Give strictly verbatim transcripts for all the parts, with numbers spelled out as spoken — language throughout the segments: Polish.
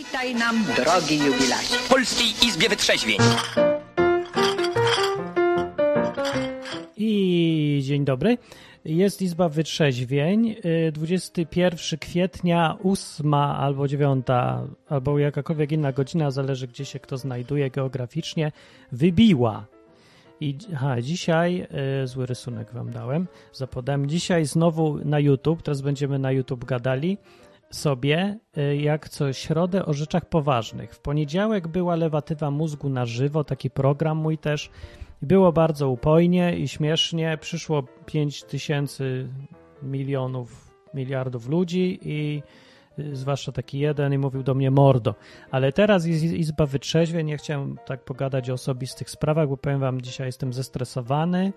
Witaj nam, drogi jubilacie. W Polskiej Izbie Wytrzeźwień. I dzień dobry. Jest Izba Wytrzeźwień. dwudziestego pierwszego kwietnia, ósma albo dziewiąta, albo jakakolwiek inna godzina, zależy gdzie się kto znajduje geograficznie, wybiła. I aha, dzisiaj, y, zły rysunek wam dałem, zapodałem. Dzisiaj znowu na YouTube, teraz będziemy na YouTube gadali sobie, y, jak co środę o rzeczach poważnych. W poniedziałek była lewatywa mózgu na żywo, taki program mój też. Było bardzo upojnie i śmiesznie. Przyszło pięć tysięcy milionów, miliardów ludzi i y, zwłaszcza taki jeden i mówił do mnie mordo. Ale teraz jest Izba Wytrzeźwień. Ja chciałem tak pogadać o osobistych sprawach, bo powiem wam, dzisiaj jestem zestresowany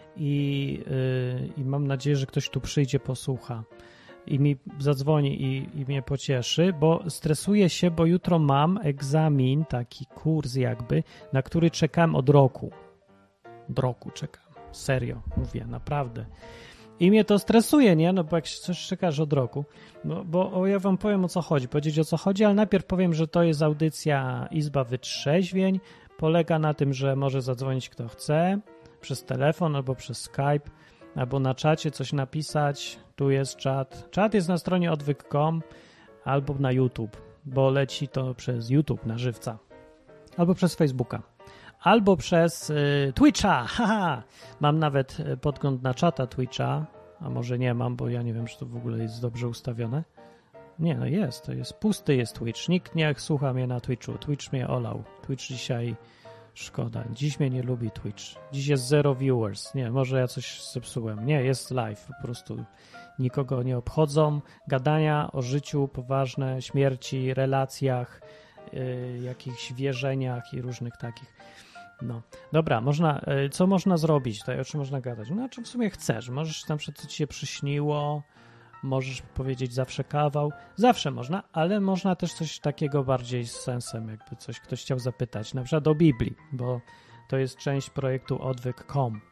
i, yy, i mam nadzieję, że ktoś tu przyjdzie, posłucha i mi zadzwoni i, i mnie pocieszy, bo stresuję się, bo jutro mam egzamin, taki kurs jakby, na który czekam od roku. Od roku czekam. Serio, mówię, naprawdę. I mnie to stresuje, nie? No bo jak coś czekasz od roku. No bo o, ja wam powiem, o co chodzi, powiedzieć o co chodzi, ale najpierw powiem, że to jest audycja Izba Wytrzeźwień. Polega na tym, że może zadzwonić kto chce, przez telefon albo przez Skype, albo na czacie coś napisać. Tu jest czat. Czat jest na stronie odwyk kropka com albo na YouTube, bo leci to przez YouTube na żywca. Albo przez Facebooka. Albo przez y, Twitcha. Haha. Mam nawet podgląd na czata Twitcha, a może nie mam, bo ja nie wiem, czy to w ogóle jest dobrze ustawione. Nie, no jest, to jest pusty jest Twitch. Nikt nie słucha mnie na Twitchu. Twitch mnie olał. Twitch dzisiaj szkoda. Dziś mnie nie lubi Twitch. Dziś jest zero viewers. Nie, może ja coś zepsułem. Nie, jest live. Po prostu nikogo nie obchodzą. Gadania o życiu poważne, śmierci, relacjach, yy, jakichś wierzeniach i różnych takich. No, dobra, można, co można zrobić tutaj, o czym można gadać? No, o czym w sumie chcesz. Możesz tam, co ci się przyśniło, możesz powiedzieć zawsze kawał, zawsze można, ale można też coś takiego bardziej z sensem, jakby coś ktoś chciał zapytać, na przykład o Biblii, bo to jest część projektu odwyk kropka com.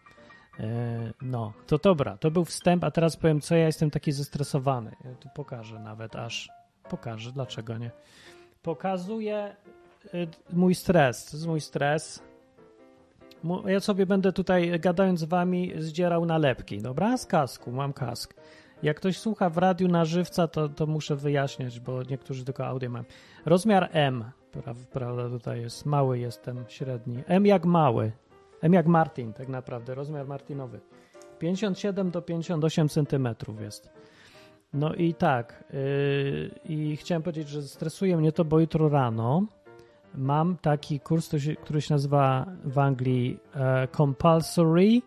No, to dobra, to był wstęp, a teraz powiem, co ja jestem taki zestresowany. Ja tu pokażę nawet, aż pokażę, dlaczego nie. Pokazuję mój stres, to jest mój stres. Ja sobie będę tutaj, gadając z wami, zdzierał nalepki, dobra? Z kasku, mam kask. Jak ktoś słucha w radiu na żywca, to, to muszę wyjaśniać, bo niektórzy tylko audio mają. Rozmiar M, prawda, tutaj jest, mały jestem, średni. M jak mały, M jak Martin tak naprawdę, rozmiar martinowy. pięćdziesiąt siedem do pięćdziesięciu ośmiu centymetrów jest. No i tak, yy, i chciałem powiedzieć, że stresuje mnie to, bo jutro rano mam taki kurs, który się nazywa w Anglii uh, Compulsory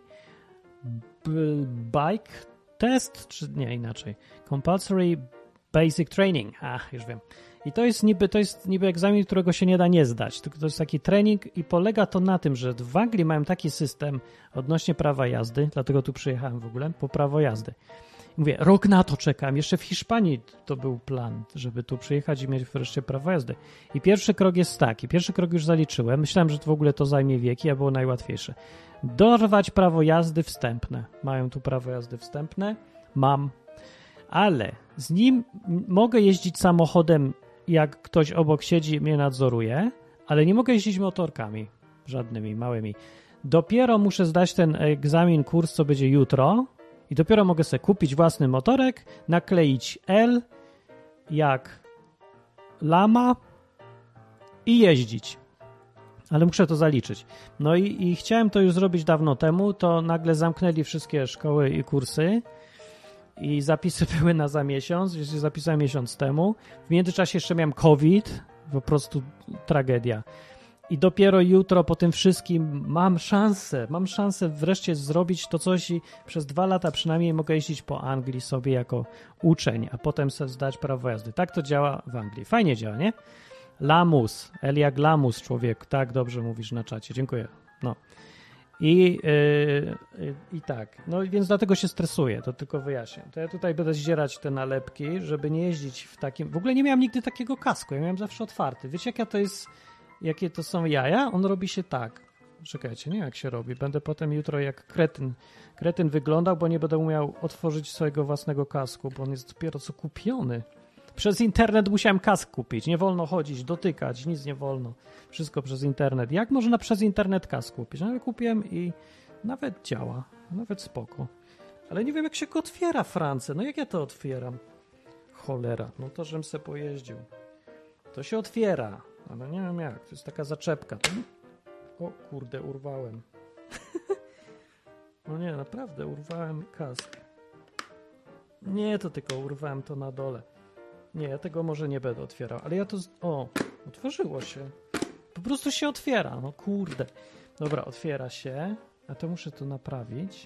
Bike Test, czy nie, inaczej. Compulsory Basic Training. Ach, już wiem. I to jest niby, to jest niby egzamin, którego się nie da nie zdać. Tylko to jest taki trening i polega to na tym, że w Anglii mają taki system odnośnie prawa jazdy, dlatego tu przyjechałem w ogóle, po prawo jazdy. Mówię, rok na to czekam. Jeszcze w Hiszpanii to był plan, żeby tu przyjechać i mieć wreszcie prawo jazdy. I pierwszy krok jest taki. Pierwszy krok już zaliczyłem. Myślałem, że to w ogóle to zajmie wieki, a było najłatwiejsze. Dorwać prawo jazdy wstępne. Mają tu prawo jazdy wstępne. Mam. Ale z nim mogę jeździć samochodem, jak ktoś obok siedzi i mnie nadzoruje, ale nie mogę jeździć motorkami. Żadnymi, małymi. Dopiero muszę zdać ten egzamin, kurs, co będzie jutro. I dopiero mogę sobie kupić własny motorek, nakleić L jak lama i jeździć. Ale muszę to zaliczyć. No i, i chciałem to już zrobić dawno temu, to nagle zamknęli wszystkie szkoły i kursy i zapisy były na za miesiąc, więc się zapisałem miesiąc temu. W międzyczasie jeszcze miałem COVID, po prostu tragedia. I dopiero jutro po tym wszystkim mam szansę, mam szansę wreszcie zrobić to coś i przez dwa lata przynajmniej mogę jeździć po Anglii sobie jako uczeń, a potem sobie zdać prawo jazdy. Tak to działa w Anglii. Fajnie działa, nie? Lamus, El jak lamus, człowiek, tak dobrze mówisz na czacie, dziękuję. No. I, yy, yy, i tak, no więc dlatego się stresuję, to tylko wyjaśniam. To ja tutaj będę zdzierać te nalepki, żeby nie jeździć w takim... W ogóle nie miałem nigdy takiego kasku, ja miałem zawsze otwarty. Wiecie, jaka to jest... Jakie to są jaja? On robi się tak. Czekajcie, nie jak się robi. Będę potem jutro jak kretyn. Kretyn wyglądał, bo nie będę umiał otworzyć swojego własnego kasku, bo on jest dopiero co kupiony. Przez internet musiałem kask kupić. Nie wolno chodzić, dotykać, nic nie wolno. Wszystko przez internet. Jak można przez internet kask kupić? No ale kupiłem i nawet działa. Nawet spoko. Ale nie wiem, jak się go otwiera, France. No jak ja to otwieram? Cholera. No to, żebym se pojeździł. To się otwiera. Ale nie wiem jak. To jest taka zaczepka. O kurde, urwałem. No nie, naprawdę, urwałem kask. Nie, to tylko urwałem to na dole. Nie, ja tego może nie będę otwierał, ale ja to... Z... O, otworzyło się. Po prostu się otwiera, no kurde. Dobra, otwiera się, a to muszę to naprawić.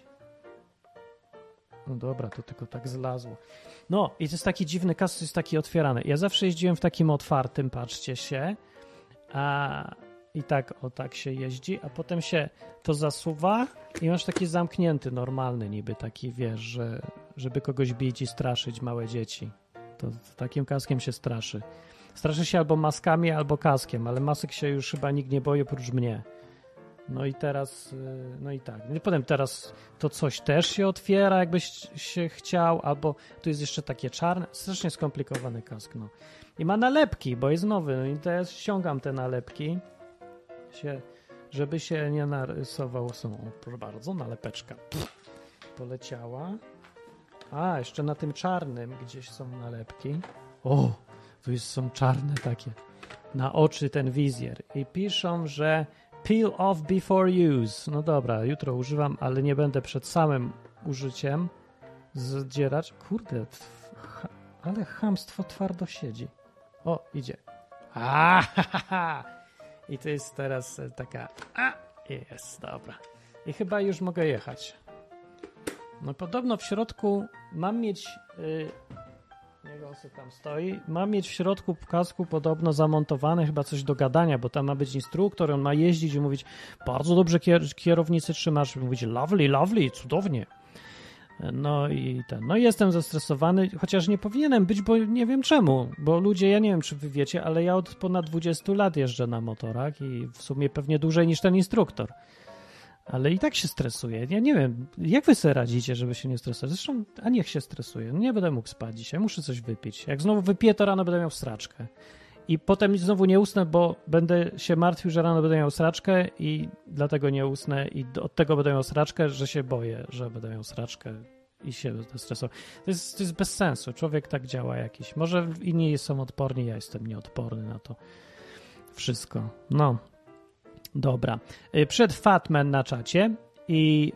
No dobra, to tylko tak zlazło. No i to jest taki dziwny kask, to jest taki otwierany. Ja zawsze jeździłem w takim otwartym, patrzcie się, a i tak, o tak się jeździ, a potem się to zasuwa i masz taki zamknięty, normalny niby taki, wiesz, że, żeby kogoś bić i straszyć małe dzieci. To takim kaskiem się straszy. Straszy się albo maskami, albo kaskiem, ale masek się już chyba nikt nie boi oprócz mnie. No i teraz, no i tak. I potem teraz to coś też się otwiera, jakbyś się chciał, albo tu jest jeszcze takie czarne, strasznie skomplikowany kask, no. I ma nalepki, bo jest nowy, no i teraz ściągam te nalepki, się, żeby się nie narysował. Są, o, proszę bardzo, nalepeczka Pff, poleciała. A, jeszcze na tym czarnym gdzieś są nalepki. O, tu jest, są czarne takie. Na oczy ten wizjer. I piszą, że peel off before use. No dobra, jutro używam, ale nie będę przed samym użyciem zdzierać. Kurde, tf, ale chamstwo twardo siedzi. O, idzie. A, ha, ha, ha. I to jest teraz taka... A, jest, dobra. I chyba już mogę jechać. No podobno w środku mam mieć... Yy, niech on sobie tam stoi. Mam mieć w środku w kasku podobno zamontowane chyba coś do gadania, bo tam ma być instruktor, on ma jeździć i mówić bardzo dobrze kier- kierownicy trzymasz. Mówić lovely, lovely, cudownie. No i ten, no i jestem zestresowany, chociaż nie powinienem być, bo nie wiem czemu, bo ludzie, ja nie wiem czy wy wiecie, ale ja od ponad dwudziestu lat jeżdżę na motorach i w sumie pewnie dłużej niż ten instruktor, ale i tak się stresuję. Ja nie wiem, jak wy sobie radzicie, żeby się nie stresować? Zresztą, a niech się stresuje, nie będę mógł spać dzisiaj, muszę coś wypić. Jak znowu wypiję, to rano będę miał sraczkę. I potem znowu nie usnę, bo będę się martwił, że rano będę miał sraczkę i dlatego nie usnę i od tego będę miał sraczkę, że się boję, że będę miał sraczkę i się będę stresował. To jest, to jest bez sensu. Człowiek tak działa jakiś. Może inni są odporni, ja jestem nieodporny na to wszystko. No, dobra. Przed Fatman na czacie i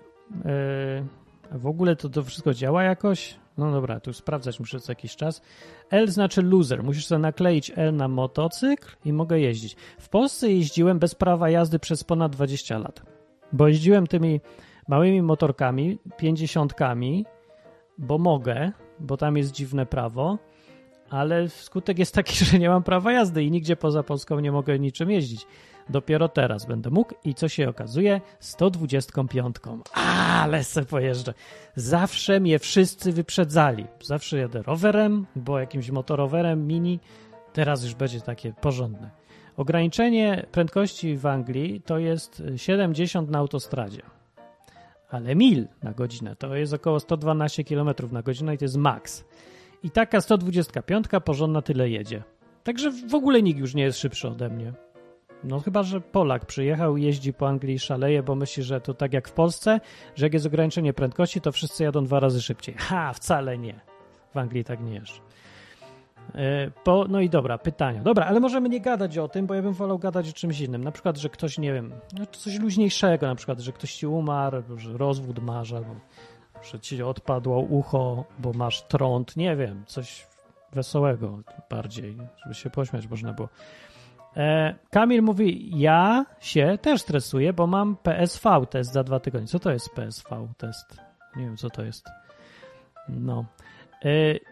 yy, w ogóle to, to wszystko działa jakoś? No dobra, tu sprawdzać muszę co jakiś czas. L znaczy loser. Musisz sobie nakleić L na motocykl i mogę jeździć. W Polsce jeździłem bez prawa jazdy przez ponad dwadzieścia lat. Bo jeździłem tymi małymi motorkami, pięćdziesiątkami, bo mogę, bo tam jest dziwne prawo, ale skutek jest taki, że nie mam prawa jazdy i nigdzie poza Polską nie mogę niczym jeździć. Dopiero teraz będę mógł i co się okazuje? sto dwudziestką piątką. Ale se pojeżdżę. Zawsze mnie wszyscy wyprzedzali. Zawsze jadę rowerem, bo jakimś motorowerem mini. Teraz już będzie takie porządne. Ograniczenie prędkości w Anglii to jest siedemdziesiąt na autostradzie. Ale mil na godzinę to jest około sto dwanaście kilometrów na godzinę i to jest maks. I taka sto dwudziestka piątka porządna tyle jedzie. Także w ogóle nikt już nie jest szybszy ode mnie. No chyba, że Polak przyjechał i jeździ po Anglii i szaleje, bo myśli, że to tak jak w Polsce, że jak jest ograniczenie prędkości, to wszyscy jadą dwa razy szybciej. Ha, wcale nie. W Anglii tak nie jeżdżą. Yy, po, no i dobra, pytania. Dobra, ale możemy nie gadać o tym, bo ja bym wolał gadać o czymś innym. Na przykład, że ktoś, nie wiem, no coś luźniejszego, na przykład, że ktoś ci umarł, że rozwód masz, albo że ci odpadło ucho, bo masz trąd, nie wiem, coś wesołego bardziej, żeby się pośmiać można było. E, Kamil mówi, ja się też stresuję, bo mam P S V test za dwa tygodnie. Co to jest P S V test? Nie wiem, co to jest. No. E,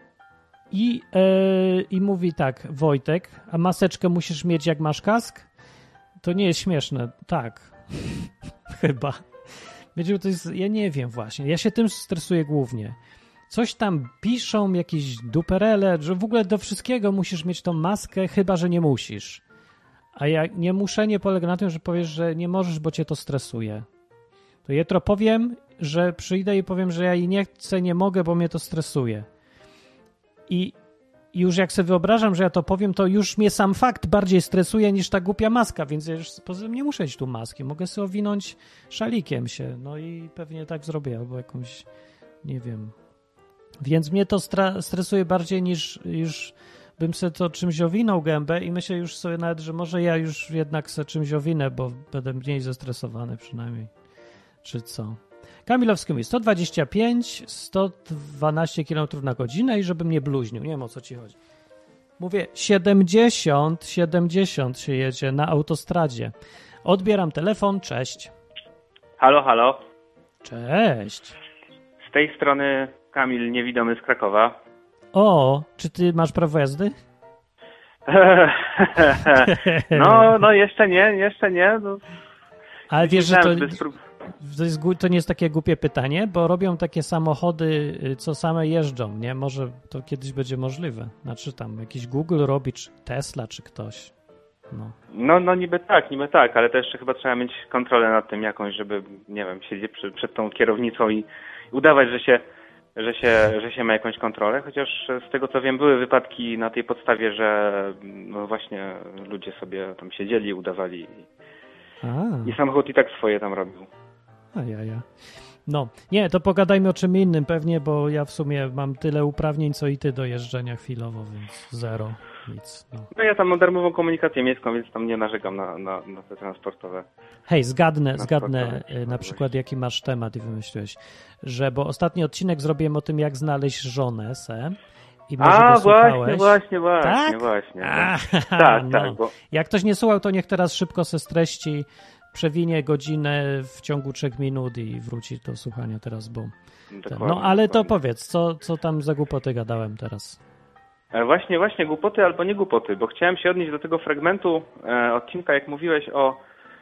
i, e, I mówi tak, Wojtek, a maseczkę musisz mieć jak masz kask? To nie jest śmieszne. Tak. Chyba. Wiecie, to jest, ja nie wiem właśnie. Ja się tym stresuję głównie. Coś tam piszą, jakieś duperele, że w ogóle do wszystkiego musisz mieć tą maskę, chyba że nie musisz. A ja nie muszę, nie polega na tym, że powiesz, że nie możesz, bo cię to stresuje. To jutro powiem, że przyjdę i powiem, że ja i nie chcę, nie mogę, bo mnie to stresuje. I I już jak sobie wyobrażam, że ja to powiem, to już mnie sam fakt bardziej stresuje niż ta głupia maska, więc ja już poza tym nie muszę mieć tu maski. Mogę sobie owinąć szalikiem się, no i pewnie tak zrobię, albo jakąś, nie wiem. Więc mnie to stra- stresuje bardziej niż już bym sobie to czymś owinął gębę i myślę już sobie nawet, że może ja już jednak sobie czymś owinę, bo będę mniej zestresowany przynajmniej. Czy co? Kamilowski mówi sto dwadzieścia pięć, sto dwanaście kilometrów na godzinę i żebym nie bluźnił. Nie wiem, o co ci chodzi. Mówię, siedemdziesiąt, siedemdziesiąt się jedzie na autostradzie. Odbieram telefon, cześć. Halo, halo. Cześć. Z tej strony Kamil Niewidomy z Krakowa. O, czy ty masz prawo jazdy? no, no jeszcze nie, jeszcze nie. No. Ale wiesz, że to, Spró- to, jest, to nie jest takie głupie pytanie, bo robią takie samochody, co same jeżdżą, nie? Może to kiedyś będzie możliwe. Znaczy tam jakiś Google robi, czy Tesla, czy ktoś. No. no, no niby tak, niby tak, ale to jeszcze chyba trzeba mieć kontrolę nad tym jakąś, żeby, nie wiem, siedzieć przy, przed tą kierownicą i udawać, że się że się, że się ma jakąś kontrolę, chociaż z tego co wiem były wypadki na tej podstawie, że no właśnie ludzie sobie tam siedzieli, udawali A. i samochód i tak swoje tam robił. A ja, ja. No, nie, to pogadajmy o czym innym pewnie, bo ja w sumie mam tyle uprawnień, co i ty do jeżdżenia chwilowo, więc zero, nic. No, no ja tam mam darmową komunikację miejską, więc tam nie narzekam na, na, na te transportowe. Hej, zgadnę, zgadnę na przykład jaki masz temat i wymyśliłeś, że bo ostatni odcinek zrobiłem o tym, jak znaleźć żonę se i może A, go słuchałeś. właśnie, właśnie, właśnie, tak? właśnie. A, tak, no. tak. Bo... Jak ktoś nie słuchał, to niech teraz szybko se streści, przewinie godzinę w ciągu trzech minut i wróci do słuchania teraz, bo... Ten, no ale to powiedz, co, co tam za głupoty gadałem teraz? Właśnie, właśnie głupoty albo nie głupoty, bo chciałem się odnieść do tego fragmentu e, odcinka, jak mówiłeś o,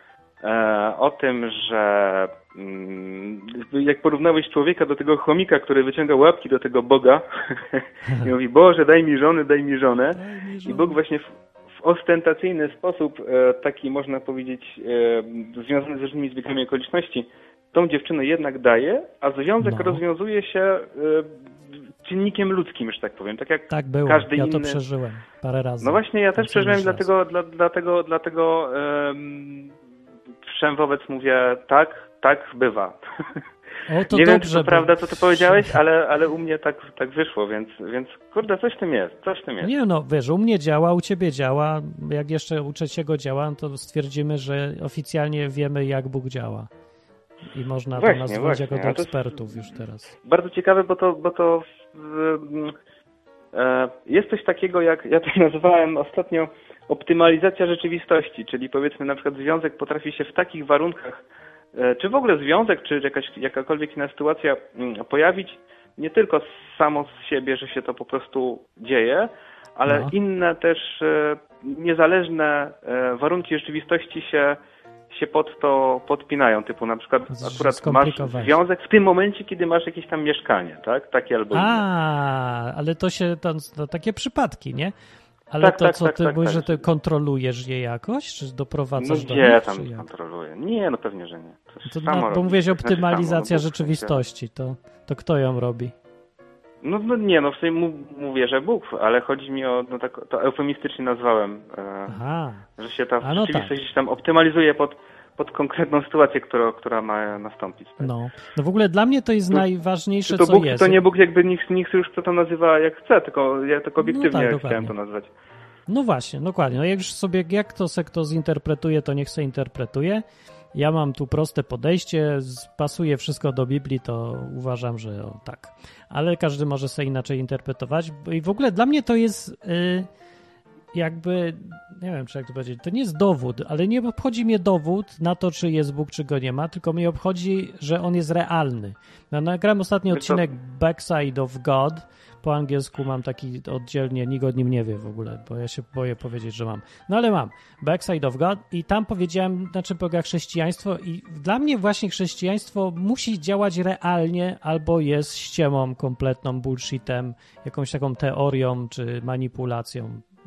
e, o tym, że mm, jak porównałeś człowieka do tego chomika, który wyciąga łapki do tego Boga i mówi, Boże, daj mi żonę, daj mi żonę. Daj mi żonę. I Bóg właśnie w, w ostentacyjny sposób, e, taki można powiedzieć, e, związany z różnymi zbiegami okoliczności, tą dziewczynę jednak daje, a związek no. rozwiązuje się e, czynnikiem ludzkim, że tak powiem. Tak jak tak było, każdy ja inny... to przeżyłem parę razy. No właśnie, ja też przeżyłem, dlatego, dla, dlatego, dlatego um, wszem wobec mówię tak, tak bywa. O, to nie dobrze, wiem, czy to bo... prawda, co ty powiedziałeś, ale, ale u mnie tak, tak wyszło, więc, więc kurde, coś w tym jest, coś w tym jest. Nie no, wiesz, u mnie działa, u ciebie działa, jak jeszcze u trzeciego działa, to stwierdzimy, że oficjalnie wiemy, jak Bóg działa. I można właśnie, to nazwać właśnie. jako do ekspertów już teraz. Bardzo ciekawe, bo to, bo to e, jest coś takiego, jak ja to nazywałem ostatnio optymalizacja rzeczywistości, czyli powiedzmy na przykład związek potrafi się w takich warunkach, e, czy w ogóle związek, czy jakaś, jakakolwiek inna sytuacja m, pojawić, nie tylko samo z siebie, że się to po prostu dzieje, ale no. inne też e, niezależne e, warunki rzeczywistości się się pod to podpinają, typu na przykład akurat masz związek w tym momencie, kiedy masz jakieś tam mieszkanie, tak? Takie albo inne. A, ale to się, to, to takie przypadki, nie? Ale tak, to tak, co tak, ty tak, mówisz, tak. że ty kontrolujesz je jakoś, czy doprowadzasz no do gdzie nich? tam kontroluję? Nie, no pewnie, że nie. To to, no, bo robi. mówiłeś optymalizacja znaczy, samo, no, rzeczywistości, to, to kto ją robi? No, no nie, no w sumie mówię, że Bóg, ale chodzi mi o, no tak, to eufemistycznie nazwałem, e, że się ta no rzeczywistość tak. tam optymalizuje pod pod konkretną sytuację, która, która ma nastąpić. Tak? No. no w ogóle dla mnie to jest to, najważniejsze, to co Bóg, jest. To nie Bóg, jakby nikt, nikt już to nazywa jak chce, tylko ja tak obiektywnie no tak, chciałem to nazwać. No właśnie, dokładnie. No jak już sobie, jak to se kto zinterpretuje, to niech se interpretuje. Ja mam tu proste podejście, pasuje wszystko do Biblii, to uważam, że o, tak. Ale każdy może sobie inaczej interpretować. I w ogóle dla mnie to jest... Yy, jakby, nie wiem, czy jak to powiedzieć, to nie jest dowód, ale nie obchodzi mnie dowód na to, czy jest Bóg, czy go nie ma, tylko mnie obchodzi, że on jest realny. No, nagrałem ostatni odcinek Backside of God, po angielsku mam taki oddzielnie, nikt o nim nie wie w ogóle, bo ja się boję powiedzieć, że mam. No ale mam, Backside of God i tam powiedziałem, na czym polega chrześcijaństwo i dla mnie właśnie chrześcijaństwo musi działać realnie albo jest ściemą kompletną, bullshitem, jakąś taką teorią czy manipulacją.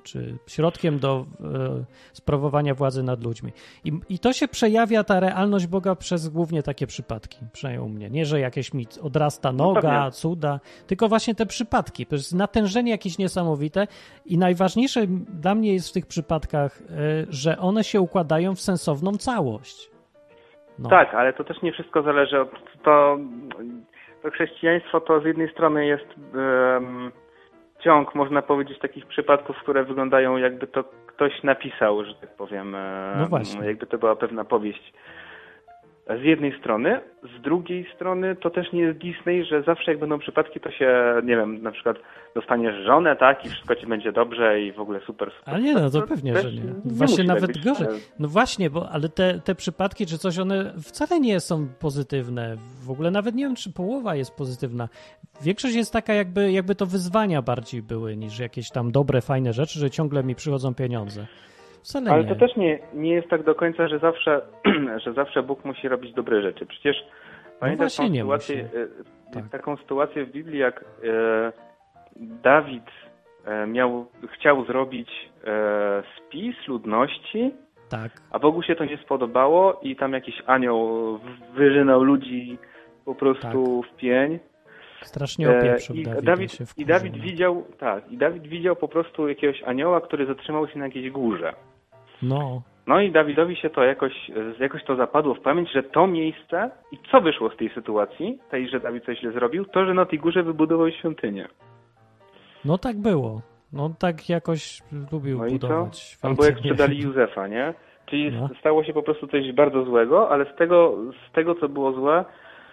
czy środkiem do e, sprawowania władzy nad ludźmi. I, I to się przejawia, ta realność Boga przez głównie takie przypadki, przynajmniej u mnie. Nie, że jakieś mi odrasta noga, no cuda, tylko właśnie te przypadki. To jest natężenie jakieś niesamowite i najważniejsze dla mnie jest w tych przypadkach, e, że one się układają w sensowną całość. No. Tak, ale to też nie wszystko zależy od... To, to chrześcijaństwo to z jednej strony jest um, ciąg, można powiedzieć, takich przypadków, które wyglądają jakby to ktoś napisał, że tak powiem. No właśnie. Jakby to była pewna powieść. Z jednej strony. Z drugiej strony to też nie jest Disney, że zawsze jak będą przypadki, to się, nie wiem, na przykład dostaniesz żonę, tak, i wszystko ci będzie dobrze i w ogóle super. super. Ale nie, no to pewnie, że nie. nie Właśnie nawet tak być, gorzej. ale... No właśnie, bo ale te, te przypadki czy coś, one wcale nie są pozytywne. W ogóle nawet nie wiem, czy połowa jest pozytywna. Większość jest taka, jakby, jakby to wyzwania bardziej były, niż jakieś tam dobre, fajne rzeczy, że ciągle mi przychodzą pieniądze. Wcale Ale nie. to też nie, nie jest tak do końca, że zawsze, że zawsze Bóg musi robić dobre rzeczy. Przecież No pamiętam właśnie taką nie sytuację, musi. e, Tak. taką sytuację w Biblii, jak e, Dawid e, miał, chciał zrobić e, spis ludności, Tak. a Bogu się to nie spodobało i tam jakiś anioł wyżynał ludzi po prostu w pień. Strasznie opieprzył I Dawida Dawid, się i Dawid wkurzył. widział, tak, i Dawid widział po prostu jakiegoś anioła, który zatrzymał się na jakiejś górze. No, No i Dawidowi się to jakoś, jakoś to zapadło w pamięć, że to miejsce i co wyszło z tej sytuacji, tej, że Dawid coś źle zrobił, to, że na tej górze wybudował świątynię. no tak było. No tak jakoś lubił No i co? budować. Albo jak świątynię. sprzedali Józefa, nie? Czyli No. stało się po prostu coś bardzo złego, ale z tego, z tego co było złe,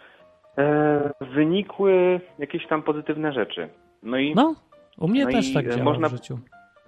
e, wynikły jakieś tam pozytywne rzeczy. No i, No, u mnie no też i tak działa można- w życiu.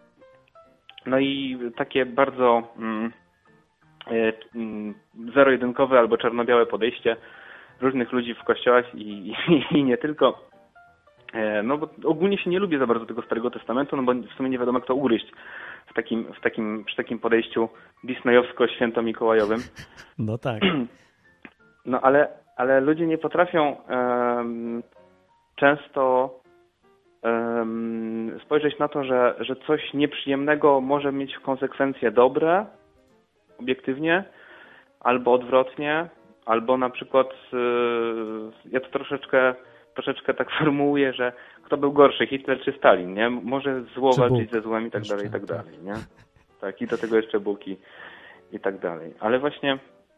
no i takie bardzo mm, e, mm, zero-jedynkowe albo czarno-białe podejście różnych ludzi w kościołach i, i, i nie tylko. E, no bo ogólnie się nie lubię za bardzo tego Starego Testamentu, no bo w sumie nie wiadomo jak to ugryźć w takim, w takim, przy takim podejściu disneyowsko-święto-mikołajowym. No tak. No ale, ale ludzie nie potrafią um, często um, spojrzeć na to, że, że coś nieprzyjemnego może mieć konsekwencje dobre, obiektywnie, albo odwrotnie, albo na przykład yy, ja to troszeczkę, troszeczkę tak formułuję, że kto był gorszy, Hitler czy Stalin, nie? Może zło Czy walczyć Bóg. ze złem i tak Jeszcze, dalej, i tak tak. dalej, nie? Tak, i do tego jeszcze Bóg i, i tak dalej. Ale właśnie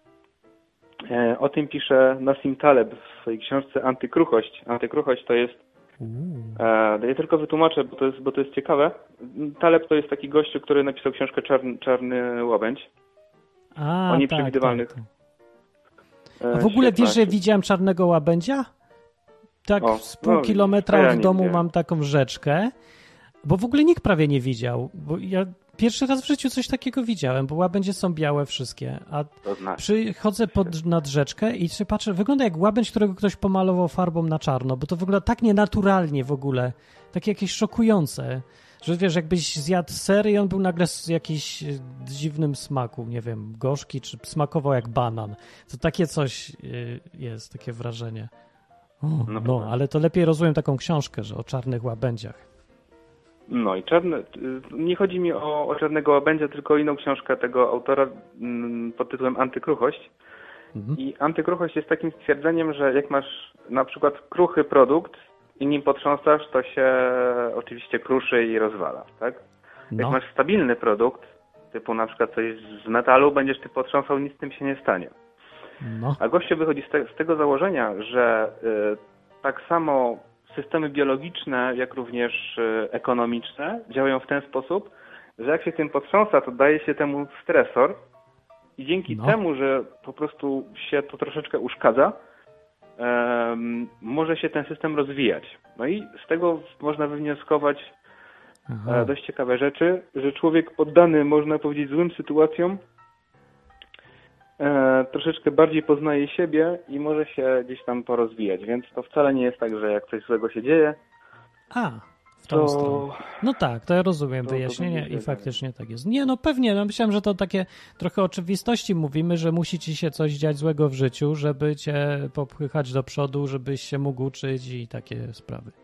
e, o tym pisze Nassim Taleb w swojej książce Antykruchość. Antykruchość to jest, Uuu. e, ja tylko wytłumaczę, bo to jest, bo to jest ciekawe. Taleb to jest taki gościu, który napisał książkę Czarny, Czarny Łabędź. A, o nieprzewidywalnych tak, tak. A w E, ogóle świetna- wiesz, że widziałem czarnego łabędzia? Tak O, z pół no, kilometra to ja od nie domu widziałem. mam taką rzeczkę, bo w ogóle nikt prawie nie widział, bo ja pierwszy raz w życiu coś takiego widziałem, bo łabędzie są białe wszystkie, a To znaczy. przychodzę pod, nad rzeczkę i się patrzę, wygląda jak łabędź, którego ktoś pomalował farbą na czarno, bo to wygląda tak nienaturalnie w ogóle, takie jakieś szokujące, że wiesz, jakbyś zjadł ser i on był nagle z jakimś dziwnym smaku, nie wiem, gorzki, czy smakował jak banan. To takie coś y, jest, takie wrażenie. O, No no, tak. ale to lepiej rozumiem taką książkę, że o czarnych łabędziach. No i czarny, y, nie chodzi mi o, o Czarnego Łabędzia, tylko o inną książkę tego autora mm, pod tytułem Antykruchość. Mhm. I antykruchość jest takim stwierdzeniem, że jak masz na przykład kruchy produkt i nim potrząsasz, to się oczywiście kruszy i rozwala, tak? Jak No, masz stabilny produkt, typu na przykład coś z metalu, będziesz ty potrząsał, nic z tym się nie stanie. no, A gościu wychodzi z, te, z tego założenia, że y, tak samo systemy biologiczne, jak również y, ekonomiczne działają w ten sposób, że jak się tym potrząsa, to daje się temu stresor i dzięki No. temu, że po prostu się to troszeczkę uszkadza, em, może się ten system rozwijać. No i z tego można wywnioskować aha. e, dość ciekawe rzeczy, że człowiek poddany, można powiedzieć, złym sytuacjom, e, troszeczkę bardziej poznaje siebie i może się gdzieś tam porozwijać, więc to wcale nie jest tak, że jak coś złego się dzieje, A, w tą to... stronę. No tak, to ja rozumiem to- to wyjaśnienie będzie i tak. faktycznie tak jest. Nie, no pewnie, no myślałem, że to takie trochę oczywistości mówimy, że musi ci się coś dziać złego w życiu, żeby cię popychać do przodu, żebyś się mógł uczyć i takie sprawy.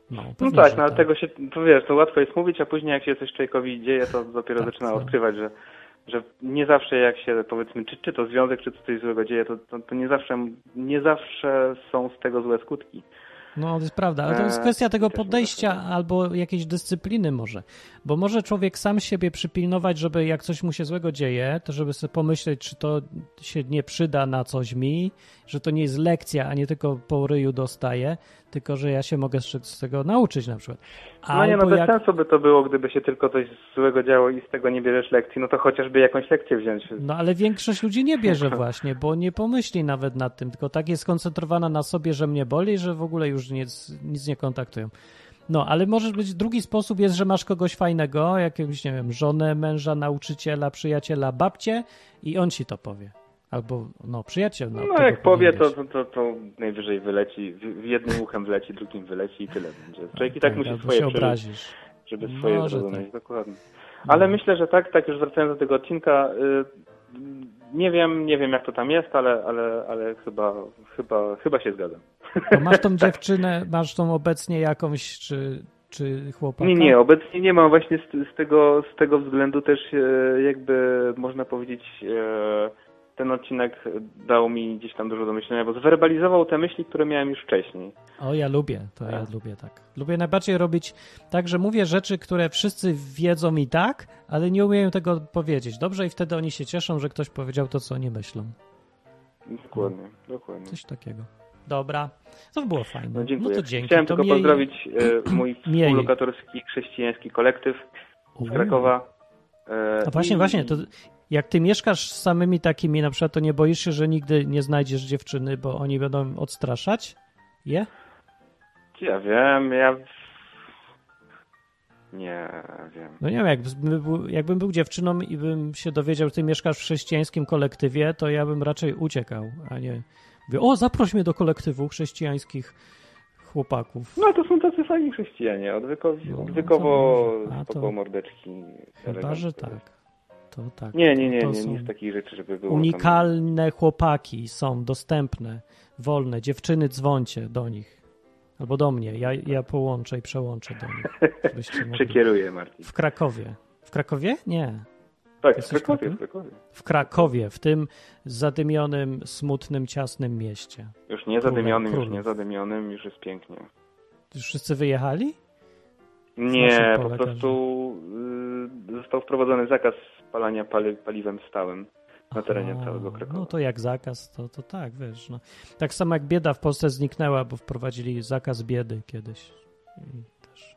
No, No pewnie, tak, że no ale tak. tego się, to wiesz, to łatwo jest mówić, a później jak się coś człowiekowi dzieje, to dopiero Tak, zaczyna to- odkrywać, że, że nie zawsze jak się, powiedzmy, czy, czy to związek, czy coś złego dzieje, to, to, to nie zawsze nie zawsze są z tego złe skutki. No, to jest prawda, ale to jest Eee, kwestia tego też nie podejścia zawsze. albo jakiejś dyscypliny może. Bo może człowiek sam siebie przypilnować, żeby jak coś mu się złego dzieje, to żeby sobie pomyśleć, czy to się nie przyda na coś mi, że to nie jest lekcja, a nie tylko po ryju dostaję, tylko że ja się mogę z, z tego nauczyć na przykład. No nie, no Albo bez jak... sensu by to było, gdyby się tylko coś złego działo i z tego nie bierzesz lekcji, no to chociażby jakąś lekcję wziąć. No ale większość ludzi nie bierze właśnie, bo nie pomyśli nawet nad tym, tylko tak jest skoncentrowana na sobie, że mnie boli, że w ogóle już nic, nic nie kontaktują. No, ale może być drugi sposób jest, że masz kogoś fajnego, jakiegoś, nie wiem, żonę, męża, nauczyciela, przyjaciela, babcię i on ci to powie. Albo, no, przyjaciel. No, No tego jak powie, powinien to, być. to, to, to najwyżej wyleci, w w jednym uchem wleci, drugim wyleci i tyle będzie. Człowiek i tak musi albo swoje się przeżyć, obrazisz. żeby swoje Może zrozumieć, tak. dokładnie. Ale No. myślę, że tak, tak już wracając do tego odcinka, y, nie wiem, nie wiem jak to tam jest, ale, ale, ale chyba, chyba, chyba się zgadzam. To masz tą dziewczynę, masz tą obecnie jakąś, czy, czy chłopaka? Nie, nie, obecnie nie mam właśnie z, z, tego, z tego względu też e, jakby można powiedzieć e, ten odcinek dał mi gdzieś tam dużo do myślenia, bo zwerbalizował te myśli, które miałem już wcześniej. O, ja lubię, to ja Tak. lubię tak. Lubię najbardziej robić tak, że mówię rzeczy, które wszyscy wiedzą i tak, ale nie umieją tego powiedzieć. Dobrze i wtedy oni się cieszą, że ktoś powiedział to, co oni myślą. Dokładnie, dokładnie. Coś takiego. Dobra, to było fajne. No dziękuję. No to dzięki. Chciałem to tylko miej- pozdrowić e, mój Miej. współlokatorski chrześcijański kolektyw z Krakowa. E, A właśnie, i- właśnie, to jak ty mieszkasz z samymi takimi, na przykład, to nie boisz się, że nigdy nie znajdziesz dziewczyny, bo oni będą odstraszać je? Ja wiem, ja... Nie wiem. No nie wiem, jakbym był, jakbym był dziewczyną i bym się dowiedział, że ty mieszkasz w chrześcijańskim kolektywie, to ja bym raczej uciekał, a nie mówię, o, zaproś mnie do kolektywu chrześcijańskich chłopaków. No to są tacy fajni chrześcijanie, odwykowi, No, odwykowo to może. A, to- spoko mordeczki. Chyba, że elegancko. tak. To tak. Nie, nie, nie, To nie, są nie z takich rzeczy, żeby było unikalne chłopaki są dostępne, wolne. Dziewczyny, dzwońcie do nich. Albo do mnie. Ja, ja połączę i przełączę do nich. Żebyście tam... mogli. Przekieruję, Martin. W Krakowie. W Krakowie? Nie. Tak, w Jesteś w Krakowie, w Krakowie? Krakowie. W Krakowie, w tym zadymionym, smutnym, ciasnym mieście. Już nie zadymionym, już Królów. nie zadymionym, już jest pięknie. Już wszyscy wyjechali? Nie, po polega, prostu y, został wprowadzony zakaz spalania pali paliwem stałym na terenie A, całego Krakowa. No to jak zakaz, to, to tak, wiesz. No. Tak samo jak bieda w Polsce zniknęła, bo wprowadzili zakaz biedy kiedyś. I też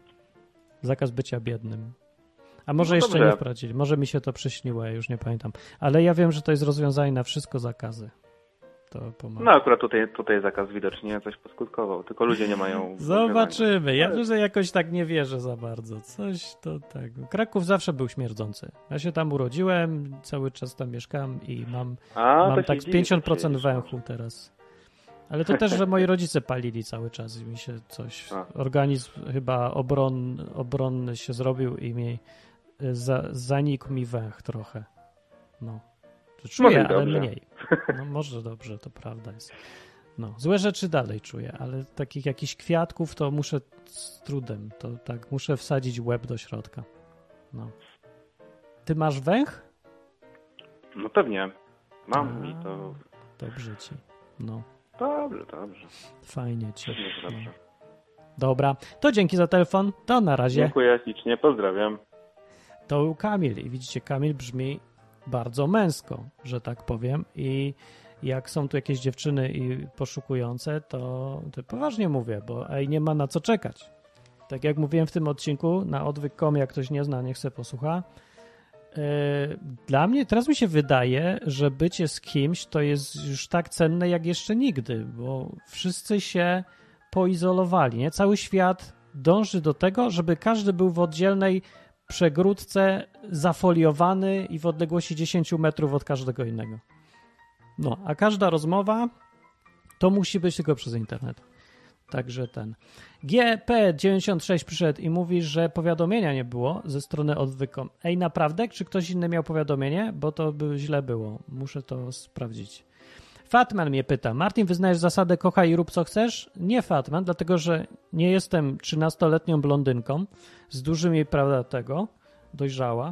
zakaz bycia biednym. A może No jeszcze dobrze. nie wprowadzili. Może mi się to przyśniło, ja już nie pamiętam. Ale ja wiem, że to jest rozwiązanie na wszystko zakazy. To pomaga. No akurat tutaj, tutaj zakaz widocznie coś poskutkował, tylko ludzie nie mają... Zobaczymy. Ja Ale- że jakoś tak nie wierzę za bardzo. Coś to tak. Kraków zawsze był śmierdzący. Ja się tam urodziłem, cały czas tam mieszkam i mam, A, to mam się tak dziwię, pięćdziesiąt procent przecież. węchu teraz. Ale to też, że moi rodzice palili cały czas i mi się coś... A. Organizm chyba obron, obronny się zrobił i mi za, zanikł mi węch trochę. No. To czuję, Może i ale dobrze. mniej. No może dobrze, to prawda jest. No, złe rzeczy dalej czuję, ale takich jakichś kwiatków to muszę z trudem, to tak, muszę wsadzić łeb do środka. No. Ty masz węch? No pewnie. Mam A, i to... Dobrze ci. No, Dobrze, dobrze. fajnie ci. Pewnie, że dobrze. Dobra, to dzięki za telefon, to na razie. Dziękuję ślicznie, pozdrawiam. To był Kamil i widzicie, Kamil brzmi bardzo męsko, że tak powiem, i jak są tu jakieś dziewczyny i poszukujące, to, to poważnie mówię, bo ej, nie ma na co czekać. Tak jak mówiłem w tym odcinku, na odwyk kropka com, jak ktoś nie zna, niech se posłucha. Yy, dla mnie, teraz mi się wydaje, że bycie z kimś to jest już tak cenne jak jeszcze nigdy, bo wszyscy się poizolowali, nie? Cały świat dąży do tego, żeby każdy był w oddzielnej przegródce, zafoliowany i w odległości dziesięć metrów od każdego innego. No, a każda rozmowa to musi być tylko przez internet. Także ten. G P dziewięćdziesiąt sześć przyszedł i mówi, że powiadomienia nie było ze strony odwykom. Ej, naprawdę? Czy ktoś inny miał powiadomienie? Bo to by źle było. Muszę to sprawdzić. Fatman mnie pyta, Martin, wyznajesz zasadę kochaj i rób co chcesz? Nie, Fatman, dlatego że nie jestem trzynastoletnią blondynką z dużymi, prawda, tego, dojrzała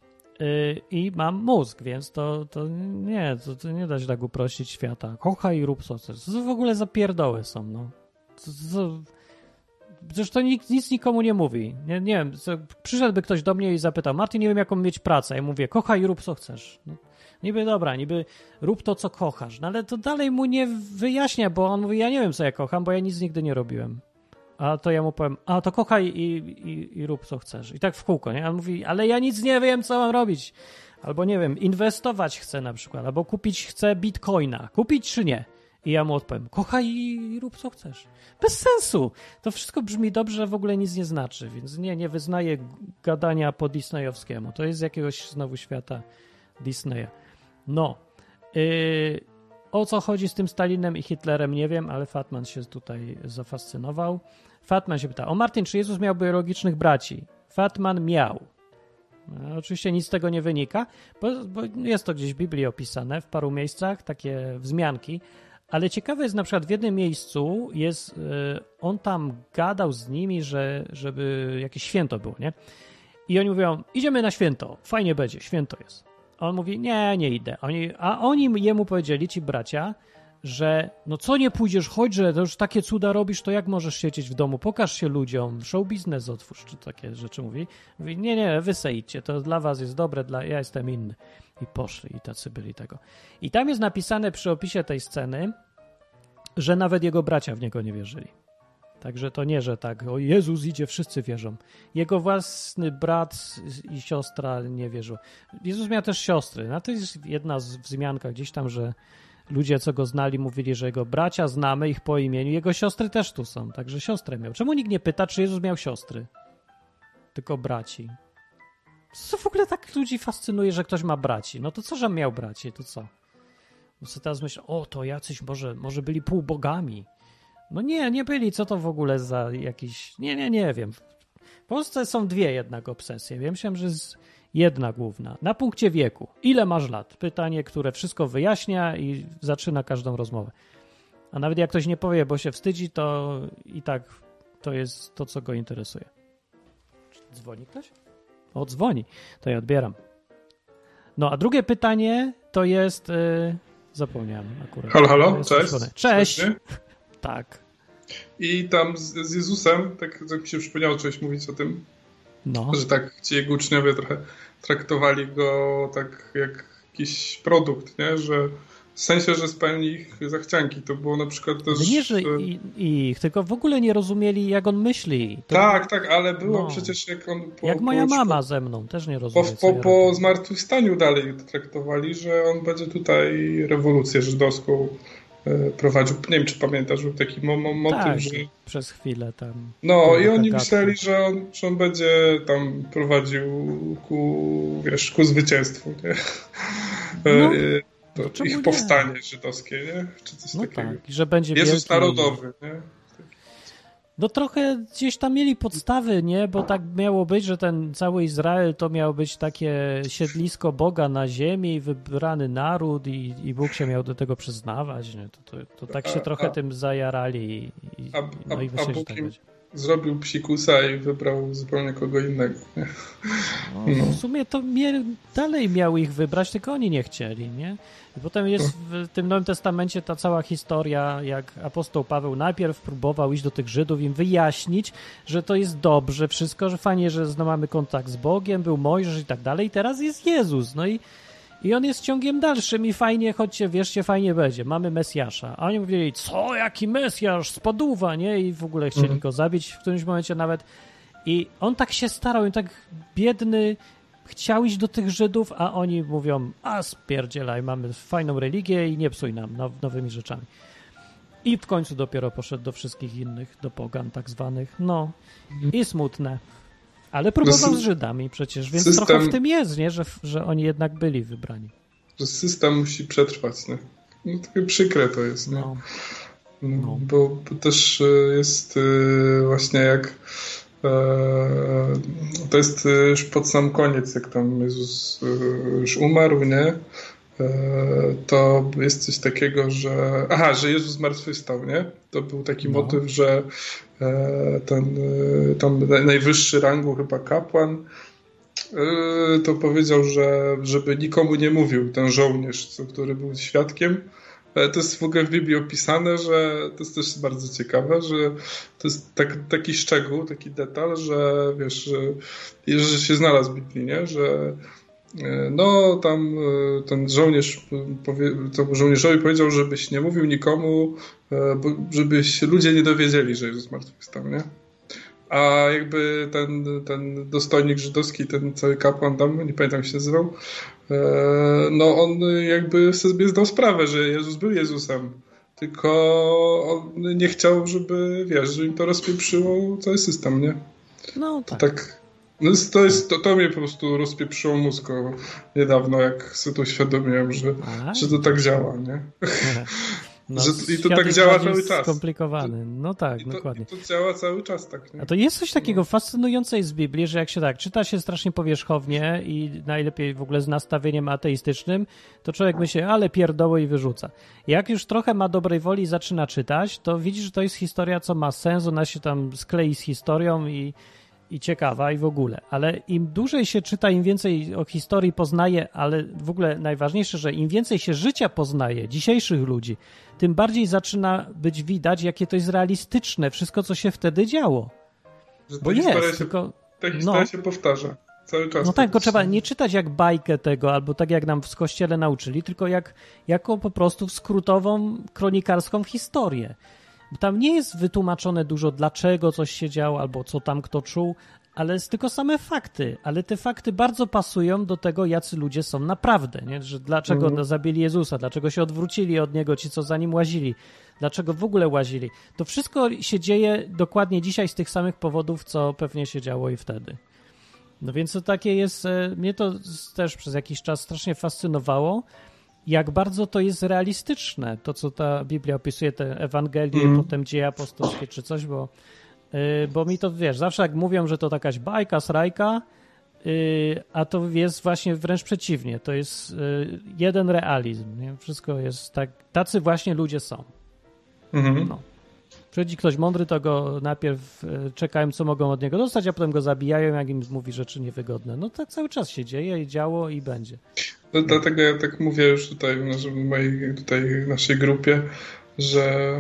yy, i mam mózg, więc to, to nie, to, to nie da się tak uprościć świata. Kochaj i rób co chcesz. To w ogóle za pierdoły są, no. To, to, Przecież to nic, nic nikomu nie mówi. Nie, nie wiem, co, przyszedłby ktoś do mnie i zapytał, Martin, nie wiem, jaką mieć pracę. Ja mówię, kochaj i rób, co chcesz. No, niby dobra, niby rób to, co kochasz. No ale to dalej mu nie wyjaśnia, bo on mówi, ja nie wiem, co ja kocham, bo ja nic nigdy nie robiłem. A to ja mu powiem, a to kochaj i, i, i rób, co chcesz. I tak w kółko, nie? A on mówi, ale ja nic nie wiem, co mam robić. Albo nie wiem, inwestować chcę na przykład, albo kupić chcę bitcoina. Kupić czy nie? I ja mu odpowiem, kochaj i rób co chcesz. Bez sensu. To wszystko brzmi dobrze, w ogóle nic nie znaczy, więc nie, nie wyznaję gadania po disneyowskiemu. To jest z jakiegoś znowu świata Disneya. No. Yy, o co chodzi z tym Stalinem i Hitlerem, nie wiem, ale Fatman się tutaj zafascynował. Fatman się pyta, o Martin, czy Jezus miał biologicznych braci? Fatman miał. No, oczywiście nic z tego nie wynika, bo, bo jest to gdzieś w Biblii opisane w paru miejscach, takie wzmianki. Ale ciekawe jest, na przykład w jednym miejscu jest, yy, on tam gadał z nimi, że żeby jakieś święto było, nie? I oni mówią, idziemy na święto, fajnie będzie, święto jest. A on mówi, nie, nie idę. Oni, a oni jemu powiedzieli, ci bracia, że no co nie pójdziesz, chodź, że to już takie cuda robisz, to jak możesz siedzieć w domu, pokaż się ludziom, show biznes otwórz, czy takie rzeczy mówi. Mówi, nie, nie, wy se idźcie, to dla was jest dobre, dla, ja jestem inny. I poszli, i tacy byli tego. I tam jest napisane przy opisie tej sceny, że nawet jego bracia w niego nie wierzyli. Także to nie, że tak, o Jezus idzie, wszyscy wierzą. Jego własny brat i siostra nie wierzą. Jezus miał też siostry. No to jest jedna z wzmianka gdzieś tam, że ludzie, co go znali, mówili, że jego bracia znamy ich po imieniu. Jego siostry też tu są, także siostrę miał. Czemu nikt nie pyta, czy Jezus miał siostry? Tylko braci. Co w ogóle tak ludzi fascynuje, że ktoś ma braci? No to co, że miał braci? To co? No co teraz myślę, o to jacyś może, może byli półbogami. No nie, nie byli. Co to w ogóle za jakiś... Nie, nie, nie wiem. W Polsce są dwie jednak obsesje. Ja myślałem, że jest jedna główna. Na punkcie wieku. Ile masz lat? Pytanie, które wszystko wyjaśnia i zaczyna każdą rozmowę. A nawet jak ktoś nie powie, bo się wstydzi, to i tak to jest to, co go interesuje. Dzwoni ktoś? O, dzwoni. To ja odbieram. No, a drugie pytanie to jest... Yy... Zapomniałem akurat. Halo, halo, cześć. Cześć. Cześć. Tak. I tam z, z Jezusem, tak jak mi się przypomniało, coś mówić o tym, no. że tak ci jego uczniowie trochę traktowali go tak jak jakiś produkt, nie? Że w sensie, że spełni ich zachcianki. To było na przykład też... Nie, że ich, tylko w ogóle nie rozumieli, jak on myśli. To tak, było... tak, ale było no. przecież jak on... Po, jak moja po, mama po, ze mną, też nie rozumie. Po, po, po zmartwychwstaniu dalej traktowali, że on będzie tutaj rewolucję żydowską e, prowadził. Nie wiem, czy pamiętasz, był taki mo, mo, motyw, tak, że... przez chwilę tam... No i oni myśleli, że on, że on będzie tam prowadził ku, wiesz, ku zwycięstwu, nie? No. To ich powstanie nie? żydowskie, nie? Czy coś no takiego. Tak, że będzie Jezus wielki... narodowy, nie? No trochę gdzieś tam mieli podstawy, nie? Bo tak miało być, że ten cały Izrael to miało być takie siedlisko Boga na ziemi, wybrany naród i, i Bóg się miał do tego przyznawać, nie? To, to, to tak się a, trochę a, tym zajarali i, a, no i myślę, a Bóg że tak im będzie. Zrobił psikusa i wybrał zupełnie kogo innego. Nie? No, no. W sumie to mie- dalej miał ich wybrać, tylko oni nie chcieli, nie? I potem jest w tym Nowym Testamencie ta cała historia, jak apostoł Paweł najpierw próbował iść do tych Żydów, im wyjaśnić, że to jest dobrze wszystko, że fajnie, że znowu mamy kontakt z Bogiem, był Mojżesz i tak dalej, i teraz jest Jezus, no i I on jest ciągiem dalszym i fajnie, chodźcie, wierzcie, fajnie będzie. Mamy Mesjasza. A oni mówili, co, jaki Mesjasz, spoduwa, nie? I w ogóle chcieli mhm. go zabić w którymś momencie nawet. I on tak się starał, i tak biedny chciał iść do tych Żydów, a oni mówią, a spierdzielaj, mamy fajną religię i nie psuj nam now, nowymi rzeczami. I w końcu dopiero poszedł do wszystkich innych, do pogan tak zwanych. No, mhm. i smutne. Ale próbował z Żydami przecież, więc system, trochę w tym jest, nie? Że, że oni jednak byli wybrani. Że system musi przetrwać, nie? No takie przykre to jest, nie? No. No, no. Bo, bo też jest właśnie jak to jest już pod sam koniec, jak tam Jezus już umarł, nie? to jest coś takiego, że aha, że Jezus zmartwychwstał, nie? To był taki no. motyw, że ten tam najwyższy rangu chyba kapłan to powiedział, że żeby nikomu nie mówił ten żołnierz, który był świadkiem. To jest w ogóle w Biblii opisane, że to jest też bardzo ciekawe, że to jest tak, taki szczegół, taki detal, że wiesz, że, że się znalazł w Biblii, nie? Że no tam ten żołnierz powie, to żołnierzowi powiedział, żebyś nie mówił nikomu, żebyś ludzie nie dowiedzieli, że Jezus zmartwychwstał, nie? A jakby ten, ten dostojnik żydowski, ten cały kapłan tam, nie pamiętam jak się nazywał, no on jakby sobie zdał sprawę, że Jezus był Jezusem, tylko on nie chciał, żeby, wiesz, że im to rozpieprzyło cały system, nie? No tak. To tak no to, jest, to, to mnie po prostu rozpieprzyło mózg niedawno, jak sobie to uświadomiłem, że, że to tak działa, nie? No, że, I to tak działa cały czas. Skomplikowany. No tak, I to, dokładnie. I to działa cały czas tak. Nie? A to jest coś takiego fascynującego z Biblii, że jak się tak czyta się strasznie powierzchownie i najlepiej w ogóle z nastawieniem ateistycznym, to człowiek myśli, ale pierdoły i wyrzuca. Jak już trochę ma dobrej woli i zaczyna czytać, to widzi, że to jest historia, co ma sens, ona się tam sklei z historią i i ciekawa i w ogóle, ale im dłużej się czyta, im więcej o historii poznaje, ale w ogóle najważniejsze, że im więcej się życia poznaje, dzisiejszych ludzi, tym bardziej zaczyna być widać, jakie to jest realistyczne, wszystko, co się wtedy działo. Że ta Bo historia jest, się, tylko... Ta historia no, się powtarza cały czas. No tak, tylko trzeba nie czytać jak bajkę tego, albo tak jak nam w kościele nauczyli, tylko jak, jako po prostu skrótową, kronikarską historię. Bo tam nie jest wytłumaczone dużo, dlaczego coś się działo, albo co tam kto czuł, ale jest tylko same fakty. Ale te fakty bardzo pasują do tego, jacy ludzie są naprawdę. Nie? Że dlaczego mm. zabili Jezusa, dlaczego się odwrócili od Niego ci, co za Nim łazili, dlaczego w ogóle łazili. To wszystko się dzieje dokładnie dzisiaj z tych samych powodów, co pewnie się działo i wtedy. No więc to takie jest, mnie to też przez jakiś czas strasznie fascynowało, jak bardzo to jest realistyczne, to co ta Biblia opisuje, te Ewangelie, mm. potem dzieje apostolskie czy coś, bo, yy, bo mi to, wiesz, zawsze jak mówią, że to jakaś bajka, srajka, yy, a to jest właśnie wręcz przeciwnie, to jest yy, jeden realizm, nie? Wszystko jest tak, tacy właśnie ludzie są. Mm-hmm. No. Przychodzi ktoś mądry, to go najpierw yy, czekają, co mogą od niego dostać, a potem go zabijają, jak im mówi rzeczy niewygodne. No tak cały czas się dzieje i działo i będzie. No, dlatego ja tak mówię już tutaj w mojej tutaj naszej grupie, że,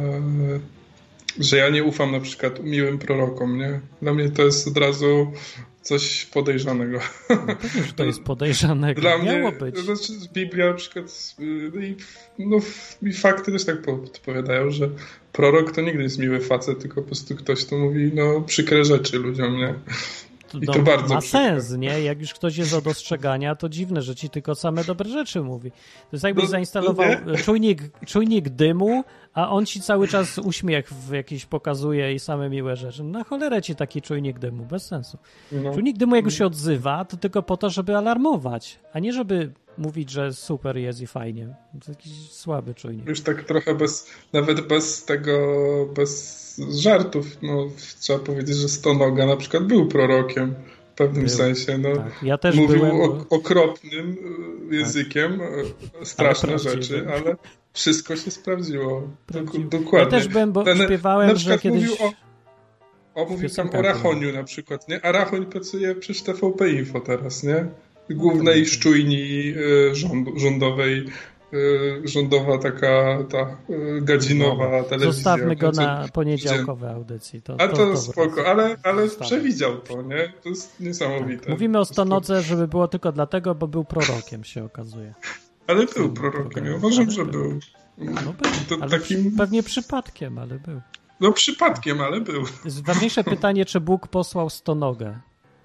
że ja nie ufam na przykład miłym prorokom, nie? Dla mnie to jest od razu coś podejrzanego. No pewnie, że to jest podejrzanego. Dla Miało mnie, być. Znaczy Biblia na przykład i, no, i fakty też tak podpowiadają, że prorok to nigdy nie jest miły facet, tylko po prostu ktoś, kto mówi no przykre rzeczy ludziom, nie? I no, to bardzo ma przykre. sens, nie? Jak już ktoś jest od ostrzegania, to dziwne, że ci tylko same dobre rzeczy mówi. To jest jakbyś no, zainstalował no czujnik, czujnik dymu, a on ci cały czas uśmiech w jakiś pokazuje i same miłe rzeczy. Na cholerę ci taki czujnik dymu, bez sensu. No. Czujnik dymu, jak już się odzywa, to tylko po to, żeby alarmować, a nie żeby mówić, że super jest i fajnie. To jakiś słaby czujnik. Już tak trochę bez, nawet bez tego, bez żartów, no trzeba powiedzieć, że Stonoga na przykład był prorokiem w pewnym był. sensie. No, tak. Ja też mówił byłem, ok- okropnym językiem, tak. straszne ale rzeczy, ale wszystko się sprawdziło. Dok- dokładnie. Ja też byłem, bo Ten, śpiewałem, na przykład że kiedyś... mówił o, o mówił tam o Rachoniu na przykład, nie? A Rachoń pracuje przy T V P Info teraz, nie? Głównej szczujni y, rządu, rządowej rządowa taka ta gadzinowa no, telewizja. Zostawmy go na poniedziałkowe audycji. To, A to, to, to spoko, ale, ale przewidział to, nie? To jest niesamowite. Tak. Mówimy o Stonodze, żeby było tylko dlatego, bo był prorokiem, się okazuje. Ale był prorokiem, ja uważam, że był. No był, to ale takim... pewnie przypadkiem, ale był. No przypadkiem, ale był. Jest ważniejsze pytanie, czy Bóg posłał Stonogę.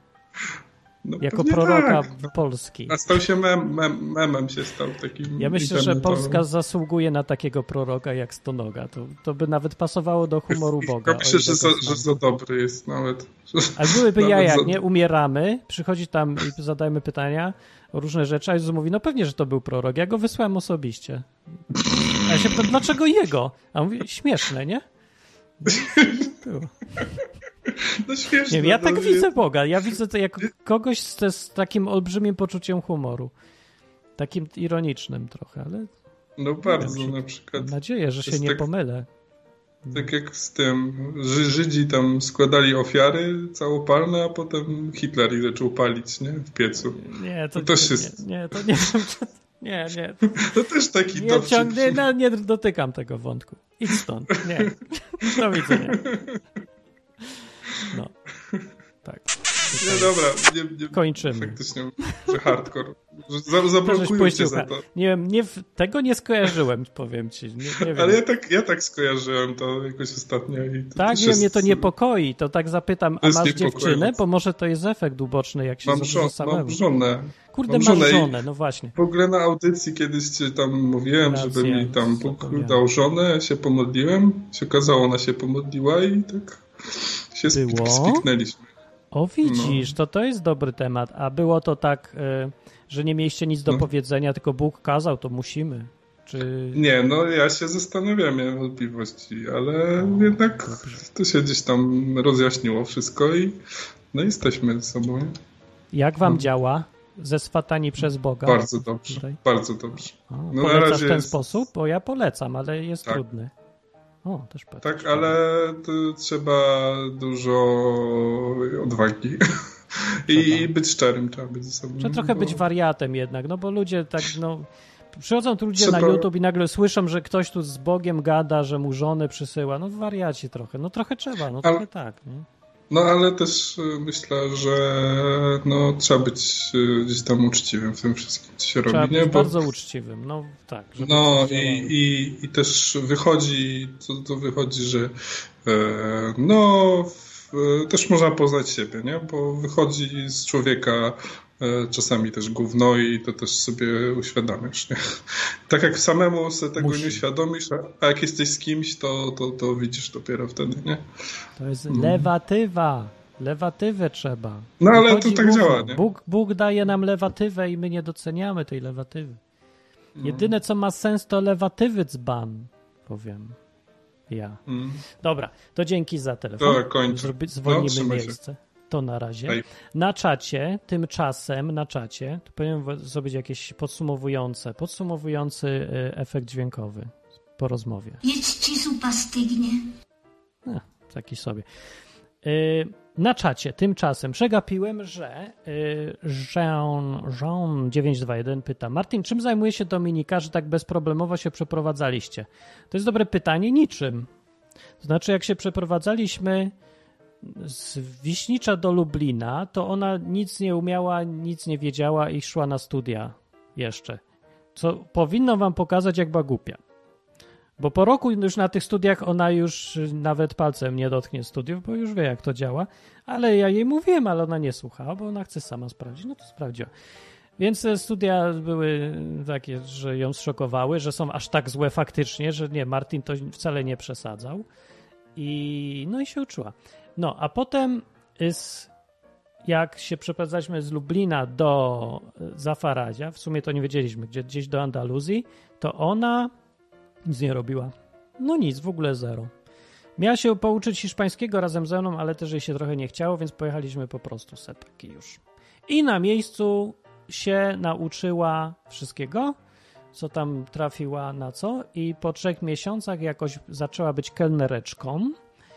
No, jako proroka tak. Polski. A stał się mem, mem, memem, się stał takim... Ja myślę, że Polska zasługuje na takiego proroka jak Stonoga. To, to by nawet pasowało do humoru Boga. Ja myślę, że za, że za dobry jest nawet. Ale byłyby jaja, za... nie? Umieramy, przychodzi tam i zadajemy pytania o różne rzeczy, a Jezus mówi, no pewnie, że to był prorok. Ja go wysłałem osobiście. A ja się pytam, dlaczego jego? A on mówi, śmieszne, nie? Było. No śmieszne. Nie wiem, ja no, tak jest... widzę Boga. Ja widzę to jako kogoś z, z takim olbrzymim poczuciem humoru. Takim ironicznym trochę, ale... No bardzo, wiem, na przykład. Mam nadzieję, że się nie tak, pomylę. Tak jak z tym, Ży- Żydzi tam składali ofiary całopalne, a potem Hitler ich zaczął palić, nie? W piecu. Nie, to, to też nie, jest... nie, to nie wiem, to, nie, nie. To też taki Nie, dowcip. ciągnie, no, nie dotykam tego wątku. Idź stąd, nie. Do widzenia. No, tak. Nie, dobra, nie, nie, kończymy. Faktycznie, że hardcore. Że za, zablokują cię za to. Nie wiem, nie, tego nie skojarzyłem, powiem ci. Nie, nie wiem. Ale ja tak, ja tak skojarzyłem to jakoś ostatnio. I to tak, nie, jest... mnie to niepokoi. To tak zapytam, a masz dziewczynę? Bo może to jest efekt uboczny, jak się mam żo- samemu. Mam żonę. Kurde, mam masz żonę, żonę, no właśnie. W ogóle na audycji kiedyś ci tam mówiłem, Racja, żeby mi tam Bóg dał żonę, się pomodliłem. Się okazało, ona się pomodliła i tak się Było? spiknęliśmy. O, widzisz, no. to to jest dobry temat. A było to tak, y, że nie mieliście nic do no. powiedzenia, tylko Bóg kazał, to musimy. Czy... Nie, no ja się zastanawiam, miałem wątpliwości, ale o, jednak dobrze. To się gdzieś tam rozjaśniło wszystko i no jesteśmy ze sobą. Nie? Jak wam no. działa? Zeswatani przez Boga? Bardzo dobrze, tutaj? bardzo dobrze. O, no polecasz w ten jest... sposób? Bo ja polecam, ale jest tak. trudny. O, też patrz, tak, ale to trzeba dużo odwagi. I być szczerym trzeba być ze sobą. Trzeba trochę bo... być wariatem jednak, no bo ludzie tak, no... Przychodzą tu ludzie trzeba... na YouTube i nagle słyszą, że ktoś tu z Bogiem gada, że mu żonę przysyła. No wariacie trochę. No trochę trzeba, no trochę ale... tak, nie? No ale też myślę, że no, trzeba być gdzieś tam uczciwym w tym wszystkim, co się trzeba robi. Trzeba być Bo... bardzo uczciwym, no tak. Żeby no i, i, i też wychodzi, to, to wychodzi, że e, no w, też można poznać siebie, nie? Bo wychodzi z człowieka e, czasami też gówno i to też sobie uświadamiasz, nie? Tak jak samemu sobie tego Musi. nie uświadomisz, a jak jesteś z kimś, to, to, to widzisz dopiero wtedy, nie? To jest lewatywa. Lewatywę trzeba. No ale Wychodzi to tak gówno. działa, nie? Bóg, Bóg daje nam lewatywę i my nie doceniamy tej lewatywy. No. Jedyne, co ma sens, to lewatywy dzban, powiem ja. Mm. Dobra, to dzięki za telefon. To kończę. Zwolnimy no, miejsce. Się. To na razie. Hej. Na czacie, tymczasem na czacie, to powinienem zrobić jakieś podsumowujące, podsumowujący efekt dźwiękowy po rozmowie. Jedz ci zupa stygnie. No, taki sobie. Yy, na czacie tymczasem przegapiłem, że yy, Jean, Jean dziewięć dwa jeden pyta: Martin, czym zajmuje się Dominika, że tak bezproblemowo się przeprowadzaliście? To jest dobre pytanie. Niczym. To znaczy, jak się przeprowadzaliśmy z Wiśnicza do Lublina, to ona nic nie umiała, nic nie wiedziała i szła na studia jeszcze. Co powinno wam pokazać, jak była głupia. Bo po roku już na tych studiach ona już nawet palcem nie dotknie studiów, bo już wie, jak to działa. Ale ja jej mówiłem, ale ona nie słuchała, bo ona chce sama sprawdzić. No to sprawdziła. Więc te studia były takie, że ją zszokowały, że są aż tak złe faktycznie, że nie, Martin to wcale nie przesadzał. I no i się uczyła. No, a potem z, jak się przeprowadzaliśmy z Lublina do Zafaradzia, w sumie to nie wiedzieliśmy, gdzie, gdzieś do Andaluzji, to ona nic nie robiła. No nic, w ogóle zero. Miała się pouczyć hiszpańskiego razem ze mną, ale też jej się trochę nie chciało, więc pojechaliśmy po prostu se taki już. I na miejscu się nauczyła wszystkiego, co tam trafiła na co, i po trzech miesiącach jakoś zaczęła być kelnereczką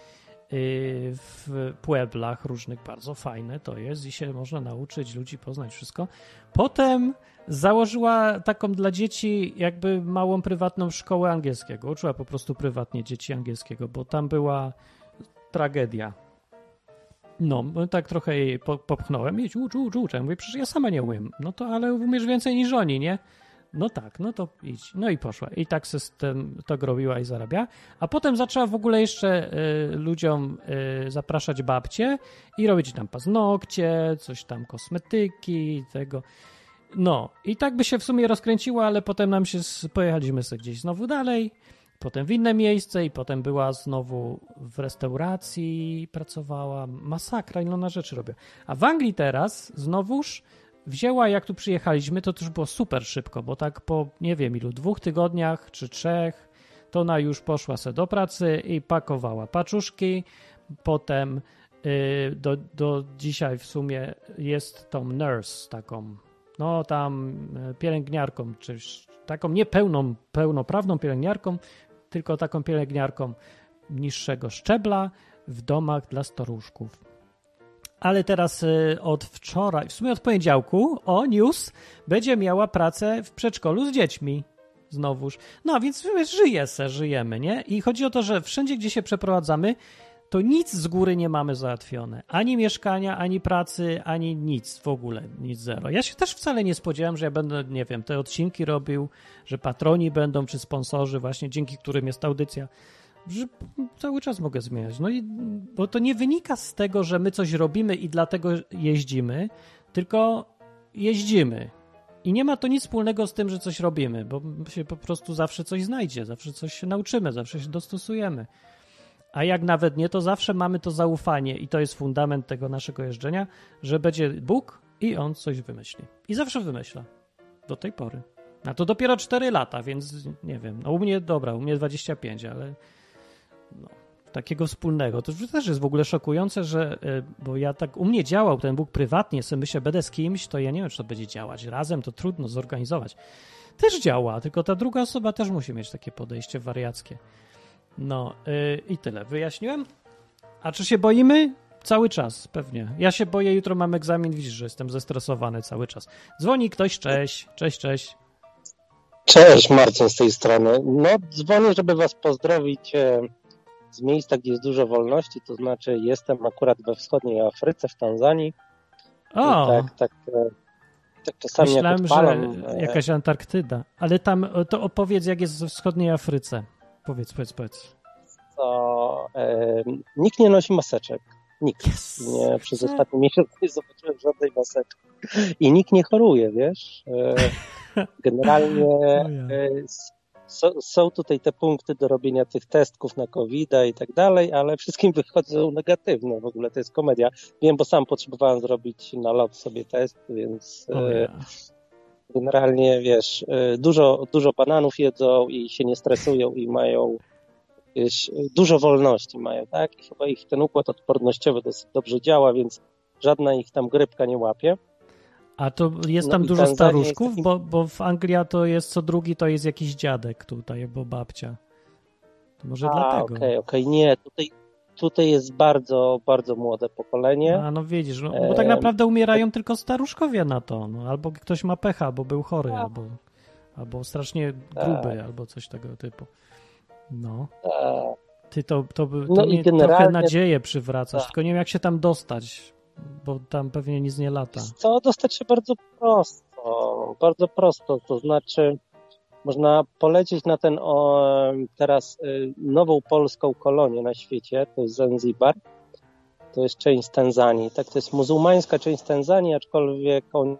w pueblach różnych, bardzo fajne to jest i się można nauczyć, ludzi poznać, wszystko. Potem założyła taką dla dzieci jakby małą prywatną szkołę angielskiego. Uczyła po prostu prywatnie dzieci angielskiego, bo tam była tragedia. No, tak trochę jej popchnąłem. Jedź, ucz, ucz, ucz. Ja mówię, przecież ja sama nie umiem. No to, ale umiesz więcej niż oni, nie? No tak, no to idź. No i poszła. I tak system to robiła i zarabia. A potem zaczęła w ogóle jeszcze y, ludziom y, zapraszać babcie i robić tam paznokcie, coś tam, kosmetyki, tego. No i tak by się w sumie rozkręciła, ale potem nam się, pojechaliśmy sobie gdzieś znowu dalej, potem w inne miejsce i potem była znowu w restauracji, pracowała, masakra, ilona rzeczy robię. A w Anglii teraz znowuż wzięła, jak tu przyjechaliśmy, to już było super szybko, bo tak po, nie wiem ilu, dwóch tygodniach czy trzech, to ona już poszła se do pracy i pakowała paczuszki, potem yy, do, do dzisiaj w sumie jest tą nurse taką, no tam pielęgniarką, czy taką niepełną, pełnoprawną pielęgniarką, tylko taką pielęgniarką niższego szczebla w domach dla staruszków. Ale teraz od wczoraj, w sumie od poniedziałku, o, news, będzie miała pracę w przedszkolu z dziećmi. Znowuż. No, więc żyje se, żyjemy, nie? I chodzi o to, że wszędzie, gdzie się przeprowadzamy, to nic z góry nie mamy załatwione. Ani mieszkania, ani pracy, ani nic w ogóle, nic zero. Ja się też wcale nie spodziewałem, że ja będę, nie wiem, te odcinki robił, że patroni będą, czy sponsorzy właśnie, dzięki którym jest audycja, że cały czas mogę zmieniać. No i, bo to nie wynika z tego, że my coś robimy i dlatego jeździmy, tylko jeździmy. I nie ma to nic wspólnego z tym, że coś robimy, bo się po prostu zawsze coś znajdzie, zawsze coś się nauczymy, zawsze się dostosujemy. A jak nawet nie, to zawsze mamy to zaufanie i to jest fundament tego naszego jeżdżenia, że będzie Bóg i On coś wymyśli. I zawsze wymyśla. Do tej pory. A to dopiero cztery lata, więc nie wiem. No u mnie, dobra, u mnie dwadzieścia pięć, ale no, takiego wspólnego. To też jest w ogóle szokujące, że, bo ja tak, u mnie działał ten Bóg prywatnie, sobie myślę, będę z kimś, to ja nie wiem, czy to będzie działać. Razem to trudno zorganizować. Też działa, tylko ta druga osoba też musi mieć takie podejście wariackie. No yy, i tyle. Wyjaśniłem? A czy się boimy? Cały czas, pewnie. Ja się boję, jutro mam egzamin, widzisz, że jestem zestresowany cały czas. Dzwoni ktoś, cześć, cześć, cześć. Cześć, Marcin z tej strony. No, dzwonię, żeby was pozdrowić z miejsca, gdzie jest dużo wolności, to znaczy jestem akurat we wschodniej Afryce, w Tanzanii. O! Tak, tak, tak czasami myślałem, jak odpalam, że jakaś Antarktyda. Ale tam, to opowiedz, jak jest we wschodniej Afryce. Powiedz, powiedz, powiedz. To e, nikt nie nosi maseczek. Nikt. Yes. Nie, przez ostatni miesiąc nie zobaczyłem żadnej maseczki. I nikt nie choruje, wiesz? E, generalnie e, so, są tutaj te punkty do robienia tych testów na kowida i tak dalej, ale wszystkim wychodzą negatywne. W ogóle to jest komedia. Wiem, bo sam potrzebowałem zrobić na lot sobie test, więc e, generalnie, wiesz, dużo, dużo bananów jedzą i się nie stresują i mają jakieś, dużo wolności mają, tak? I chyba ich ten układ odpornościowy dosyć dobrze działa, więc żadna ich tam grypka nie łapie. A to jest tam no dużo staruszków? Takim... Bo, bo w Anglii to jest co drugi, to jest jakiś dziadek tutaj, albo babcia. To może A, dlatego. okej, okay, okej, okay. Nie, tutaj Tutaj jest bardzo, bardzo młode pokolenie. A no widzisz, no, bo tak naprawdę umierają e... tylko staruszkowie na to. No, albo ktoś ma pecha, bo był chory, tak. albo, albo strasznie gruby, tak. albo coś tego typu. No. Tak. Ty to, to, to no mnie generalnie... trochę nadzieję przywracasz, tak. tylko nie wiem, jak się tam dostać, bo tam pewnie nic nie lata. Co? Dostać się bardzo prosto. Bardzo prosto, to znaczy można polecieć na ten o, teraz y, nową polską kolonię na świecie, to jest Zanzibar, to jest część Tanzanii, tak, to jest muzułmańska część Tanzanii, aczkolwiek on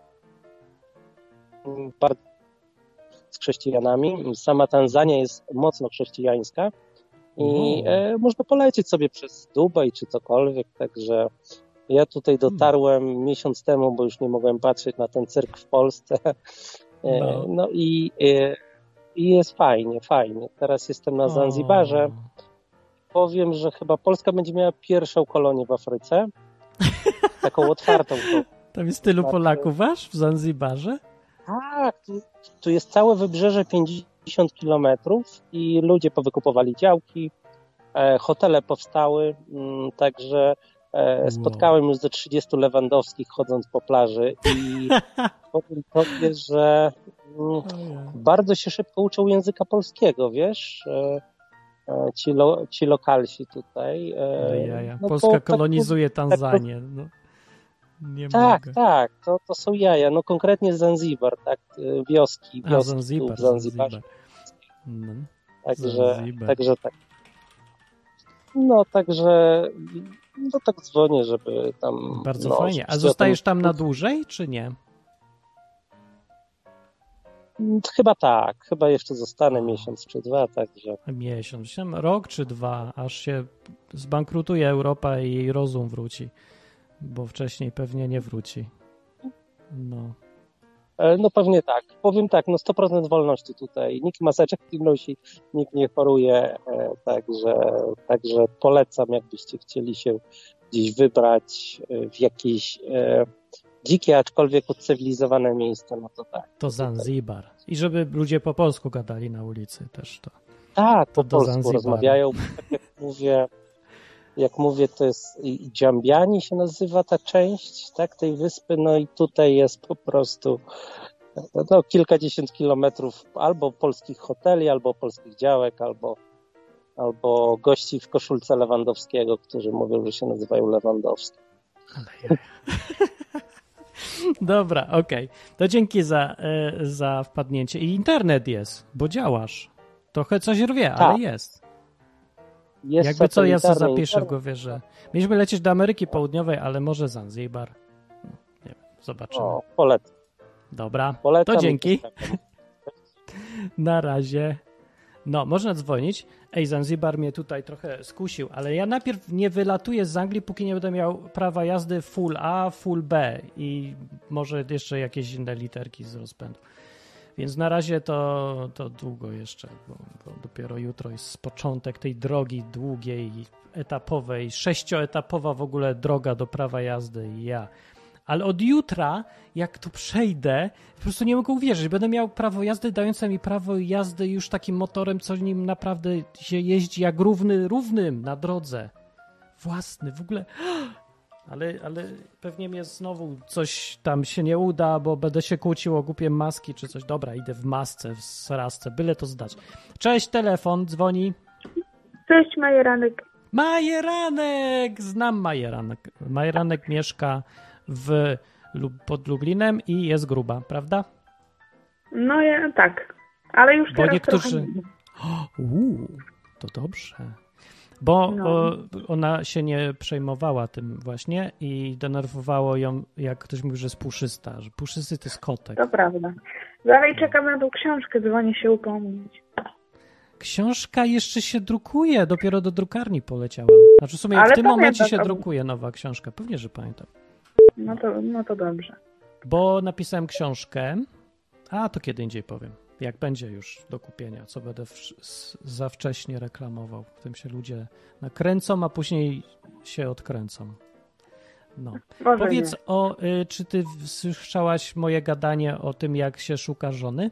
bardzo z chrześcijanami. Sama Tanzania jest mocno chrześcijańska i e, można polecieć sobie przez Dubaj czy cokolwiek, także ja tutaj dotarłem hmm. miesiąc temu, bo już nie mogłem patrzeć na ten cyrk w Polsce. E, no. no i e, I jest fajnie, fajnie. Teraz jestem na Zanzibarze. O. Powiem, że chyba Polska będzie miała pierwszą kolonię w Afryce. Taką otwartą. Tam jest tylu Polaków aż w Zanzibarze? Tak, tu, tu jest całe wybrzeże pięćdziesiąt kilometrów i ludzie powykupowali działki, e, hotele powstały, m, także e, spotkałem już ze trzydziestu Lewandowskich chodząc po plaży i powiem tobie, że m, bardzo się szybko uczą języka polskiego, wiesz, e, e, ci, lo, ci lokalsi tutaj. E, ja, ja. No Polska kolonizuje tak, Tanzanię, no. Nie tak, mogę. tak, to, to są jaja. No konkretnie Zanzibar, tak, wioski, wioski A, Zanzibar, w Zanzibarze. Zanzibar. No, także, Zanzibar. także tak. No, także no tak dzwonię, żeby tam... Bardzo no, fajnie. A zostajesz tam na dłużej, czy nie? Chyba tak. Chyba jeszcze zostanę miesiąc czy dwa, także... Miesiąc. Rok czy dwa, aż się zbankrutuje Europa i jej rozum wróci. Bo wcześniej pewnie nie wróci. No. No pewnie tak. Powiem tak, no sto procent wolności tutaj. Nikt maseczek nie nosi, nikt nie choruje, także, także polecam, jakbyście chcieli się gdzieś wybrać w jakieś, dzikie, aczkolwiek ucywilizowane miejsce, no to tak. To Zanzibar. I żeby ludzie po polsku gadali na ulicy też to. Tak, to po polsku Zanzibaru. rozmawiają. Tak jak mówię, jak mówię, to jest i Dżambiani się nazywa ta część, tak, tej wyspy, no i tutaj jest po prostu no, kilkadziesiąt kilometrów albo polskich hoteli, albo polskich działek, albo, albo gości w koszulce Lewandowskiego, którzy mówią, że się nazywają Lewandowski. Ale Dobra, okej. Okay. To dzięki za, za wpadnięcie. I internet jest, bo działasz. Trochę coś rwie, tak. Ale jest. jest Jakby co, ja sobie zapiszę w głowie, że mieliśmy lecieć do Ameryki Południowej, ale może Zanzibar. No, nie wiem, zobaczymy. O, polecam. Dobra, Polecam to dzięki. Na razie. No, można dzwonić. Ej, Zanzibar mnie tutaj trochę skusił, ale ja najpierw nie wylatuję z Anglii, póki nie będę miał prawa jazdy full A, full B i może jeszcze jakieś inne literki z rozpędu. Więc na razie to, to długo jeszcze, bo, bo dopiero jutro jest początek tej drogi długiej, etapowej, sześcioetapowa w ogóle droga do prawa jazdy i ja. Ale od jutra, jak to przejdę, po prostu nie mogę uwierzyć. Będę miał prawo jazdy dające mi prawo jazdy już takim motorem, co nim naprawdę się jeździ jak równy równym na drodze. Własny, w ogóle. Ale, ale pewnie mnie znowu coś tam się nie uda, bo będę się kłócił o głupie maski czy coś. Dobra, idę w masce, w srasce, byle to zdać. Cześć, telefon, dzwoni. Cześć, Majeranek. Majeranek! Znam Majeranek. Majeranek mieszka w, pod Lublinem i jest gruba, prawda? No ja, tak, ale już Bo teraz niektórzy... trochę... Uuu, to dobrze. Bo no. o, ona się nie przejmowała tym właśnie i denerwowało ją, jak ktoś mówi, że jest puszysta, że puszysty to jest kotek. To prawda. Dalej czekam na tą książkę, dzwonię się upomnieć. Książka jeszcze się drukuje, dopiero do drukarni poleciała. Znaczy w sumie ale w tym momencie się to... drukuje nowa książka. Pewnie, że pamiętam. No to, no to dobrze. Bo napisałem książkę, a to kiedy indziej powiem, jak będzie już do kupienia, co będę w, za wcześnie reklamował. W tym się ludzie nakręcą, a później się odkręcą. No. Może Powiedz, nie. o, y, czy ty słyszałaś moje gadanie o tym, jak się szuka żony?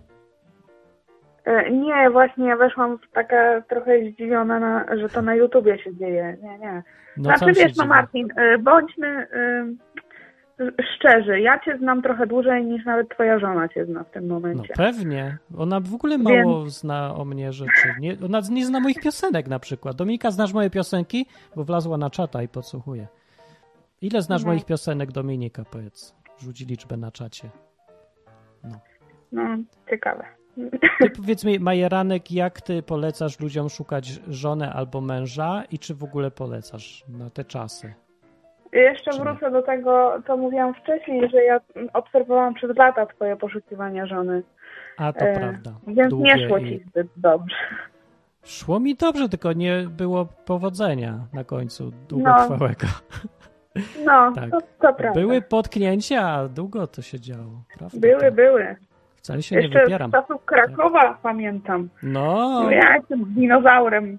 E, nie, właśnie ja weszłam w taka trochę zdziwiona, na, że to na YouTubie się dzieje. Nie, nie. No, znaczy wiesz, no Martin, y, bądźmy y, szczerzy. Ja cię znam trochę dłużej niż nawet twoja żona cię zna w tym momencie. No pewnie. Ona w ogóle mało Więc... zna o mnie rzeczy. Nie, ona nie zna moich piosenek na przykład. Dominika, znasz moje piosenki? Bo wlazła na czata i podsłuchuje. Ile znasz no. moich piosenek, Dominika, powiedz? Rzuć liczbę na czacie. No, no ciekawe. Ty powiedz mi, Majeranek, jak ty polecasz ludziom szukać żony albo męża i czy w ogóle polecasz na te czasy? Jeszcze czy wrócę nie? do tego, co mówiłam wcześniej, że ja obserwowałam przez lata twoje poszukiwania żony. A to e, prawda. Więc Długie nie szło ci i... zbyt dobrze. Szło mi dobrze, tylko nie było powodzenia na końcu długotrwałego. No, tak. to, to prawda. Były potknięcia, a długo to się działo. Prawda? Były, to... były. Wcale się Jeszcze nie wypieram. z czasów Krakowa tak. pamiętam. No. no ja jestem dinozaurem.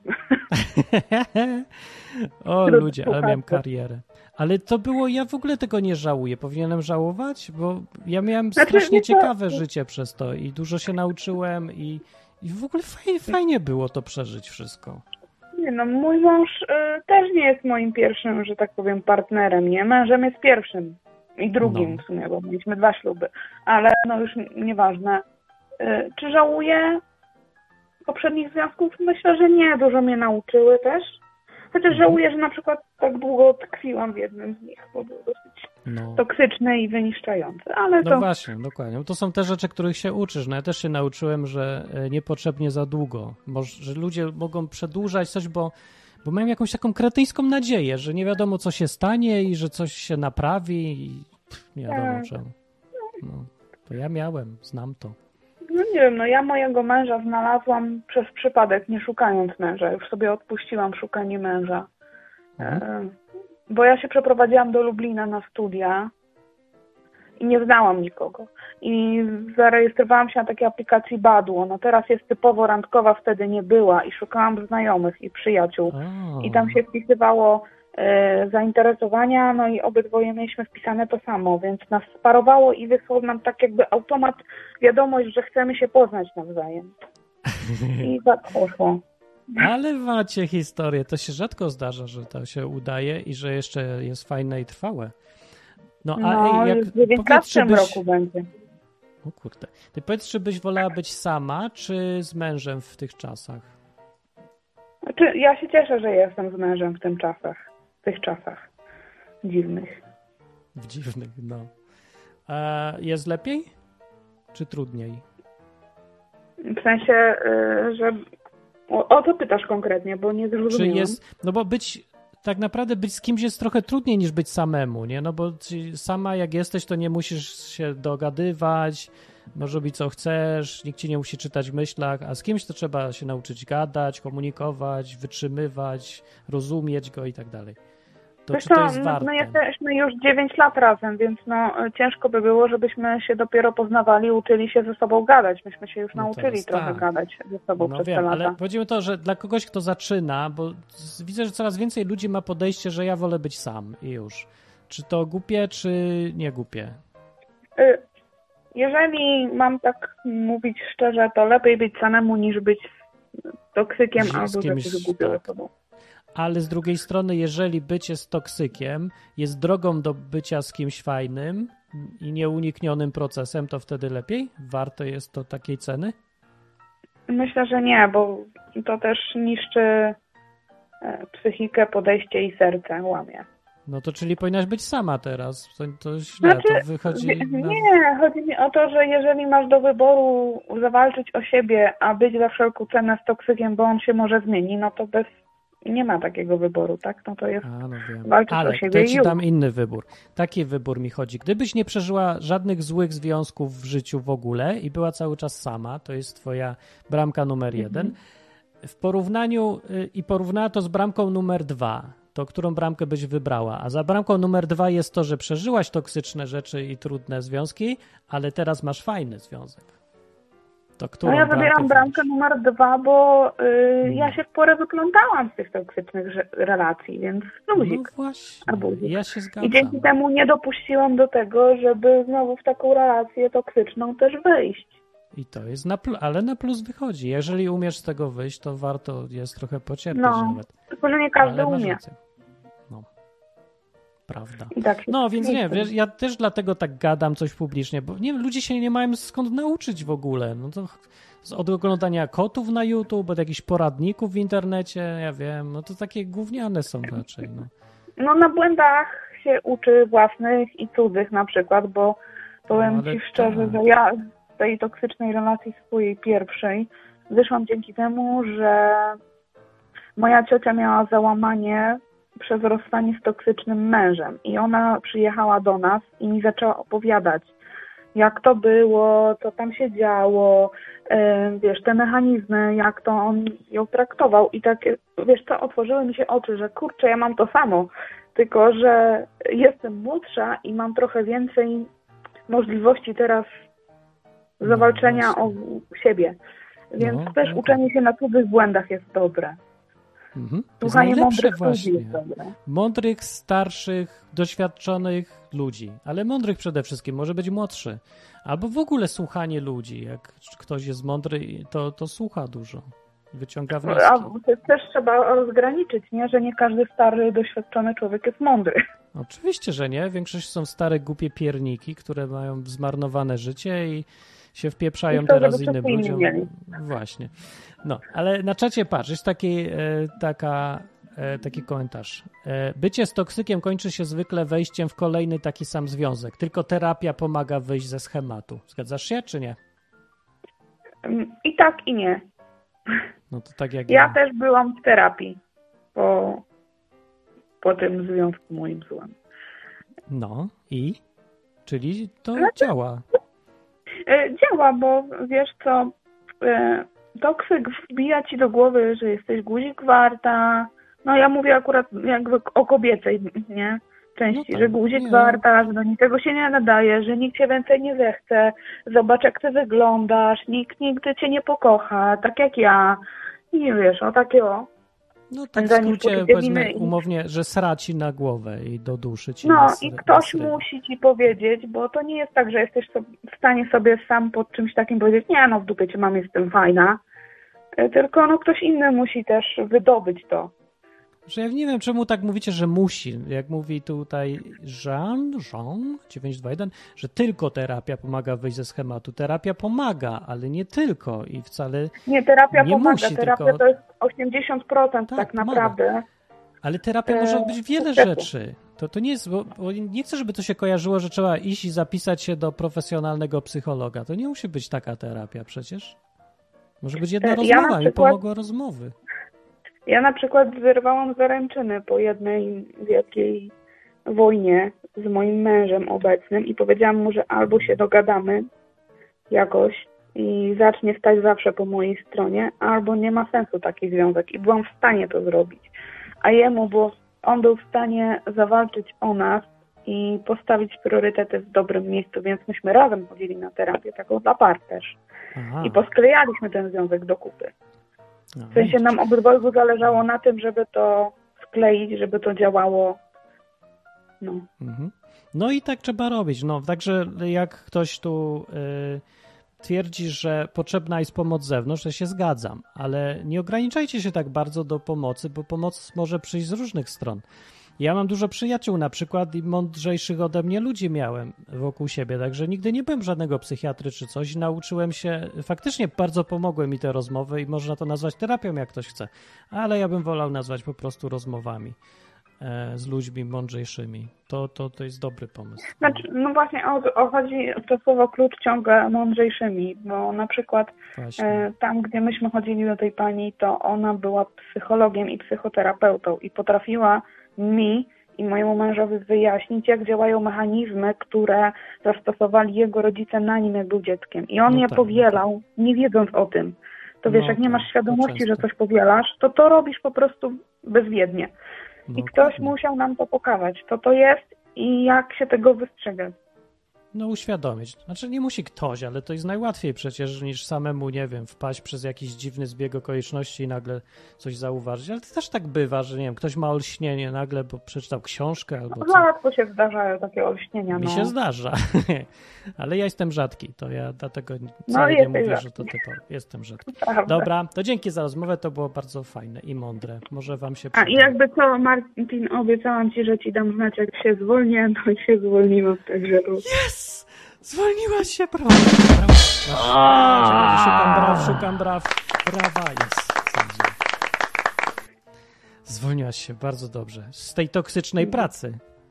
O ludzie, ale miałem karierę. Ale to było, ja w ogóle tego nie żałuję. Powinienem żałować, bo ja miałem znaczy, strasznie ciekawe to... życie przez to i dużo się nauczyłem i, i w ogóle fajnie, fajnie było to przeżyć wszystko. Nie no, mój mąż y, też nie jest moim pierwszym, że tak powiem, partnerem, nie? Mężem jest pierwszym i drugim no. w sumie, bo mieliśmy dwa śluby. Ale no już nieważne. Y, czy żałuję poprzednich związków? Myślę, że nie. Dużo mnie nauczyły też. Chociaż mhm. żałuję, że na przykład tak długo tkwiłam w jednym z nich, bo był dosyć no. toksyczny i wyniszczający. Ale no to... właśnie, dokładnie. To są te rzeczy, których się uczysz. No ja też się nauczyłem, że niepotrzebnie za długo. Może, że ludzie mogą przedłużać coś, bo, bo mają jakąś taką kretyńską nadzieję, że nie wiadomo, co się stanie i że coś się naprawi i pff, nie wiadomo tak. czemu. No, to ja miałem, znam to. No nie wiem, no ja mojego męża znalazłam przez przypadek, nie szukając męża. Już sobie odpuściłam szukanie męża. Mhm. Bo ja się przeprowadziłam do Lublina na studia i nie znałam nikogo. I zarejestrowałam się na takiej aplikacji Badło. No teraz jest typowo randkowa, wtedy nie była i szukałam znajomych i przyjaciół. Oh. I tam się wpisywało e, zainteresowania, no i obydwoje mieliśmy wpisane to samo, więc nas sparowało i wysłał nam tak jakby automat wiadomość, że chcemy się poznać nawzajem. I tak poszło. Ale macie historię. To się rzadko zdarza, że to się udaje i że jeszcze jest fajne i trwałe. No, a No, jak w dziewiętnastym byś... roku będzie. O kurde. Ty powiedz, czy byś wolała być sama, czy z mężem w tych czasach? Znaczy, ja się cieszę, że jestem z mężem w tym czasach, w tych czasach dziwnych. W dziwnych, no. A jest lepiej, czy trudniej? W sensie, y, że... O, o to pytasz konkretnie, bo nie Czy zrozumiałam. jest... No bo być... Tak naprawdę być z kimś jest trochę trudniej niż być samemu, nie? No bo sama jak jesteś, to nie musisz się dogadywać, możesz robić co chcesz, nikt ci nie musi czytać w myślach, a z kimś to trzeba się nauczyć gadać, komunikować, wytrzymywać, rozumieć go i tak dalej. To Wiesz czy to co, jest no, warte? no jesteśmy już dziewięć lat razem, więc no ciężko by było, żebyśmy się dopiero poznawali, uczyli się ze sobą gadać. Myśmy się już No nauczyli teraz trochę tak. gadać ze sobą No przez te wiem, lata. ale powiedzmy to, że dla kogoś, kto zaczyna, bo z- widzę, że coraz więcej ludzi ma podejście, że ja wolę być sam i już. Czy to głupie, czy nie głupie? Y, Jeżeli mam tak mówić szczerze, to lepiej być samemu niż być toksykiem Z- z albo z kimś, jakąś głupią tak. osobą. Ale z drugiej strony, jeżeli bycie z toksykiem jest drogą do bycia z kimś fajnym i nieuniknionym procesem, to wtedy lepiej? Warto jest to takiej ceny? Myślę, że nie, bo to też niszczy e, psychikę, podejście i serce łamie. No to czyli powinnaś być sama teraz. To, to źle, Znaczy, to wychodzi... wie- na... Nie, chodzi mi o to, że jeżeli masz do wyboru zawalczyć o siebie, a być za wszelką cenę z toksykiem, bo on się może zmieni, no to bez nie ma takiego wyboru, tak? No to jest A, no wiem. walczyć Ale o to siebie ja i ci już. dam inny wybór. Taki wybór mi chodzi. Gdybyś nie przeżyła żadnych złych związków w życiu w ogóle i była cały czas sama, to jest twoja bramka numer jeden, w porównaniu y, i porównała to z bramką numer dwa, to którą bramkę byś wybrała? A za bramką numer dwa jest to, że przeżyłaś toksyczne rzeczy i trudne związki, ale teraz masz fajny związek. To którą No ja wybieram bramkę wybierasz? numer dwa, bo y, ja się w porę wyplątałam z tych toksycznych że- relacji, więc luzik. No właśnie, Arbuzik. ja się I zgadzam. dzięki temu nie dopuściłam do tego, żeby znowu w taką relację toksyczną też wejść. I to jest na plus, ale na plus wychodzi. Jeżeli umiesz z tego wyjść, to warto jest trochę pocierpieć No, nawet. tylko że nie każdy Ale masz umie. rację. No, prawda. I tak się No, więc nie, nie wiesz, ja też dlatego tak gadam coś publicznie, bo nie, ludzie się nie mają skąd nauczyć w ogóle. No to z- od oglądania kotów na YouTube, od jakichś poradników w internecie, ja wiem, no to takie gówniane są raczej, no. No na błędach się uczy własnych i cudzych na przykład, bo powiem No, ale Ci szczerze, tak. że ja z tej toksycznej relacji swojej pierwszej wyszłam dzięki temu, że moja ciocia miała załamanie przez rozstanie z toksycznym mężem i ona przyjechała do nas i mi zaczęła opowiadać, jak to było, co tam się działo, yy, wiesz, te mechanizmy, jak to on ją traktował i tak, wiesz co, otworzyły mi się oczy, że kurczę, ja mam to samo, tylko że jestem młodsza i mam trochę więcej możliwości teraz zawalczenia No, o siebie, więc No, też no uczenie się na cudzych błędach jest dobre. Mhm. To jest Słuchanie najlepsze mądrych ludzi właśnie. jest dobre. Mądrych, starszych, doświadczonych ludzi, ale mądrych przede wszystkim, może być młodszy. Albo w ogóle słuchanie ludzi. Jak ktoś jest mądry, to, to słucha dużo. Wyciąga wnioski. A to też trzeba rozgraniczyć, nie? Że nie każdy stary, doświadczony człowiek jest mądry. Oczywiście, że nie. Większość są stare, głupie pierniki, które mają zmarnowane życie i się wpieprzają I to, teraz żeby innym wszyscy inni ludziom. mieli. Właśnie. No, ale na czacie patrz, jest taki, e, taka, e, taki komentarz. E, bycie z toksykiem kończy się zwykle wejściem w kolejny taki sam związek. Tylko terapia pomaga wyjść ze schematu. Zgadzasz się, czy nie? I tak, i nie. No to tak jak Ja ja. też byłam w terapii po, po tym związku moim złym. No i? Czyli to Znaczy- działa. E, Działa, bo wiesz co, e, toksyk wbija ci do głowy, że jesteś guzik warta. No ja mówię akurat jakby o kobiecej, nie? Części, No tak, że guzik nie. warta, że do niczego się nie nadaje, że nikt cię więcej nie zechce. Zobacz jak ty wyglądasz, nikt nigdy cię nie pokocha, tak jak ja. I wiesz, o takie o. No tak w Zanim skrócie podzielimy powiedzmy i- umownie, że sraci na głowę i do duszy ci No nas, i ktoś nas- musi ci powiedzieć, bo to nie jest tak, że jesteś so- w stanie sobie sam pod czymś takim powiedzieć, nie no w dupie cię mam, jestem fajna, Y, tylko no ktoś inny musi też wydobyć to. Że ja nie wiem, czemu tak mówicie, że musi. Jak mówi tutaj Jean, Jean dziewięćset dwadzieścia jeden, że tylko terapia pomaga wyjść ze schematu. Terapia pomaga, ale nie tylko i wcale... Nie, terapia Nie pomaga, musi, terapia tylko- to jest osiemdziesiąt procent tak, Tak, pomaga. naprawdę. Ale terapia E, może być wiele niestety. rzeczy. To, to nie jest, bo, bo nie chcę, żeby to się kojarzyło, że trzeba iść i zapisać się do profesjonalnego psychologa. To nie musi być taka terapia przecież. Może być jedna E, ja na rozmowa, mi przykład- pomogły rozmowy. Ja na przykład zerwałam zaręczyny po jednej wielkiej wojnie z moim mężem obecnym i powiedziałam mu, że albo się dogadamy jakoś i zacznie stać zawsze po mojej stronie, albo nie ma sensu taki związek i byłam w stanie to zrobić. A jemu, bo on był w stanie zawalczyć o nas i postawić priorytety w dobrym miejscu, więc myśmy razem chodzili na terapię, taką dla par też. Aha. I posklejaliśmy ten związek do kupy. No, W sensie nam obydwojgu zależało na tym, żeby to skleić, żeby to działało. No. Mhm. No i tak trzeba robić. No, także jak ktoś tu y, twierdzi, że potrzebna jest pomoc z zewnątrz, to się zgadzam, ale nie ograniczajcie się tak bardzo do pomocy, bo pomoc może przyjść z różnych stron. Ja mam dużo przyjaciół na przykład i mądrzejszych ode mnie ludzi miałem wokół siebie, także nigdy nie byłem żadnego psychiatry czy coś. Nauczyłem się, faktycznie bardzo pomogły mi te rozmowy i można to nazwać terapią, jak ktoś chce, ale ja bym wolał nazwać po prostu rozmowami e, z ludźmi mądrzejszymi. To, to, to jest dobry pomysł. Znaczy, no właśnie o, o chodzi o to słowo klucz ciągle mądrzejszymi, bo na przykład Właśnie. e, tam, gdzie myśmy chodzili do tej pani, to ona była psychologiem i psychoterapeutą i potrafiła mi i mojemu mężowi wyjaśnić, jak działają mechanizmy, które zastosowali jego rodzice na nim, jak był dzieckiem. I on No je tak, powielał, nie wiedząc o tym. To wiesz, No jak nie tak, masz to świadomości, że często. coś powielasz, to to robisz po prostu bezwiednie. I No, ktoś pewnie. musiał nam to pokazać, co to jest i jak się tego wystrzegać. No uświadomić. Znaczy nie musi ktoś, ale to jest najłatwiej przecież niż samemu, nie wiem, wpaść przez jakiś dziwny zbieg okoliczności i nagle coś zauważyć. Ale to też tak bywa, że nie wiem, ktoś ma olśnienie nagle, bo przeczytał książkę albo No, co. rzadko się zdarzają takie olśnienia. Mi no. się zdarza, ale ja jestem rzadki, to ja dlatego No, wcale nie jesteś mówię, rzadki. że to typowo. Jestem rzadki. Prawda. Dobra, to dzięki za rozmowę, to było bardzo fajne i mądre. Może wam się A i przyda. jakby co, Martin, obiecałam ci, że ci dam znać, jak się zwolnię, no i się zwolniłam, także rób. Yes! Zwolniłaś się, brawo! brawo. A, czekaj, szukam braw, szukam braw. Brawa, jest. Sędzia. Zwolniłaś się, bardzo dobrze. Z tej toksycznej pracy.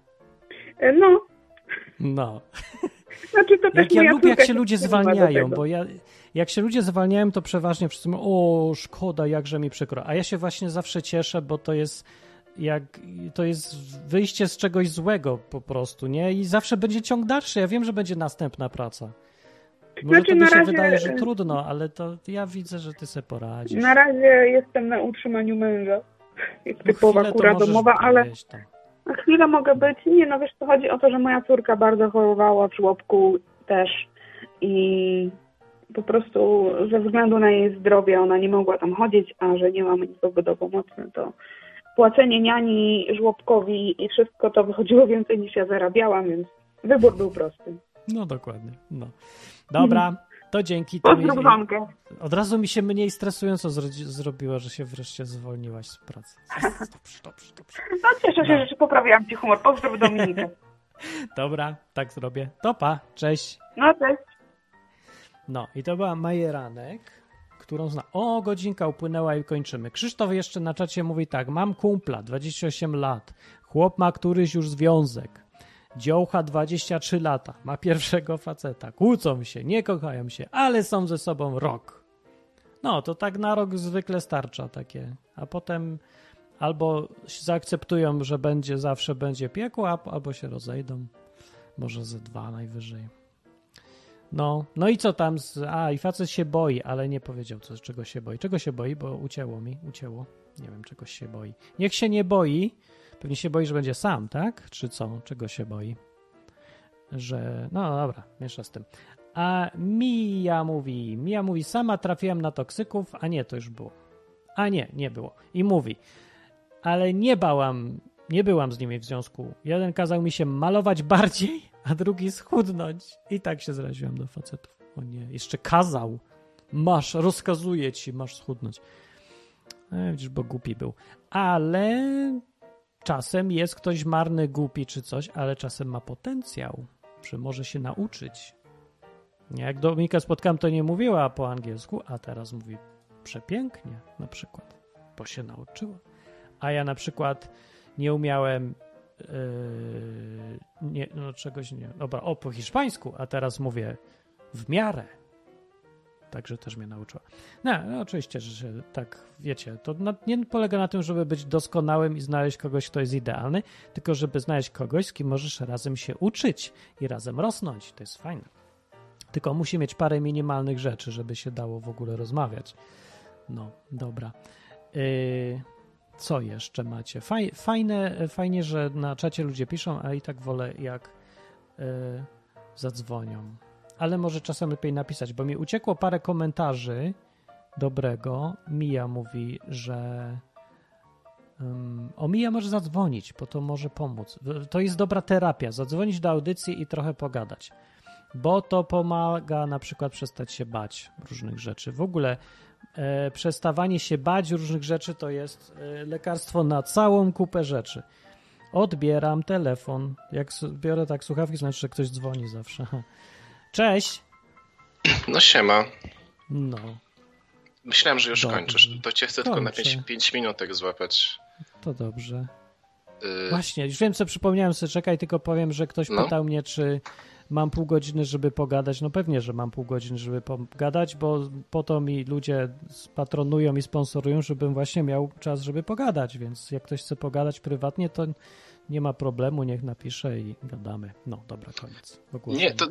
No, No. znaczy to też Jak ja moja lubię, jak córka się ludzie przyczyniła do zwalniają, tego. bo ja, jak się ludzie zwalniają, to przeważnie wszyscy mówią, o, szkoda, jakże mi przykro. A ja się właśnie zawsze cieszę, bo to jest jak to jest wyjście z czegoś złego po prostu, nie? I zawsze będzie ciąg dalszy. Ja wiem, że będzie następna praca. Może Znaczy, tobie na się razie- wydaje, że trudno, ale to ja widzę, że ty sobie poradzisz. Na razie jestem na utrzymaniu męża. Jest No typowa chwilę to kura możesz domowa, ale jeść tam. na chwilę mogę być. Nie no, wiesz co, chodzi o to, że moja córka bardzo chorowała w żłobku też i po prostu ze względu na jej zdrowie ona nie mogła tam chodzić, a że nie mamy nikogo do pomocy, to płacenie niani żłobkowi i wszystko to wychodziło więcej niż ja zarabiałam, więc wybór był prosty. No dokładnie. No. Dobra, to dzięki. To mi, Pozdrów żonkę. od razu mi się mniej stresująco zro, zrobiło, że się wreszcie zwolniłaś z pracy. Dobrze, dobrze, dobrze. No cieszę się, No. że poprawiłam ci humor. Pozdrów Dominikę. Dobra, tak zrobię. Topa, cześć. No cześć. No i to była Majeranek, którą zna. O, godzinka upłynęła i kończymy. Krzysztof jeszcze na czacie mówi tak. Mam kumpla, dwadzieścia osiem lat. Chłop ma któryś już związek. Dziołcha dwadzieścia trzy lata. Ma pierwszego faceta. Kłócą się, nie kochają się, ale są ze sobą rok. No, to tak na rok zwykle starcza takie. A potem albo zaakceptują, że będzie zawsze będzie piekło, albo się rozejdą. Może ze dwa najwyżej. No, no i co tam? Z... A, i facet się boi, ale nie powiedział, co, czego się boi. Czego się boi, bo ucięło mi, ucięło. Nie wiem, czegoś się boi. Niech się nie boi. Pewnie się boi, że będzie sam, tak? Czy co? Czego się boi? Że... No dobra, miesza z tym. A Mija mówi, Mija mówi, sama trafiłem na toksyków, a nie, to już było. A nie, nie było. I mówi, ale nie bałam, nie byłam z nimi w związku. Jeden kazał mi się malować bardziej, a drugi schudnąć. I tak się zraziłam do facetów. O nie, jeszcze kazał. Masz, rozkazuje ci, masz schudnąć. E, widzisz, bo głupi był. Ale czasem jest ktoś marny, głupi czy coś, ale czasem ma potencjał, że może się nauczyć. Jak Dominikę spotkałem, to nie mówiła po angielsku, a teraz mówi przepięknie na przykład, bo się nauczyła. A ja na przykład nie umiałem yy, nie, no czegoś nie, dobra, o po hiszpańsku, a teraz mówię w miarę. Także też mnie nauczyła. No, no oczywiście, że tak, wiecie, to na, nie polega na tym, żeby być doskonałym i znaleźć kogoś, kto jest idealny, tylko żeby znaleźć kogoś, z kim możesz razem się uczyć i razem rosnąć. To jest fajne. Tylko musi mieć parę minimalnych rzeczy, żeby się dało w ogóle rozmawiać. No, dobra. Yy, co jeszcze macie? Faj, fajne, fajnie, że na czacie ludzie piszą, a i tak wolę, jak yy, zadzwonią. Ale może czasem lepiej napisać, bo mi uciekło parę komentarzy dobrego. Mija mówi, że um, o Mija może zadzwonić, bo to może pomóc. To jest dobra terapia, zadzwonić do audycji i trochę pogadać, bo to pomaga na przykład przestać się bać różnych rzeczy. W ogóle e, przestawanie się bać różnych rzeczy to jest e, lekarstwo na całą kupę rzeczy. Odbieram telefon. Jak biorę tak słuchawki, znaczy, że ktoś dzwoni zawsze. Cześć. No siema. No. Myślałem, że już dobrze. Kończysz. To cię chcę Kończę. Tylko na pięć minutek złapać. To dobrze. Y... Właśnie, już wiem, co przypomniałem sobie. Czekaj, tylko powiem, że ktoś no. pytał mnie, czy mam pół godziny, żeby pogadać. No pewnie, że mam pół godziny, żeby pogadać, bo po to mi ludzie patronują i sponsorują, żebym właśnie miał czas, żeby pogadać. Więc jak ktoś chce pogadać prywatnie, to nie ma problemu. Niech napisze i gadamy. No, dobra, koniec. Nie, to...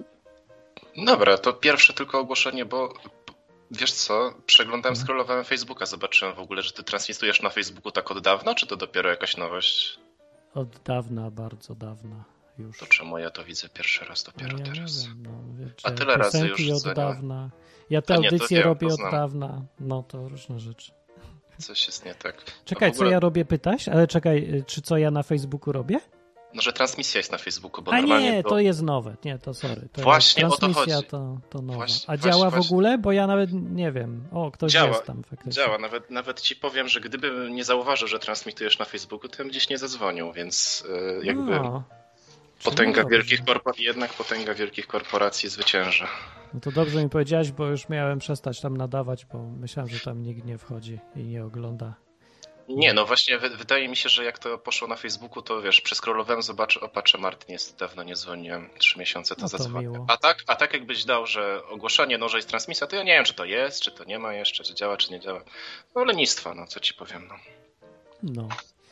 Dobra, to pierwsze tylko ogłoszenie, bo wiesz co, przeglądałem, scrollowałem Facebooka, zobaczyłem w ogóle, że ty transmitujesz na Facebooku tak od dawna, czy to dopiero jakaś nowość? Od dawna, bardzo dawna już. To czemu ja to widzę pierwszy raz dopiero ja teraz? Nie wiem, no, wiecie, a tyle razy już od dzwonię. Dawna. Ja te nie, audycje robię od dawna, no to różne rzeczy. Coś jest nie tak. Czekaj, ogóle... co ja robię, pytaś? Ale czekaj, czy co ja na Facebooku robię? No, że transmisja jest na Facebooku, bo A normalnie nie, to... to jest nowe. Nie, to sorry. To właśnie jest, o to chodzi. To, to nowe. Właśnie, A działa właśnie, w ogóle? Bo ja nawet nie wiem. O, ktoś działa, jest tam faktycznie. Działa. Nawet, nawet ci powiem, że gdybym nie zauważył, że transmitujesz na Facebooku, to bym gdzieś nie zadzwonił, więc yy, jakby no, potęga wielkich korporacji, jednak potęga wielkich korporacji zwycięża. No to dobrze mi powiedziałeś, bo już miałem przestać tam nadawać, bo myślałem, że tam nikt nie wchodzi i nie ogląda. Nie, no właśnie wydaje mi się, że jak to poszło na Facebooku, to wiesz, przeskrolowałem, zobaczę, o patrzę, Martin jest dawno nie dzwoniłem, trzy miesiące to, no to zadzwonię. A tak, a tak jakbyś dał, że ogłoszenie, no, że jest transmisja, to ja nie wiem, czy to jest, czy to nie ma jeszcze, czy działa, czy nie działa. No lenistwa, no co ci powiem, no. No.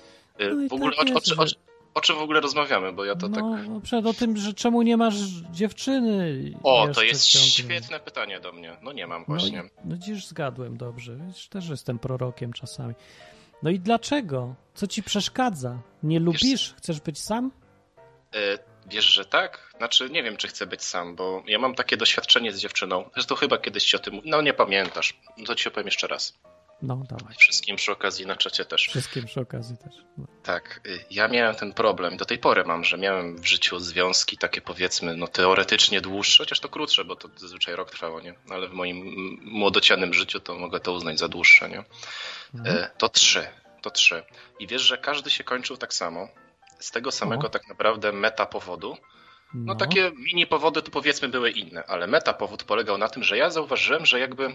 no w ogóle tak o, jest, o, o, że... o czym w ogóle rozmawiamy, bo ja to no, tak... No przed o tym, że czemu nie masz dziewczyny. O, to jest świetne pytanie do mnie. No nie mam właśnie. No, no dziś zgadłem dobrze, wiesz, też jestem prorokiem czasami. No i dlaczego? Co ci przeszkadza? Nie lubisz? Wiesz, chcesz być sam? Yy, wiesz, że tak? Znaczy, nie wiem, czy chcę być sam, bo ja mam takie doświadczenie z dziewczyną. Zresztą chyba kiedyś ci o tym... No nie pamiętasz. No to ci opowiem jeszcze raz. No, dawaj. Wszystkim przy okazji na czacie też. Wszystkim przy okazji też. No. Tak. Ja miałem ten problem. Do tej pory mam, że miałem w życiu związki takie, powiedzmy, no teoretycznie dłuższe, chociaż to krótsze, bo to zazwyczaj rok trwało, nie? Ale w moim młodocianym życiu to mogę to uznać za dłuższe, nie? Mhm. To trzy. To trzy. I wiesz, że każdy się kończył tak samo. Z tego samego o. tak naprawdę meta powodu. No, no takie mini powody to powiedzmy były inne, ale meta powód polegał na tym, że ja zauważyłem, że jakby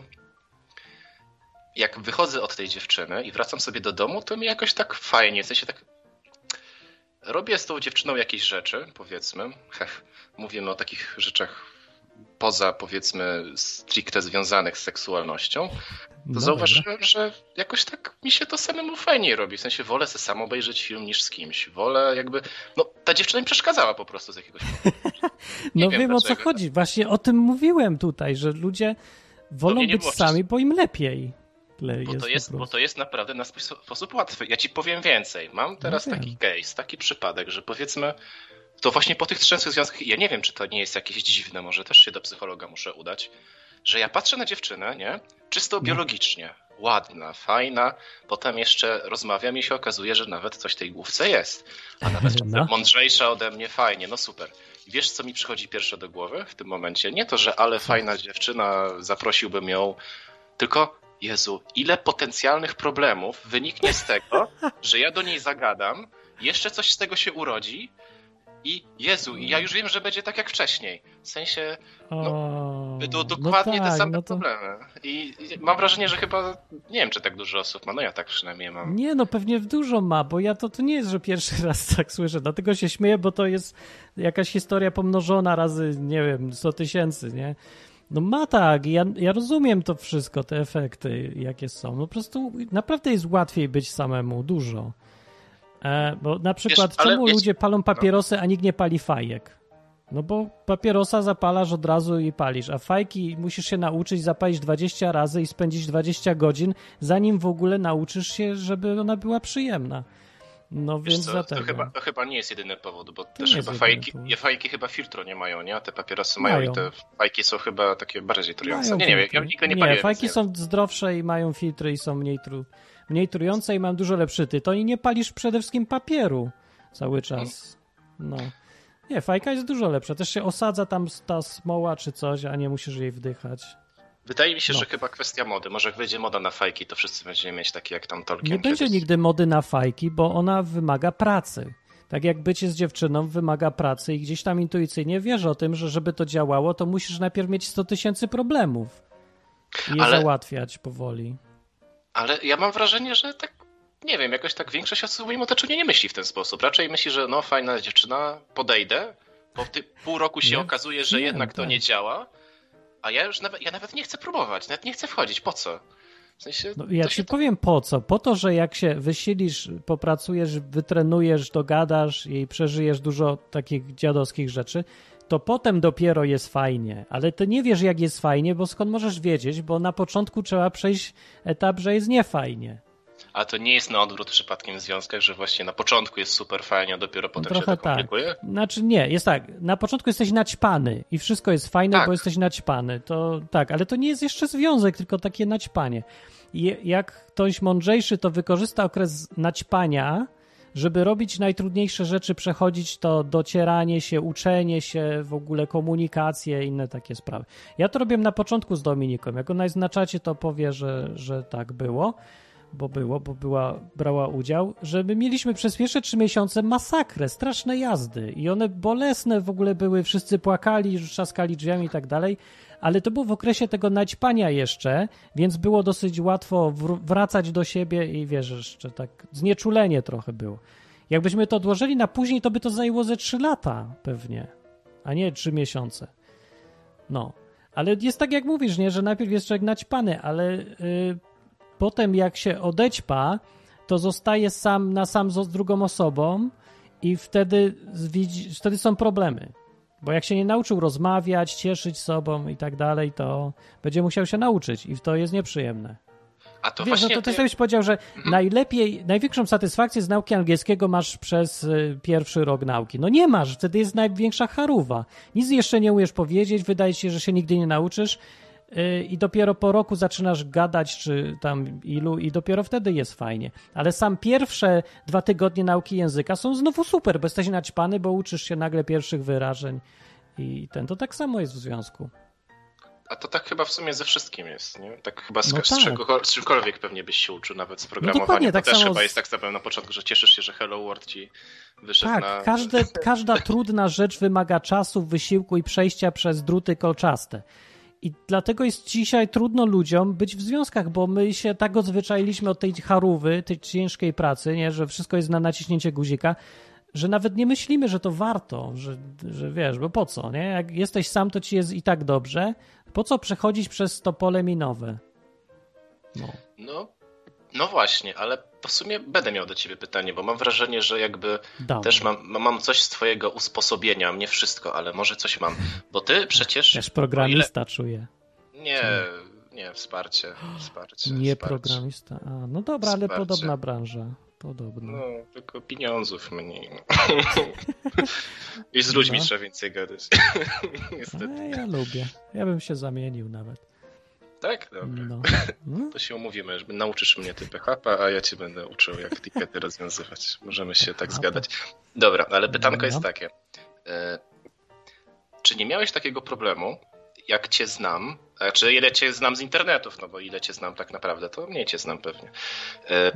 jak wychodzę od tej dziewczyny i wracam sobie do domu, to mi jakoś tak fajnie, w sensie tak robię z tą dziewczyną jakieś rzeczy, powiedzmy. Hech, mówimy o takich rzeczach poza, powiedzmy, stricte związanych z seksualnością, to no zauważyłem, dobra. że jakoś tak mi się to samemu fajniej robi. W sensie wolę sobie sam obejrzeć film niż z kimś. Wolę jakby... No, ta dziewczyna mi przeszkadzała po prostu z jakiegoś powodu. No wiem, wiem o co chodzi. Właśnie o tym mówiłem tutaj, że ludzie wolą być sami, bo im lepiej. Le bo, jest to jest, bo to jest naprawdę na sposób łatwy. Ja ci powiem więcej. Mam teraz no taki case, taki przypadek, że powiedzmy to właśnie po tych trzech związkach, ja nie wiem, czy to nie jest jakieś dziwne, może też się do psychologa muszę udać, że ja patrzę na dziewczynę, nie? Czysto no. biologicznie. ładna, fajna. Potem jeszcze rozmawiam i się okazuje, że nawet coś w tej główce jest. A nawet No. mądrzejsza ode mnie, fajnie, no super. I wiesz, co mi przychodzi pierwsze do głowy w tym momencie? Nie to, że ale fajna dziewczyna, zaprosiłbym ją, tylko Jezu, ile potencjalnych problemów wyniknie z tego, że ja do niej zagadam, jeszcze coś z tego się urodzi i Jezu, i ja już wiem, że będzie tak jak wcześniej. W sensie, no, O, będą dokładnie no te tak, same no to... problemy. I i mam wrażenie, że chyba, nie wiem, czy tak dużo osób ma, no ja tak przynajmniej mam. Nie, no pewnie dużo ma, bo ja to, to nie jest, że pierwszy raz tak słyszę, dlatego się śmieję, bo to jest jakaś historia pomnożona razy, nie wiem, sto tysięcy, nie? No ma tak, ja, ja rozumiem to wszystko, te efekty, jakie są. No po prostu naprawdę jest łatwiej być samemu, dużo. E, bo na przykład, Wiesz, ale czemu wiesz- ludzie palą papierosy, a nikt nie pali fajek? No bo papierosa zapalasz od razu i palisz, a fajki musisz się nauczyć zapalić dwadzieścia razy i spędzić dwadzieścia godzin, zanim w ogóle nauczysz się, żeby ona była przyjemna. No Wiesz więc co, dlatego. to, chyba, to chyba nie jest jedyny powód, bo nie też jest chyba jedyny fajki, powód. nie, fajki chyba filtru nie mają, nie? A te papierosy mają, Mają. i te fajki są chyba takie bardziej trujące. Mają Nie, nie wiem, filtry. ja nigdy nie, Nie, paliłem. fajki więc są zdrowsze i mają filtry i są mniej, tru... mniej trujące i mają dużo lepszy tytoń i nie palisz przede wszystkim papieru cały czas. No. Nie, fajka jest dużo lepsza. Też się osadza tam ta smoła czy coś, a nie musisz jej wdychać. Wydaje mi się, No. że chyba kwestia mody. Może jak wyjdzie moda na fajki, to wszyscy będziemy mieć takie jak tam Tolkien Nie będzie kiedyś. nigdy mody na fajki, bo ona wymaga pracy. Tak jak bycie z dziewczyną wymaga pracy i gdzieś tam intuicyjnie wiesz o tym, że żeby to działało, to musisz najpierw mieć sto tysięcy problemów i je Ale- załatwiać powoli. Ale ja mam wrażenie, że tak, nie wiem, jakoś tak większość osób w moim otoczeniu nie myśli w ten sposób. Raczej myśli, że no fajna dziewczyna, podejdę, po ty, pół roku się Nie, okazuje, że wiem, jednak to tak. nie działa, a ja już nawet, ja nawet nie chcę próbować, nawet nie chcę wchodzić, po co? W sensie, No, ja to ci się powiem po co. Po to, że jak się wysilisz, popracujesz, wytrenujesz, dogadasz i przeżyjesz dużo takich dziadowskich rzeczy, to potem dopiero jest fajnie. Ale ty nie wiesz, jak jest fajnie, bo skąd możesz wiedzieć, bo na początku trzeba przejść etap, że jest niefajnie. A to nie jest na odwrót przypadkiem w związkach, że właśnie na początku jest super fajnie, a dopiero potem się trochę to tak. komplikuje? Znaczy nie, jest tak. Na początku jesteś naćpany i wszystko jest fajne, Tak. bo jesteś naćpany. To tak, ale to nie jest jeszcze związek, tylko takie naćpanie. I jak ktoś mądrzejszy to wykorzysta okres naćpania, żeby robić najtrudniejsze rzeczy, przechodzić to docieranie się, uczenie się, w ogóle komunikację, inne takie sprawy. Ja to robiłem na początku z Dominiką. Jak ona jest na czacie, to powie, że, że tak było, bo było, bo była, brała udział, że my mieliśmy przez pierwsze trzy miesiące masakrę, straszne jazdy i one bolesne w ogóle były, wszyscy płakali, trzaskali drzwiami i tak dalej, ale to było w okresie tego naćpania jeszcze, więc było dosyć łatwo wr- wracać do siebie i wiesz, jeszcze tak znieczulenie trochę było. Jakbyśmy to odłożyli na później, to by to zajęło ze trzy lata pewnie, a nie trzy miesiące. No, ale jest tak jak mówisz, nie, że najpierw jest człowiek naćpany, ale yy, potem jak się odećpa, to zostaje sam na sam z drugą osobą i wtedy, widzi, wtedy są problemy. Bo jak się nie nauczył rozmawiać, cieszyć sobą i tak dalej, to będzie musiał się nauczyć i to jest nieprzyjemne. A to Wiesz, właśnie... no to też byś powiedział, że najlepiej, największą satysfakcję z nauki angielskiego masz przez y, pierwszy rok nauki. No nie masz, wtedy jest największa charówa. Nic jeszcze nie umiesz powiedzieć, wydaje ci się, że się nigdy nie nauczysz y, i dopiero po roku zaczynasz gadać, czy tam ilu i dopiero wtedy jest fajnie. Ale sam pierwsze dwa tygodnie nauki języka są znowu super, bo jesteś naćpany, bo uczysz się nagle pierwszych wyrażeń i ten, to tak samo jest w związku. A to tak chyba w sumie ze wszystkim jest, nie? Tak chyba z, No z, tak. czego, z czymkolwiek pewnie byś się uczył, nawet z No programowania. dokładnie, to tak też samo chyba z- jest tak samo na początku, że cieszysz się, że Hello World ci wyszedł Tak, na... każde, każda trudna rzecz wymaga czasu, wysiłku i przejścia przez druty kolczaste. I dlatego jest dzisiaj trudno ludziom być w związkach, bo my się tak odzwyczailiśmy od tej charówy, tej ciężkiej pracy, nie, że wszystko jest na naciśnięcie guzika, że nawet nie myślimy, że to warto, że, że wiesz, bo po co, nie? Jak jesteś sam, to ci jest i tak dobrze. Po co przechodzić przez to pole minowe? No. No, no właśnie, ale w sumie będę miał do ciebie pytanie, bo mam wrażenie, że jakby Dawaj. też mam, mam coś z twojego usposobienia, nie wszystko, ale może coś mam, bo ty przecież... Też programista czuję. o ile... Nie, nie, wsparcie, wsparcie. Nie wsparcie. programista. A, no dobra, ale Wsparcie. podobna branża. Podobno. No, tylko pieniądzów mniej. I z ludźmi No. trzeba więcej gadać. Niestety. A ja lubię. Ja bym się zamienił nawet. Tak? Dobra. No. No. To się umówimy, że nauczysz mnie ty P H P, a ja cię będę uczył, jak tikety rozwiązywać. Możemy się tak zgadać. Dobra, ale pytanko jest takie. E, czy nie miałeś takiego problemu, jak cię znam, znaczy ile cię znam z internetów, no bo ile cię znam tak naprawdę, to mniej cię znam pewnie. E,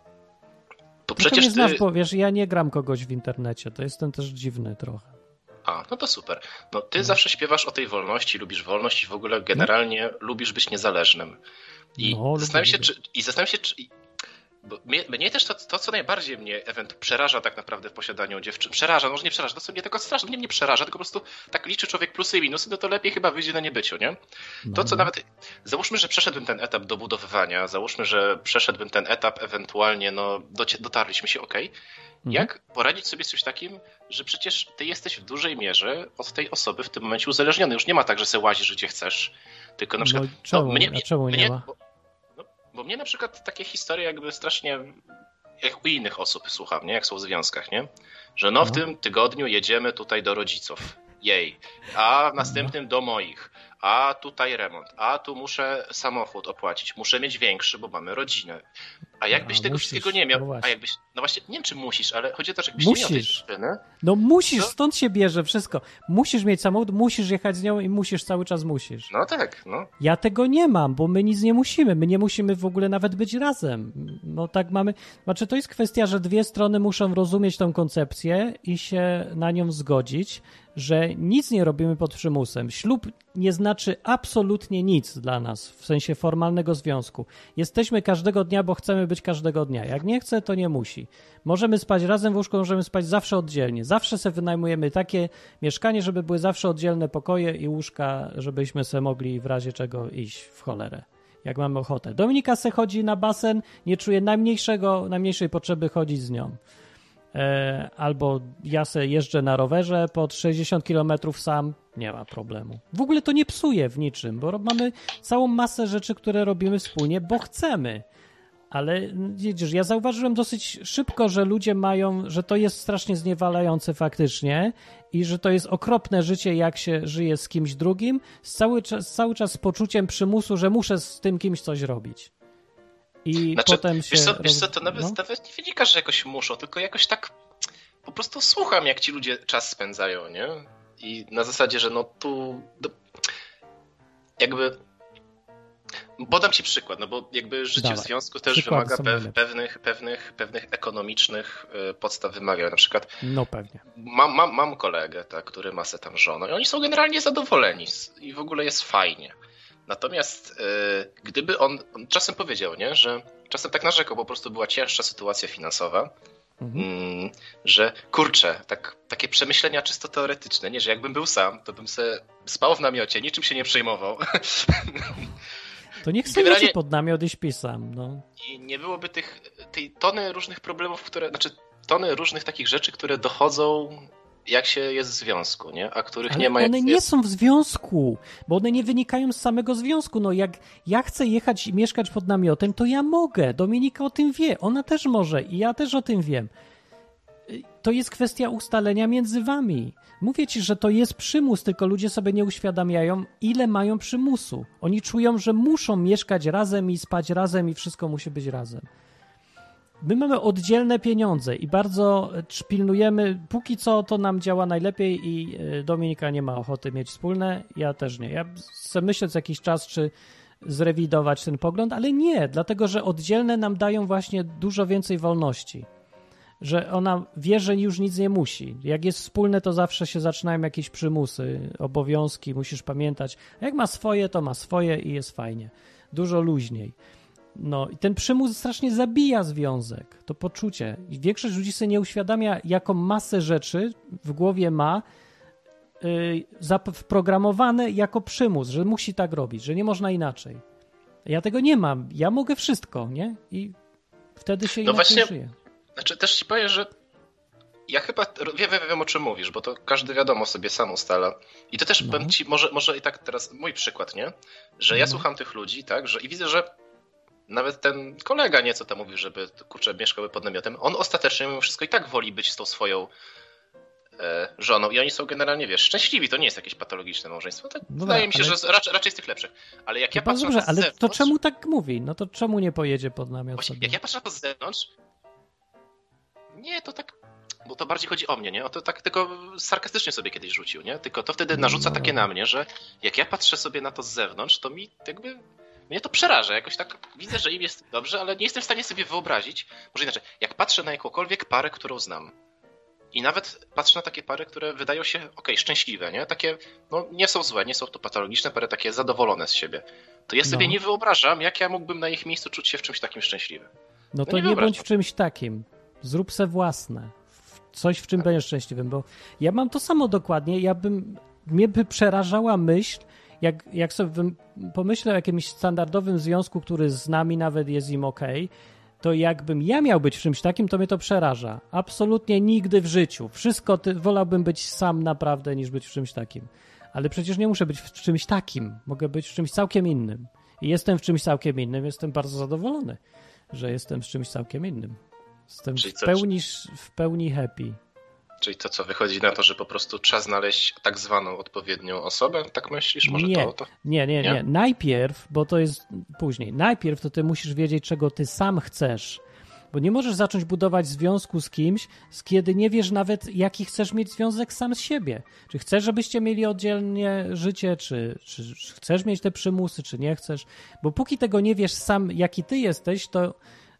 bo przecież no to nie znasz, ty... bo wiesz, ja nie gram kogoś w internecie, to jestem też dziwny trochę. A, no to super. No ty no. zawsze śpiewasz o tej wolności, lubisz wolność i w ogóle generalnie no. lubisz być niezależnym. I no, zastanawiam się, czy, i zastanawiam się, czy... Bo mnie, mnie też to, to, co najbardziej mnie event przeraża tak naprawdę w posiadaniu dziewczyn. Przeraża, może nie przeraża, to co mnie tylko strasznie, mnie nie przeraża, tylko po prostu tak liczy człowiek plusy i minusy, no to lepiej chyba wyjdzie na niebyciu, nie? To, co nawet... Załóżmy, że przeszedłbym ten etap dobudowywania, załóżmy, że przeszedłbym ten etap ewentualnie, no doci- dotarliśmy się, okej. Okay. Mhm. Jak poradzić sobie z czymś takim, że przecież ty jesteś w dużej mierze od tej osoby w tym momencie uzależniony. Już nie ma tak, że se łazisz gdzie chcesz, tylko na przykład... No, czemu, no, mnie, a czemu mnie, nie ma? Bo, no, bo mnie na przykład takie historie jakby strasznie... Jak u innych osób słucham, nie? Jak są w związkach, nie? Że no w no. tym tygodniu jedziemy tutaj do rodziców. Jej. A w następnym no. do moich. A tutaj remont. A tu muszę samochód opłacić. Muszę mieć większy, bo mamy rodzinę. A jakbyś a, tego musisz, wszystkiego nie miał, no a jakbyś, no właśnie, nie wiem czy musisz, ale chodzi o to, że jakbyś musisz. nie miał tej przyczyny. No musisz, to... stąd się bierze wszystko. Musisz mieć samochód, musisz jechać z nią i musisz, cały czas musisz. No tak, no. Ja tego nie mam, bo my nic nie musimy. My nie musimy w ogóle nawet być razem. No tak mamy, znaczy to jest kwestia, że dwie strony muszą rozumieć tą koncepcję i się na nią zgodzić, że nic nie robimy pod przymusem. Ślub nie znaczy absolutnie nic dla nas, w sensie formalnego związku. Jesteśmy każdego dnia, bo chcemy być każdego dnia. Jak nie chce, to nie musi. Możemy spać razem w łóżku, możemy spać zawsze oddzielnie. Zawsze sobie wynajmujemy takie mieszkanie, żeby były zawsze oddzielne pokoje i łóżka, żebyśmy sobie mogli w razie czego iść w cholerę, jak mamy ochotę. Dominika se chodzi na basen, nie czuje najmniejszego, najmniejszej potrzeby chodzić z nią. E, albo ja se jeżdżę na rowerze pod sześćdziesiąt kilometrów sam, nie ma problemu. W ogóle to nie psuje w niczym, bo mamy całą masę rzeczy, które robimy wspólnie, bo chcemy. Ale widzisz, ja zauważyłem dosyć szybko, że ludzie mają, że to jest strasznie zniewalające faktycznie i że to jest okropne życie, jak się żyje z kimś drugim, z cały czas, cały czas z poczuciem przymusu, że muszę z tym kimś coś robić. I znaczy, potem się... Wiesz co, wiesz co to nawet, no? nawet nie wynika, że jakoś muszą, tylko jakoś tak po prostu słucham, jak ci ludzie czas spędzają, nie? I na zasadzie, że no tu do, jakby podam ci przykład, no bo jakby życie Dawaj. w związku też Przykłady wymaga pew, pewnych, pewnych, pewnych ekonomicznych y, podstaw wymaga. Na przykład no pewnie. Mam, mam, mam kolegę, tak, który ma se tam żonę i oni są generalnie zadowoleni i w ogóle jest fajnie. Natomiast y, gdyby on, on czasem powiedział, nie, że czasem tak narzekał, po prostu była cięższa sytuacja finansowa, mhm. mm, że kurczę, tak, takie przemyślenia czysto teoretyczne, nie, że jakbym był sam, to bym se spał w namiocie, niczym się nie przejmował. To niech sobie generalnie... pod namiot i śpi sam, no. I nie byłoby tych, tej tony różnych problemów, które, znaczy tony różnych takich rzeczy, które dochodzą, jak się jest w związku, nie? A których ale nie ma. One jak nie jest... są w związku, bo one nie wynikają z samego związku. No jak ja chcę jechać i mieszkać pod namiotem, to ja mogę. Dominika o tym wie, ona też może i ja też o tym wiem. To jest kwestia ustalenia między wami. Mówię ci, że to jest przymus, tylko ludzie sobie nie uświadamiają, ile mają przymusu. Oni czują, że muszą mieszkać razem i spać razem i wszystko musi być razem. My mamy oddzielne pieniądze i bardzo pilnujemy, póki co to nam działa najlepiej i Dominika nie ma ochoty mieć wspólne, ja też nie. Ja chcę myśleć co jakiś czas, czy zrewidować ten pogląd, ale nie, dlatego że oddzielne nam dają właśnie dużo więcej wolności. Że ona wie, że już nic nie musi. Jak jest wspólne, to zawsze się zaczynają jakieś przymusy, obowiązki, musisz pamiętać. A jak ma swoje, to ma swoje i jest fajnie. Dużo luźniej. No i ten przymus strasznie zabija związek, to poczucie. I większość ludzi sobie nie uświadamia, jaką masę rzeczy w głowie ma yy, wprogramowane jako przymus, że musi tak robić, że nie można inaczej. Ja tego nie mam. Ja mogę wszystko, nie? I wtedy się no inaczej właśnie, żyje. Znaczy też ci powiem, że ja chyba wiem, wiem, wiem o czym mówisz, bo to każdy wiadomo sobie sam ustala. I to też no. powiem ci, może, może i tak teraz mój przykład, nie? Że no. ja słucham tych ludzi, tak, że i widzę, że nawet ten kolega nieco tam mówił, żeby kurczę mieszkały pod namiotem, on ostatecznie mimo wszystko i tak woli być z tą swoją e, żoną i oni są generalnie, wiesz, szczęśliwi, to nie jest jakieś patologiczne małżeństwo. Tak No wydaje tak, mi się, ale... że raczej, raczej z tych lepszych. Ale jak ja Chyba patrzę dobrze, na to z ale zewnątrz... to czemu tak mówi? No to czemu nie pojedzie pod namiot Właśnie, sobie? jak ja patrzę na to z zewnątrz, nie, to tak, bo to bardziej chodzi o mnie, nie? O to tak tylko sarkastycznie sobie kiedyś rzucił, nie? Tylko to wtedy narzuca No. takie na mnie, że jak ja patrzę sobie na to z zewnątrz, to mi jakby, mnie to przeraża. Jakoś tak widzę, że im jest dobrze, ale nie jestem w stanie sobie wyobrazić, może inaczej, jak patrzę na jakąkolwiek parę, którą znam i nawet patrzę na takie pary, które wydają się, okej, okay, szczęśliwe, nie? Takie, no nie są złe, nie są to patologiczne pary, takie zadowolone z siebie. To ja sobie No. nie wyobrażam, jak ja mógłbym na ich miejscu czuć się w czymś takim szczęśliwym. No to nie nie, wyobrażam. bądź w czymś takim. Zrób se własne. Coś, w czym będziesz szczęśliwym, bo ja mam to samo dokładnie. Ja bym, mnie by przerażała myśl, jak, jak sobie pomyślę o jakimś standardowym związku, który z nami nawet jest im okej, to jakbym ja miał być w czymś takim, to mnie to przeraża. Absolutnie nigdy w życiu. Wszystko, ty, wolałbym być sam naprawdę, niż być w czymś takim. Ale przecież nie muszę być w czymś takim. Mogę być w czymś całkiem innym. I jestem w czymś całkiem innym. Jestem bardzo zadowolony, że jestem z czymś całkiem innym. Jestem Czyli w co, pełni, w pełni happy. Czyli to co, wychodzi na to, że po prostu trzeba znaleźć tak zwaną odpowiednią osobę? Tak myślisz? Może nie, to, to? nie, nie, nie, Nie? Najpierw, bo to jest później, najpierw to ty musisz wiedzieć, czego ty sam chcesz. Bo nie możesz zacząć budować związku z kimś, z kiedy nie wiesz nawet, jaki chcesz mieć związek sam z siebie. Czy chcesz, żebyście mieli oddzielnie życie, czy, czy, czy chcesz mieć te przymusy, czy nie chcesz. Bo póki tego nie wiesz sam, jaki ty jesteś, to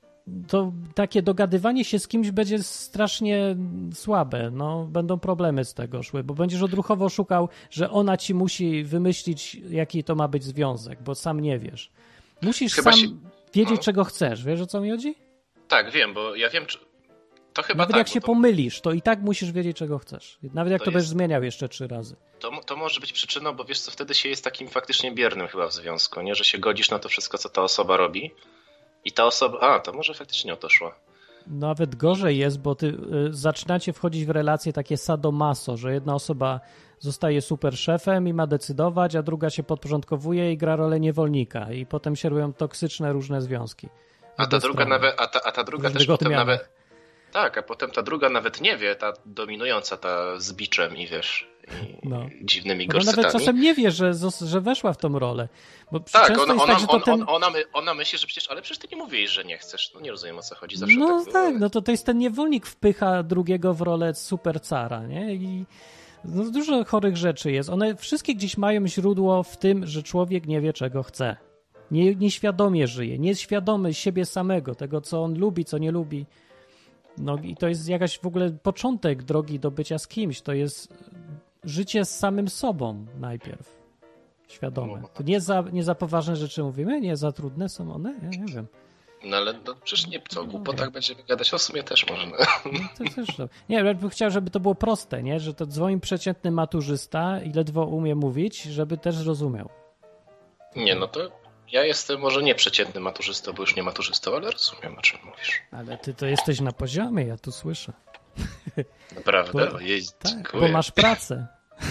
to takie dogadywanie się z kimś będzie strasznie słabe. No, będą problemy z tego szły, bo będziesz odruchowo szukał, że ona ci musi wymyślić, jaki to ma być związek, bo sam nie wiesz. Musisz Chyba sam się... wiedzieć, no. czego chcesz. Wiesz, o co mi chodzi? Tak, wiem, bo ja wiem, czy... to chyba Nawet tak. jak się to... pomylisz, to i tak musisz wiedzieć, czego chcesz. Nawet jak to, To będziesz jest- zmieniał jeszcze trzy razy. To, to może być przyczyną, bo wiesz co, wtedy się jest takim faktycznie biernym chyba w związku, nie? Że się godzisz na to wszystko, co ta osoba robi i ta osoba... A, to może faktycznie o to szło. Nawet gorzej jest, bo ty y, zaczynacie wchodzić w relacje takie sadomaso, że jedna osoba zostaje super szefem i ma decydować, a druga się podporządkowuje i gra rolę niewolnika i potem się robią toksyczne różne związki. A ta druga nawet, a ta, a ta druga też potem odmianach. nawet... Tak, a potem ta druga nawet nie wie, ta dominująca, ta z biczem i wiesz, i No. dziwnymi Ona gorsetami. nawet czasem nie wie, że, zos- że weszła w tą rolę. Bo Tak, często ona, jest ona, tak, że to on, ten... on, ona, my, ona myśli, że przecież, ale przecież ty nie mówiłeś, że nie chcesz. No nie rozumiem, o co chodzi. Zawsze No tak, tak, było. no to to jest ten niewolnik wpycha drugiego w rolę super cara, nie? I no, dużo chorych rzeczy jest. One wszystkie gdzieś mają źródło w tym, że człowiek nie wie, czego chce. Nie, nieświadomie żyje, nie jest świadomy siebie samego, tego, co on lubi, co nie lubi. No i to jest jakaś w ogóle początek drogi do bycia z kimś. To jest życie z samym sobą najpierw. Świadome. To nie za, nie za poważne rzeczy mówimy? Nie za trudne są one? Ja nie wiem. No ale no, przecież nie, co, o głupotach będziemy gadać, o sumie też można. No, to też to. Nie, ja bym chciał, żeby to było proste, nie? Że to dzwoni przeciętny maturzysta i ledwo umie mówić, żeby też zrozumiał. Nie, no to ja jestem może nie przeciętny maturzystą, bo już nie maturzystą, ale rozumiem, o czym mówisz. Ale ty to jesteś na poziomie, ja tu słyszę. Naprawdę? Bo- Ojej, Tak, dziękuję. bo masz pracę.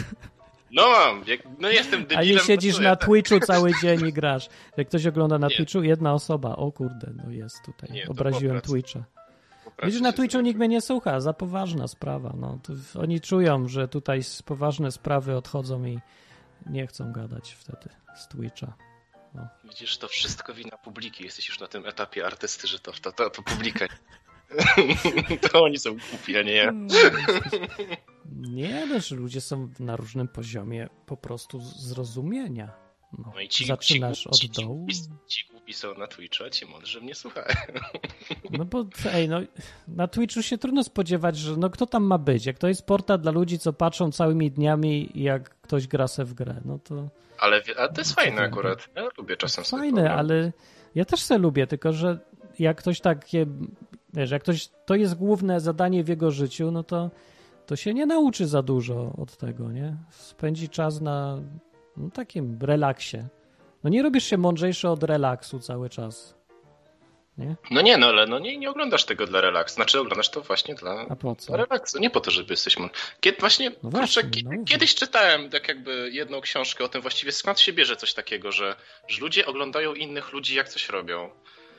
No mam, jak, no jestem debilem. A nie siedzisz pracuję, na tak. Twitchu cały dzień i grasz. Jak ktoś ogląda na Nie. Twitchu, jedna osoba, o kurde, no jest tutaj. Nie, to Obraziłem po pracy. Twitcha. Po pracy Widzisz, na się Twitchu zrobię. nikt mnie nie słucha, za poważna sprawa. No, to oni czują, że tutaj s- poważne sprawy odchodzą i nie chcą gadać wtedy z Twitcha. Widzisz, to wszystko wina publiki. Jesteś już na tym etapie artysty, że to, to, to, to publika. To oni są głupi, a nie ja. Nie, no, że ludzie są na różnym poziomie po prostu z- zrozumienia. No, No i ci, zaczynasz ci, od ci, ci, dołu. głupi, ci głupi są na Twitchu, a ci mądrzy mnie słuchają. No bo ej, no, na Twitchu się trudno spodziewać, że no kto tam ma być? Jak to jest portal dla ludzi, co patrzą całymi dniami, jak ktoś gra se w grę, no to Ale, wie- ale to jest fajne akurat. Ja lubię czasem sobie fajne, pooglądać. ale ja też se lubię, tylko że jak ktoś takie, wiesz, jak ktoś, to jest główne zadanie w jego życiu, no to to się nie nauczy za dużo od tego, nie? Spędzi czas na no, takim relaksie. No nie robisz się mądrzejszy od relaksu cały czas, nie? No nie, no ale no nie, nie oglądasz tego dla relaksu. Znaczy oglądasz to właśnie dla, A po co? dla relaksu. Nie po to, żeby jesteś mądry. Kiedy właśnie, No kurczę, właśnie, ki- no. kiedyś czytałem tak jakby jedną książkę o tym właściwie skąd się bierze coś takiego, że, że ludzie oglądają innych ludzi jak coś robią.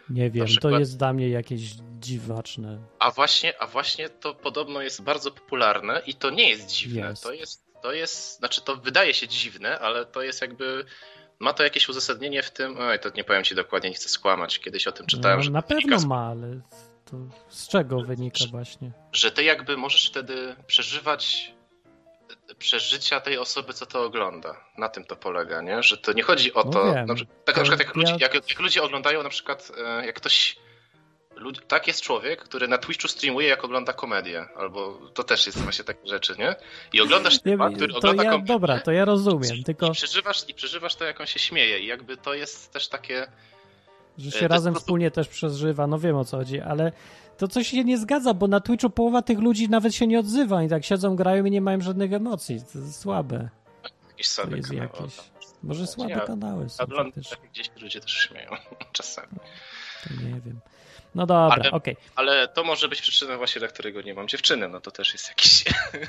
Nie wiem, przykład... to jest dla mnie jakieś dziwaczne. A właśnie, a właśnie to podobno jest bardzo popularne i to nie jest dziwne. Jest. To jest, to jest, znaczy to wydaje się dziwne, ale to jest jakby, ma to jakieś uzasadnienie w tym, oj, to nie powiem ci dokładnie, nie chcę skłamać, kiedyś o tym czytałem, No, że na to pewno wynika z... ma, ale to z czego wynika właśnie? Że ty jakby możesz wtedy przeżywać przeżycia tej osoby, co to ogląda. Na tym to polega, nie? Że to nie chodzi o No to... wiem. Na przykład, tak na To przykład jak, ja- ludzie, jak, jak ludzie oglądają na przykład, e, jak ktoś... Lud... Tak jest człowiek, który na Twitchu streamuje, jak ogląda komedię. Albo to też jest właśnie takie rzeczy, nie? I oglądasz Nie, typa, który to ogląda ja, komedię. dobra, to ja rozumiem, tylko I przeżywasz, I przeżywasz to, jak on się śmieje. I jakby to jest też takie... że to się jest razem po prostu- wspólnie też przeżywa, no wiem o co chodzi, ale to coś się nie zgadza, bo na Twitchu połowa tych ludzi nawet się nie odzywa i tak siedzą, grają i nie mają żadnych emocji. To jest słabe. Jakieś To słabe jest kanały. jakieś... Może słabe Ja kanały są Oglądam, faktycznie. gdzieś ludzie też śmieją czasami. To nie wiem. No dobra, Ale- okej. Ale to może być przyczyną właśnie, dla którego nie mam dziewczyny. No to też jest jakiś...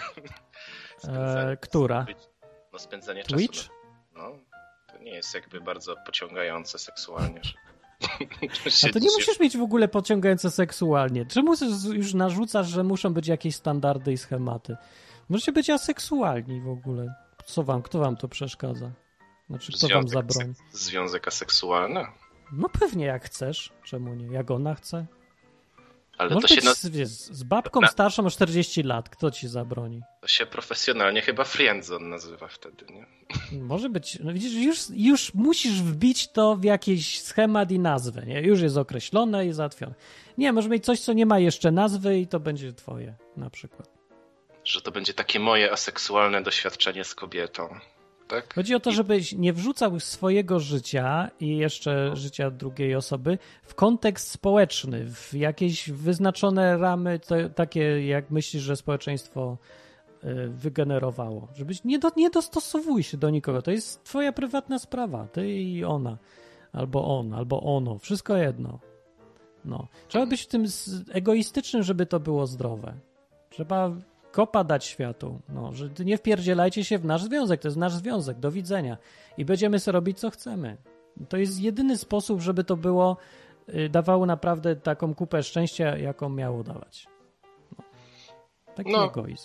E, która? No spędzanie Twitch? czasu. No, to nie jest jakby bardzo pociągające seksualnie. Że... A to nie musisz mieć w ogóle pociągające seksualnie. Czemu już narzucasz, że muszą być jakieś standardy i schematy? Możecie być aseksualni w ogóle. Co wam, kto wam to przeszkadza? Znaczy, kto wam zabroni? Związek aseksualny? No pewnie jak chcesz. Czemu nie? Jak ona chce? Ale Może to być się, na... z, wiesz, z babką na- starszą o czterdzieści lat. Kto ci zabroni? to się profesjonalnie chyba friendzone nazywa wtedy, nie? Może być. No widzisz, już, już musisz wbić to w jakiś schemat i nazwę, nie? Już jest określone i załatwione. Nie, może mieć coś, co nie ma jeszcze nazwy i to będzie twoje na przykład. Że to będzie takie moje aseksualne doświadczenie z kobietą, tak? Chodzi o to, żebyś nie wrzucał swojego życia i jeszcze życia drugiej osoby w kontekst społeczny, w jakieś wyznaczone ramy, to, takie jak myślisz, że społeczeństwo y, wygenerowało. Żebyś nie, do, nie dostosowuj się do nikogo. To jest twoja prywatna sprawa. Ty i ona. Albo on, albo ono. Wszystko jedno. No. Trzeba być w tym z- egoistycznym, żeby to było zdrowe. Trzeba kopa dać światu. No, że nie wpierdzielajcie się w nasz związek. To jest nasz związek. Do widzenia. I będziemy sobie robić, co chcemy. To jest jedyny sposób, żeby to było, y, dawało naprawdę taką kupę szczęścia, jaką miało dawać. No. Taki No. egoizm.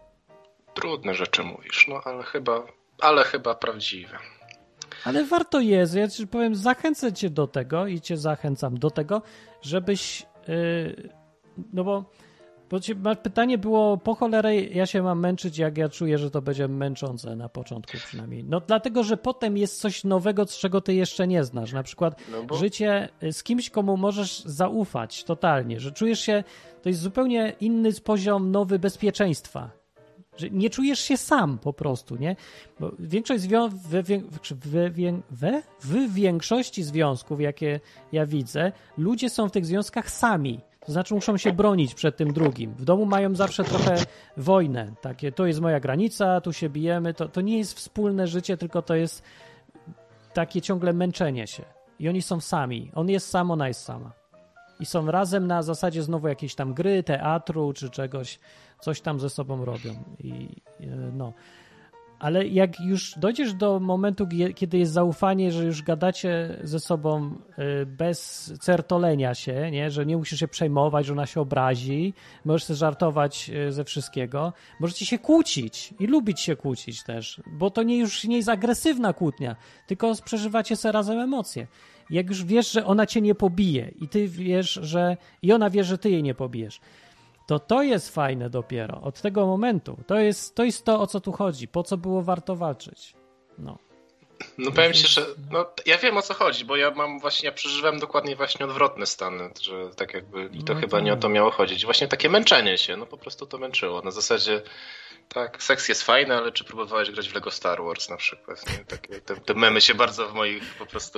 Trudne rzeczy mówisz, no ale chyba, ale chyba prawdziwe. Ale warto jest, ja ci powiem, zachęcę cię do tego i cię zachęcam do tego, żebyś, yy, no bo, bo ci, masz- pytanie było, po cholerę ja się mam męczyć, jak ja czuję, że to będzie męczące na początku przynajmniej. No dlatego, że potem jest coś nowego, z czego ty jeszcze nie znasz. Na przykład No bo- życie z kimś, komu możesz zaufać totalnie, że czujesz się, to jest zupełnie inny poziom nowy bezpieczeństwa. Że nie czujesz się sam po prostu, nie? Bo większość zwią- we, wię- we, wię- we, w większości związków, jakie ja widzę, ludzie są w tych związkach sami. To znaczy muszą się bronić przed tym drugim. W domu mają zawsze trochę wojnę. Takie, to jest moja granica, tu się bijemy. To, to nie jest wspólne życie, tylko to jest takie ciągle męczenie się. I oni są sami. On jest sam, ona jest sama. I są razem na zasadzie znowu jakiejś tam gry, teatru czy czegoś, coś tam ze sobą robią. I e, no. Ale jak już dojdziesz do momentu, gie- kiedy jest zaufanie, że już gadacie ze sobą e, bez certolenia się, nie? Że nie musisz się przejmować, że ona się obrazi, możesz sobie żartować e, ze wszystkiego, możecie się kłócić i lubić się kłócić też, bo to nie już nie jest agresywna kłótnia, tylko przeżywacie sobie razem emocje. Jak już wiesz, że ona cię nie pobije i ty wiesz, że i ona wie, że ty jej nie pobijesz, to to jest fajne dopiero. Od tego momentu. To jest, to jest to, o co tu chodzi. Po co było warto walczyć. No. No powiem ci, że no, ja wiem, o co chodzi, bo ja mam właśnie, ja przeżywałem dokładnie właśnie odwrotne stany, że tak jakby i to No chyba tak. nie o to miało chodzić. Właśnie takie męczenie się, no po prostu to męczyło. Na zasadzie tak, seks jest fajny, ale czy próbowałeś grać w Lego Star Wars na przykład, nie? Takie, te, te memy się bardzo w moich po prostu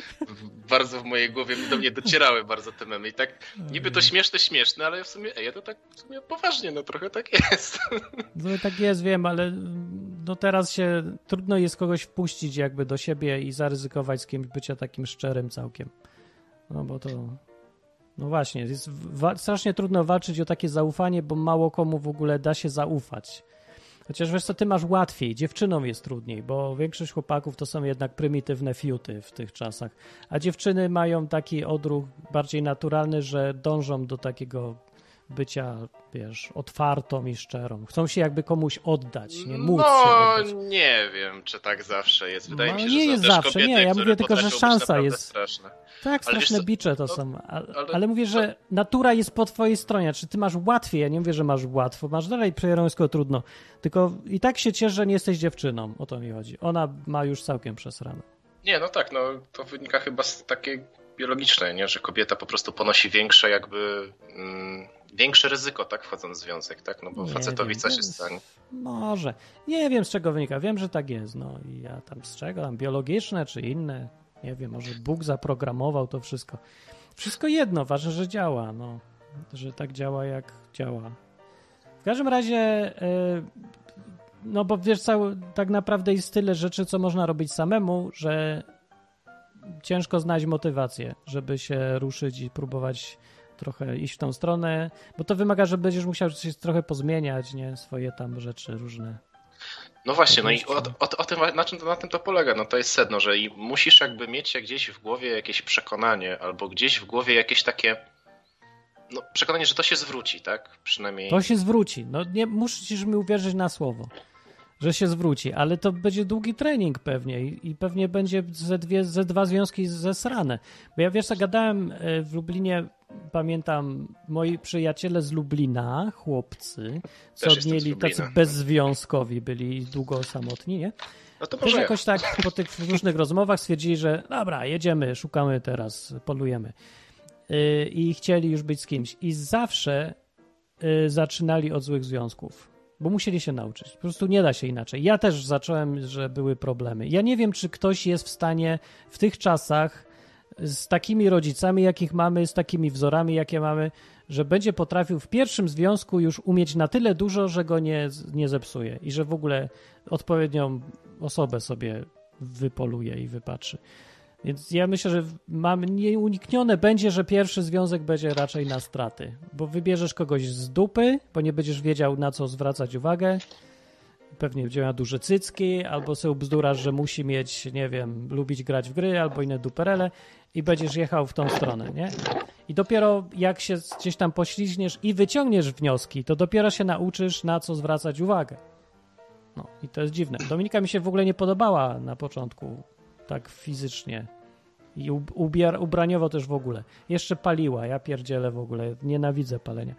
w, bardzo w mojej głowie do mnie docierały bardzo te memy i tak niby to śmieszne, śmieszne, ale w sumie, ej, ja to tak w sumie poważnie, no trochę tak jest. No tak jest, wiem, ale no teraz się trudno jest kogoś wpuścić jakby do siebie i zaryzykować z kimś bycia takim szczerym całkiem. No bo to... No właśnie, jest wa- strasznie trudno walczyć o takie zaufanie, bo mało komu w ogóle da się zaufać. Chociaż wiesz co, ty masz łatwiej, dziewczynom jest trudniej, bo większość chłopaków to są jednak prymitywne fiuty w tych czasach, a dziewczyny mają taki odruch bardziej naturalny, że dążą do takiego bycia, wiesz, otwartą i szczerą. Chcą się jakby komuś oddać, nie móc no, się oddać. nie wiem, czy tak zawsze jest. Wydaje no, mi się, nie że są jest też zawsze, kobiety, nie, ja które mówię tylko, że potrafią szansa być naprawdę jest straszne. Tak, Ale straszne wiesz co, bicze to no, są, ale, ale, ale mówię, że natura jest po twojej stronie, czy ty masz łatwiej, ja nie mówię, że masz łatwo, masz dalej przejerońsko trudno, tylko i tak się cieszę, że nie jesteś dziewczyną, o to mi chodzi. Ona ma już całkiem przesrane. Nie, no tak, no to wynika chyba z takiej biologicznej, nie, że kobieta po prostu ponosi większe jakby, mm, większe ryzyko, tak, wchodząc w związek, tak, no bo Nie facetowi wiem, co się jest- stanie. Może. Nie wiem, z czego wynika, wiem, że tak jest, no i ja tam z czego, tam biologiczne czy inne, nie wiem, może Bóg zaprogramował to wszystko. Wszystko jedno, ważne, że działa, no, że tak działa, jak działa. W każdym razie, y, no bo wiesz, cały, tak naprawdę jest tyle rzeczy, co można robić samemu, że ciężko znaleźć motywację, żeby się ruszyć i próbować trochę iść w tą stronę, bo to wymaga, że będziesz musiał się trochę pozmieniać, nie? Swoje tam rzeczy różne. No właśnie, no i o, Podejście. o, o tym, na czym to, na tym to polega, no to jest sedno, że i musisz jakby mieć gdzieś w głowie jakieś przekonanie, albo gdzieś w głowie jakieś takie, no przekonanie, że to się zwróci, tak, przynajmniej. To się zwróci. No nie musisz mi uwierzyć na słowo, że się zwróci, ale to będzie długi trening pewnie i, i pewnie będzie ze, dwie, ze dwa związki zesrane. Bo ja wiesz co, gadałem e, w Lublinie, pamiętam, moi przyjaciele z Lublina, chłopcy, co Też jestem z mieli Lublina. tacy bezzwiązkowi, byli długo samotni, nie? No to Też może jakoś tak po tych różnych rozmowach stwierdzili, że dobra, jedziemy, szukamy teraz, polujemy. Yy, I chcieli już być z kimś. I zawsze yy, zaczynali od złych związków, bo musieli się nauczyć. Po prostu nie da się inaczej. Ja też zacząłem, że były problemy. Ja nie wiem, czy ktoś jest w stanie w tych czasach z takimi rodzicami, jakich mamy, z takimi wzorami, jakie mamy, że będzie potrafił w pierwszym związku już umieć na tyle dużo, że go nie, nie zepsuje i że w ogóle odpowiednią osobę sobie wypoluje i wypatrzy. Więc ja myślę, że mam nieuniknione będzie, że pierwszy związek będzie raczej na straty, bo wybierzesz kogoś z dupy, bo nie będziesz wiedział, na co zwracać uwagę, pewnie będzie miał duże cycki, albo sobie bzdurasz, że musi mieć, nie wiem, lubić grać w gry, albo inne duperele i będziesz jechał w tą stronę, nie? I dopiero jak się gdzieś tam poślizgniesz i wyciągniesz wnioski, to dopiero się nauczysz, na co zwracać uwagę. No i to jest dziwne. Dominika mi się w ogóle nie podobała na początku, tak fizycznie. I ubiar, ubraniowo też w ogóle. Jeszcze paliła, ja pierdzielę w ogóle, nienawidzę palenia.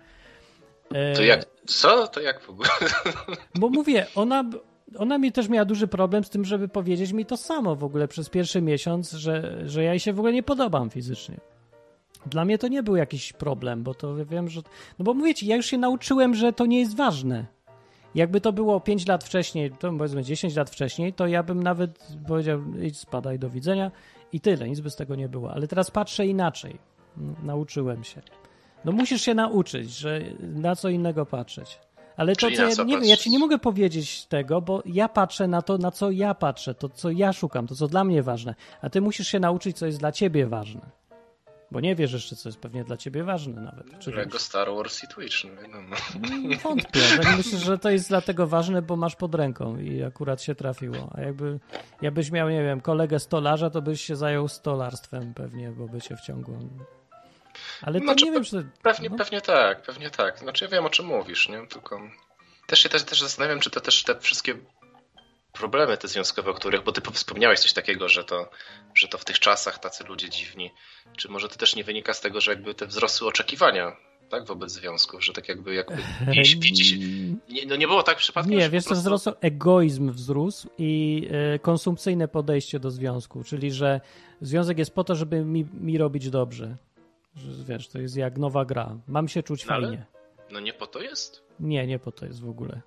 E, To jak, co? To jak w ogóle? Bo mówię, ona, ona mi też miała duży problem z tym, żeby powiedzieć mi to samo w ogóle przez pierwszy miesiąc, że, że ja jej się w ogóle nie podobam fizycznie. Dla mnie to nie był jakiś problem, bo to wiem, że... No bo mówię ci, ja już się nauczyłem, że to nie jest ważne. Jakby to było pięć lat wcześniej, to powiedzmy dziesięć lat wcześniej, to ja bym nawet powiedział, idź spadaj, do widzenia i tyle, nic by z tego nie było. Ale teraz patrzę inaczej. Nauczyłem się. No musisz się nauczyć, że na co innego patrzeć. Ale to, Czyli co na ja, co nie wiem, ja ci nie mogę powiedzieć tego, bo ja patrzę na to, na co ja patrzę, to co ja szukam, to co dla mnie ważne. A ty musisz się nauczyć, co jest dla ciebie ważne. Bo nie wiesz jeszcze, co jest pewnie dla ciebie ważne nawet. Czy Lego Star Wars i Twitch, no wiadomo. Wątpię. Ja myślę, że to jest dlatego ważne, bo masz pod ręką i akurat się trafiło. A jakby jakbyś miał, nie wiem, kolegę stolarza, to byś się zajął stolarstwem pewnie, bo by cię wciągło. Ale to Znaczy, nie wiem, czy... Pewnie, no. pewnie tak, pewnie tak. Znaczy ja wiem, o czym mówisz, nie? Tylko też się też, też zastanawiam, czy to też te wszystkie problemy te związkowe, o których, bo ty wspomniałeś coś takiego, że to, że to w tych czasach tacy ludzie dziwni. Czy może to też nie wynika z tego, że jakby te wzrosły oczekiwania, tak, wobec związków, że tak jakby, jakby pięćdziesiąt się... Nie, no nie było tak przypadkiem, Nie, że wiesz, po co prostu... wzrósł? Egoizm wzrósł i y, konsumpcyjne podejście do związku, czyli że związek jest po to, żeby mi, mi robić dobrze. Że, wiesz, to jest jak nowa gra. Mam się czuć No ale- fajnie. No nie po to jest? Nie, nie po to jest w ogóle.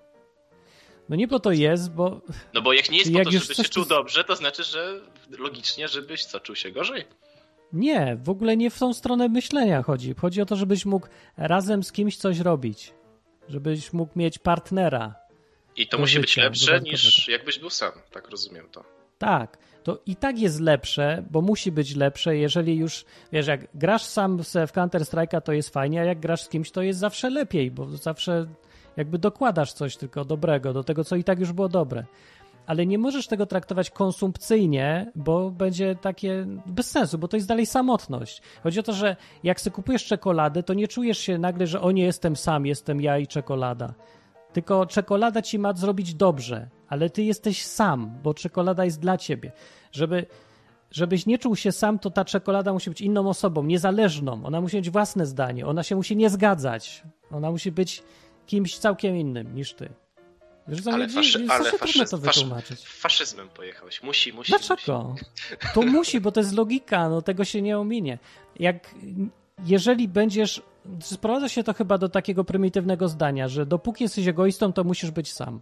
No nie po to jest, bo... No bo jak nie jest Jak po to, już żeby coś się czuł to- dobrze, to znaczy, że logicznie, żebyś co, czuł się gorzej? Nie, w ogóle nie w tą stronę myślenia chodzi. Chodzi o to, żebyś mógł razem z kimś coś robić. Żebyś mógł mieć partnera. I to Do musi być życia lepsze dodatkowego. niż jakbyś był sam, tak rozumiem to. Tak, to i tak jest lepsze, bo musi być lepsze, jeżeli już, wiesz, jak grasz sam se w Counter Strike'a, to jest fajnie, a jak grasz z kimś, to jest zawsze lepiej, bo zawsze Jakby dokładasz coś tylko dobrego do tego, co i tak już było dobre. Ale nie możesz tego traktować konsumpcyjnie, bo będzie takie bez sensu, bo to jest dalej samotność. Chodzi o to, że jak sobie kupujesz czekoladę, to nie czujesz się nagle, że o nie, jestem sam, jestem ja i czekolada. Tylko czekolada ci ma zrobić dobrze, ale ty jesteś sam, bo czekolada jest dla ciebie. Żeby, żebyś nie czuł się sam, to ta czekolada musi być inną osobą, niezależną. Ona musi mieć własne zdanie, ona się musi nie zgadzać. Ona musi być kimś całkiem innym niż ty. Wiesz, ale ludzi, faszy, jest ale faszy, faszy, to wytłumaczyć. faszy, faszyzmem pojechałeś. Musi, musi. Dlaczego? Musi. To musi, bo to jest logika, no tego się nie ominie. Jak, jeżeli będziesz, sprowadza się to chyba do takiego prymitywnego zdania, że dopóki jesteś egoistą, to musisz być sam.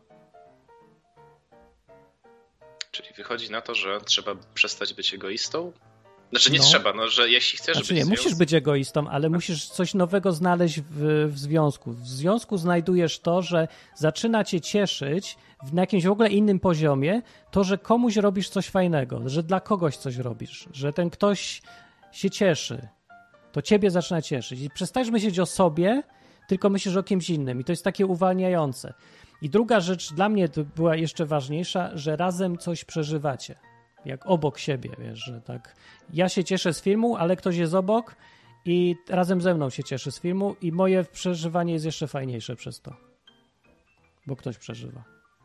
Czyli wychodzi na to, że trzeba przestać być egoistą? Znaczy nie No. trzeba, no, że jeśli chcesz Znaczy być nie, związ... musisz być egoistą, ale musisz coś nowego znaleźć w, w związku. W związku znajdujesz to, że zaczyna cię cieszyć na jakimś w ogóle innym poziomie to, że komuś robisz coś fajnego, że dla kogoś coś robisz, że ten ktoś się cieszy. To ciebie zaczyna cieszyć. I przestajesz myśleć o sobie, tylko myślisz o kimś innym. I to jest takie uwalniające. I druga rzecz dla mnie to była jeszcze ważniejsza, że razem coś przeżywacie. Jak obok siebie, wiesz, że tak. Ja się cieszę z filmu, ale ktoś jest obok i razem ze mną się cieszy z filmu i moje przeżywanie jest jeszcze fajniejsze przez to. Bo ktoś przeżywa.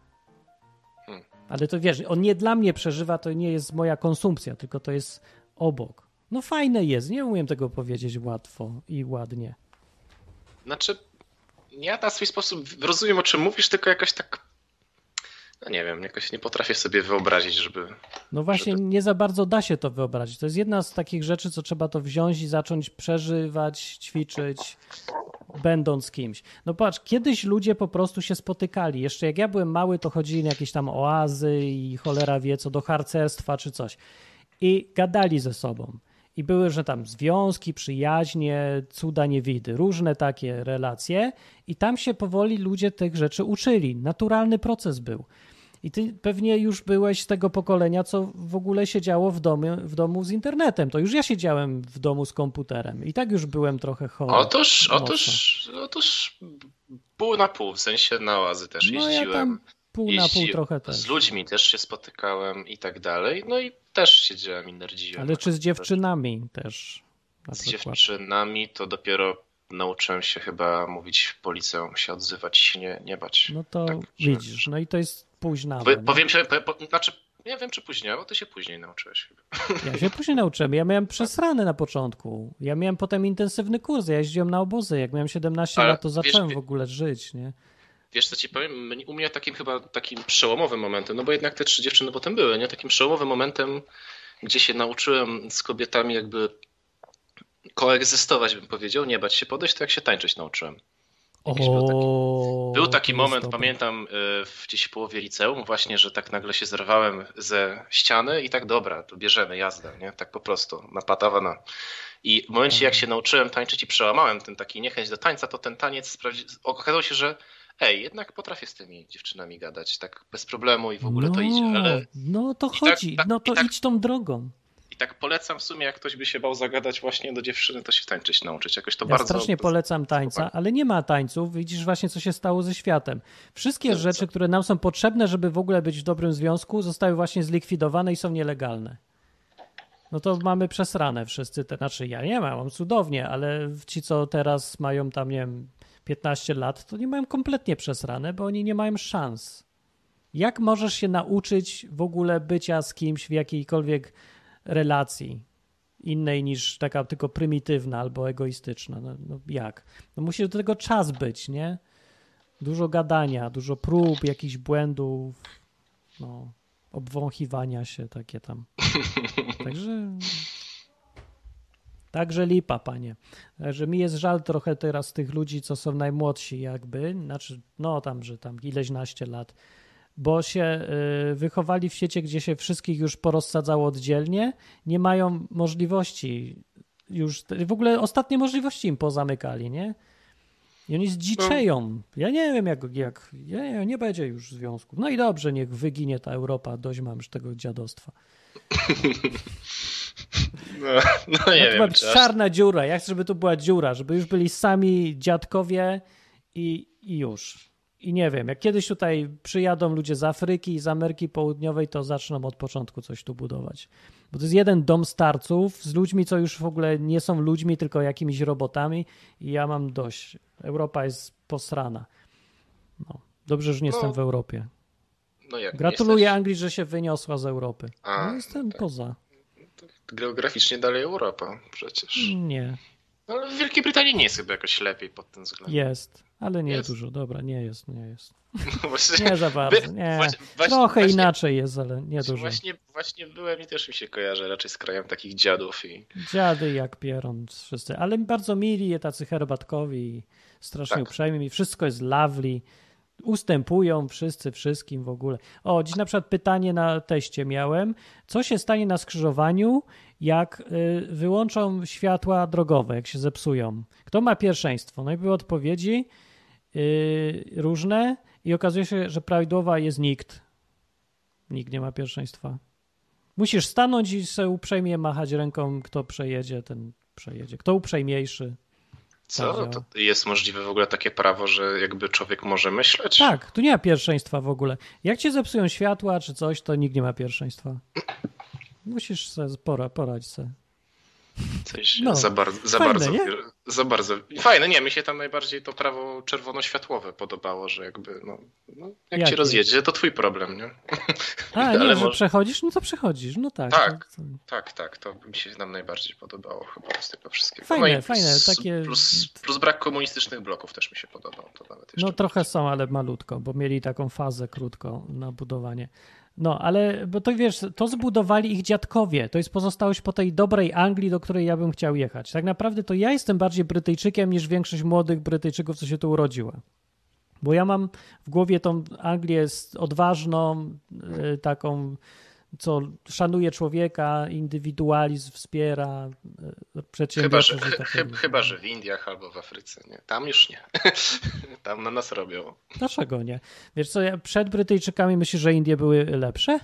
Hmm. Ale to wiesz, on nie dla mnie przeżywa, to nie jest moja konsumpcja, tylko to jest obok. No fajne jest, nie umiem tego powiedzieć łatwo i ładnie. Znaczy, ja na swój sposób rozumiem, o czym mówisz, tylko jakoś tak, no nie wiem, jakoś nie potrafię sobie wyobrazić, żeby... No właśnie, żeby... nie za bardzo da się to wyobrazić. To jest jedna z takich rzeczy, co trzeba to wziąć i zacząć przeżywać, ćwiczyć, będąc kimś. No patrz, kiedyś ludzie po prostu się spotykali. Jeszcze jak ja byłem mały, to chodzili na jakieś tam oazy i cholera wie co, do harcerstwa czy coś. I gadali ze sobą. I były, że tam związki, przyjaźnie, cuda niewidy, różne takie relacje i tam się powoli ludzie tych rzeczy uczyli. Naturalny proces był. I ty pewnie już byłeś z tego pokolenia, co w ogóle siedziało w domu, w domu z internetem. To już ja siedziałem w domu z komputerem i tak już byłem trochę chory. Otóż, otóż, otóż pół na pół, w sensie na oazy też no jeździłem. Ja tam pół na pół trochę też. Z ludźmi też się spotykałem i tak dalej. No i też siedziałem i nerdziłem. Ale czy z dziewczynami też? Z dziewczynami to dopiero nauczyłem się chyba mówić po liceum, się odzywać, się nie, nie bać. No to tak, widzisz, że... no i to jest późna. Bo, powiem się, po, po, znaczy nie wiem czy później, bo ty się później nauczyłeś chyba. Ja się później nauczyłem, ja miałem przesrany na początku. Ja miałem potem intensywny kurs, ja jeździłem na obozy, jak miałem siedemnaście Ale lat, to zacząłem wiesz, w ogóle żyć, nie? Wiesz co ci powiem, u mnie takim chyba takim przełomowym momentem, no bo jednak te trzy dziewczyny potem były, nie? Takim przełomowym momentem, gdzie się nauczyłem z kobietami jakby koegzystować, bym powiedział, nie bać się podejść, to jak się tańczyć nauczyłem. Jakiś o, był taki, był taki moment, dobre. pamiętam w gdzieś w połowie liceum właśnie, że tak nagle się zerwałem ze ściany i tak dobra, to bierzemy, jazda, nie? Tak po prostu, na patawana. I w momencie jak się nauczyłem tańczyć i przełamałem ten taki niechęć do tańca, to ten taniec okazało się, że ej, jednak potrafię z tymi dziewczynami gadać tak bez problemu i w ogóle no, to idzie, ale... No to I chodzi, tak, no to tak, idź tą drogą. I tak polecam w sumie, jak ktoś by się bał zagadać właśnie do dziewczyny, to się tańczyć nauczyć. Jakoś to ja bardzo... strasznie polecam tańca, ale nie ma tańców. Widzisz właśnie, co się stało ze światem. Wszystkie co, rzeczy, co? które nam są potrzebne, żeby w ogóle być w dobrym związku, zostały właśnie zlikwidowane i są nielegalne. No to mamy przesrane wszyscy. Te, znaczy ja nie mam, mam cudownie, ale ci, co teraz mają tam, nie wiem, piętnaście lat, to nie mają kompletnie przesrane, bo oni nie mają szans. Jak możesz się nauczyć w ogóle bycia z kimś w jakiejkolwiek relacji innej niż taka tylko prymitywna albo egoistyczna? No, no jak? No musi do tego czas być, nie? Dużo gadania, dużo prób, jakichś błędów, no, obwąchiwania się, takie tam. Także... Także lipa, panie. Że mi jest żal trochę teraz tych ludzi, co są najmłodsi jakby, znaczy, no tam, że tam ileś naście lat, bo się y, wychowali w świecie, gdzie się wszystkich już porozsadzało oddzielnie, nie mają możliwości już, w ogóle ostatnie możliwości im pozamykali, nie? I oni zdziczeją. Ja nie wiem, jak, jak nie, nie będzie już związków. No i dobrze, niech wyginie ta Europa, dość mam już tego dziadostwa. No, no nie no to wiem. ma być czarna dziura. Ja chcę, żeby to była dziura, żeby już byli sami dziadkowie i, i już. I nie wiem, jak kiedyś tutaj przyjadą ludzie z Afryki i z Ameryki Południowej, to zaczną od początku coś tu budować. Bo to jest jeden dom starców z ludźmi, co już w ogóle nie są ludźmi, tylko jakimiś robotami i ja mam dość. Europa jest posrana. No, dobrze, że nie No. jestem w Europie. No jak Gratuluję jesteś? Anglii, że się wyniosła z Europy. A, no jestem tak. poza. Geograficznie dalej Europa przecież. Nie, Ale w Wielkiej Brytanii nie jest chyba jakoś lepiej pod tym względem. jest, ale nie Jest? dużo. Dobra, nie jest, nie jest. No właśnie, Nie za bardzo, by- nie. właśnie- właśnie- Trochę właśnie- inaczej jest, ale nie dużo. Właśnie, właśnie byłem i też mi się kojarzy raczej z krajem takich dziadów i Dziady jak pieron, wszyscy, ale bardzo mili, tacy herbatkowi i strasznie Tak. uprzejmi. Wszystko jest lovely. Ustępują wszyscy wszystkim w ogóle. O, dziś na przykład pytanie na teście miałem. Co się stanie na skrzyżowaniu, jak y, wyłączą światła drogowe, jak się zepsują? Kto ma pierwszeństwo? No i były odpowiedzi y, różne i okazuje się, że prawidłowa jest nikt. Nikt nie ma pierwszeństwa. Musisz stanąć i sobie uprzejmie machać ręką, kto przejedzie, ten przejedzie. Kto uprzejmiejszy. co? Tak, To jest możliwe w ogóle takie prawo, że jakby człowiek może myśleć? Tak, tu nie ma pierwszeństwa w ogóle. Jak cię zepsują światła czy coś, to nikt nie ma pierwszeństwa. Musisz sobie pora, poradź sobie. Coś No, za, bar- za fajne, bardzo. nie? Za bardzo. Fajne, nie, mi się tam najbardziej to prawo czerwono-światłowe podobało, że jakby, no, no jak Jakie? ci rozjedzie, to twój problem, nie? A, nie, Ale że może- przechodzisz? No to przechodzisz, no tak. Tak. To, to... Tak, tak, to mi się tam najbardziej podobało chyba z tego wszystkiego. Fajne, no i fajne, plus, takie- Plus, plus brak komunistycznych bloków też mi się podobał. To nawet jeszcze No trochę są, ale malutko, bo mieli taką fazę krótką na budowanie. No, ale, bo to wiesz, to zbudowali ich dziadkowie. To jest pozostałość po tej dobrej Anglii, do której ja bym chciał jechać. Tak naprawdę to ja jestem bardziej Brytyjczykiem niż większość młodych Brytyjczyków, co się tu urodziła. Bo ja mam w głowie tą Anglię z odważną, y, taką, co szanuje człowieka, indywidualizm, wspiera y, Chyba, że, przedsiębiorczość. i chy, tak chy, dalej. chyba, że w Indiach albo w Afryce, nie? Tam już nie. Tam na nas robią. Dlaczego nie? Wiesz co, ja przed Brytyjczykami myślisz, że Indie były lepsze?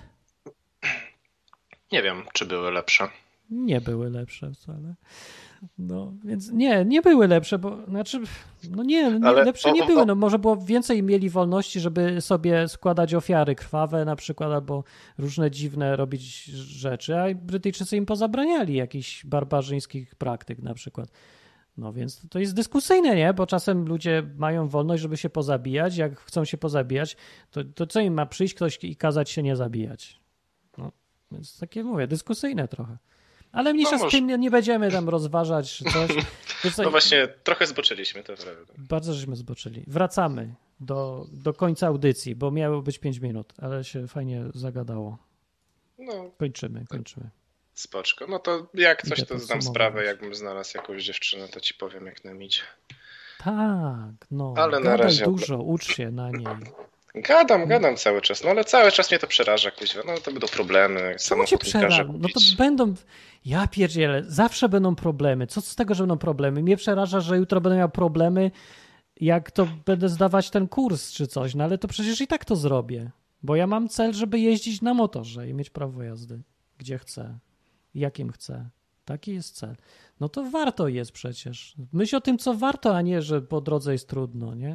Nie wiem, czy były lepsze. Nie były lepsze wcale. No, więc nie, nie były lepsze, bo znaczy, no nie, nie Ale lepsze o- nie o- były. o- No może było więcej mieli wolności, żeby sobie składać ofiary krwawe na przykład, albo różne dziwne robić rzeczy, a Brytyjczycy im pozabraniali jakichś barbarzyńskich praktyk na przykład. No więc to jest dyskusyjne, nie? Bo czasem ludzie mają wolność, żeby się pozabijać. Jak chcą się pozabijać, to, to co im ma przyjść ktoś i kazać się nie zabijać? No, więc takie mówię, dyskusyjne trochę. Ale mniejsza No z może. tym, nie będziemy tam rozważać czy coś. Wiesz co, No właśnie, trochę zboczyliśmy, to prawda. bardzo żeśmy zboczyli. Wracamy do, do końca audycji, bo miało być pięć minut, ale się fajnie zagadało. No, Kończymy, kończymy. spoczko. No to jak coś, Idę to zdam podsumować. sprawę, jakbym znalazł jakąś dziewczynę, to ci powiem, jak nam idzie. Tak, no. Ale na gadaj razie- dużo, ucz się na niej. Gadam, gadam cały czas, no ale cały czas mnie to przeraża, kuźwa. No to będą problemy, Czemu cię samochód mi przeraża? każe No to kupić. będą... Ja pierdzielę, zawsze będą problemy. Co z tego, że będą problemy? Mnie przeraża, że jutro będę miał problemy, jak to będę zdawać ten kurs czy coś, no ale to przecież i tak to zrobię. Bo ja mam cel, żeby jeździć na motorze i mieć prawo jazdy, gdzie chcę, jakim chcę. Taki jest cel. No to warto jest przecież. Myśl o tym, co warto, a nie, że po drodze jest trudno, nie?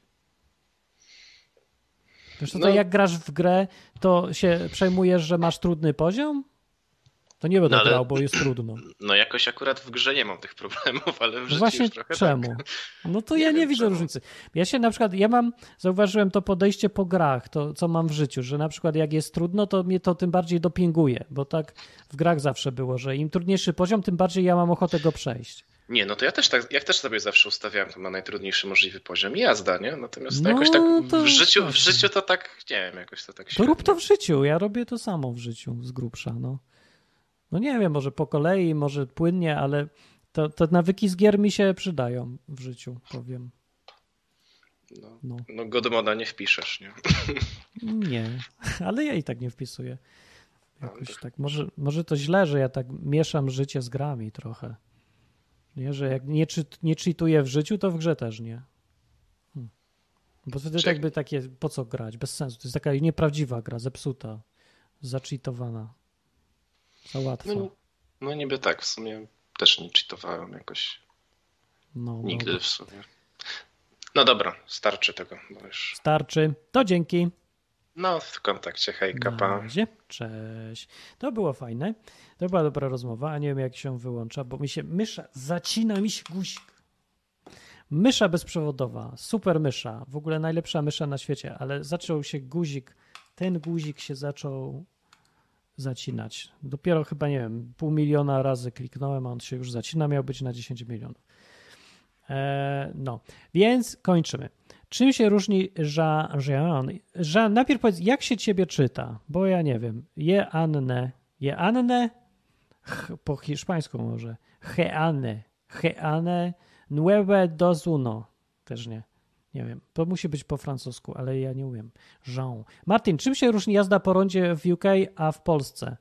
Wiesz, to, to No. jak grasz w grę, to się przejmujesz, że masz trudny poziom? To nie będę No ale- grał, bo jest trudno. No jakoś akurat w grze nie mam tych problemów, ale w No życiu właśnie już trochę czemu? tak. No to Nie ja nie wiem widzę czemu. różnicy. Ja się na przykład, ja mam, zauważyłem to podejście po grach, to co mam w życiu, że na przykład jak jest trudno, to mnie to tym bardziej dopinguje, bo tak w grach zawsze było, że im trudniejszy poziom, tym bardziej ja mam ochotę go przejść. Nie, no to ja też tak, ja też sobie zawsze ustawiałem to na najtrudniejszy możliwy poziom jazda, nie? Natomiast No, jakoś tak to w życiu, w właśnie. życiu to tak, nie wiem, jakoś to tak To rób to średnio. w życiu, ja robię to samo w życiu z grubsza, no. No nie wiem, może po kolei, może płynnie, ale to, to nawyki z gier mi się przydają w życiu, powiem. No, No. no Godmoda nie wpiszesz, nie? Nie, ale ja i tak nie wpisuję. Jakoś tak, może, może to źle, że ja tak mieszam życie z grami trochę. Nie, że jak nie, czy, nie cheatuję w życiu, to w grze też nie. Hm. Bo wtedy Czy- tak jakby takie, po co grać? Bez sensu. To jest taka nieprawdziwa gra, zepsuta, zacheatowana. Za łatwa. No, no niby tak, w sumie też nie cheatowałem jakoś No, nigdy no. w sumie. No dobra, starczy tego. Bo już... Starczy. To dzięki. No, w kontakcie, hejka, pa. Na razie. Cześć. To było fajne. To była dobra rozmowa, a nie wiem jak się wyłącza, bo mi się mysza, zacina mi się guzik. Mysza bezprzewodowa, super mysza, w ogóle najlepsza mysza na świecie, ale zaczął się guzik, ten guzik się zaczął zacinać. Dopiero chyba, nie wiem, pół miliona razy kliknąłem, a on się już zacina, miał być na dziesięć milionów. Eee, no, więc kończymy. Czym się różni Jean? Jean? Jean, najpierw powiedz, jak się ciebie czyta, bo ja nie wiem. Je Anne, je Anne, Ch, po hiszpańsku może, Jeanne, Jeanne, Nueve dos uno, też nie, nie wiem. To musi być po francusku, ale ja nie umiem. Jean. Martin, czym się różni jazda po rondzie w U K, a w Polsce?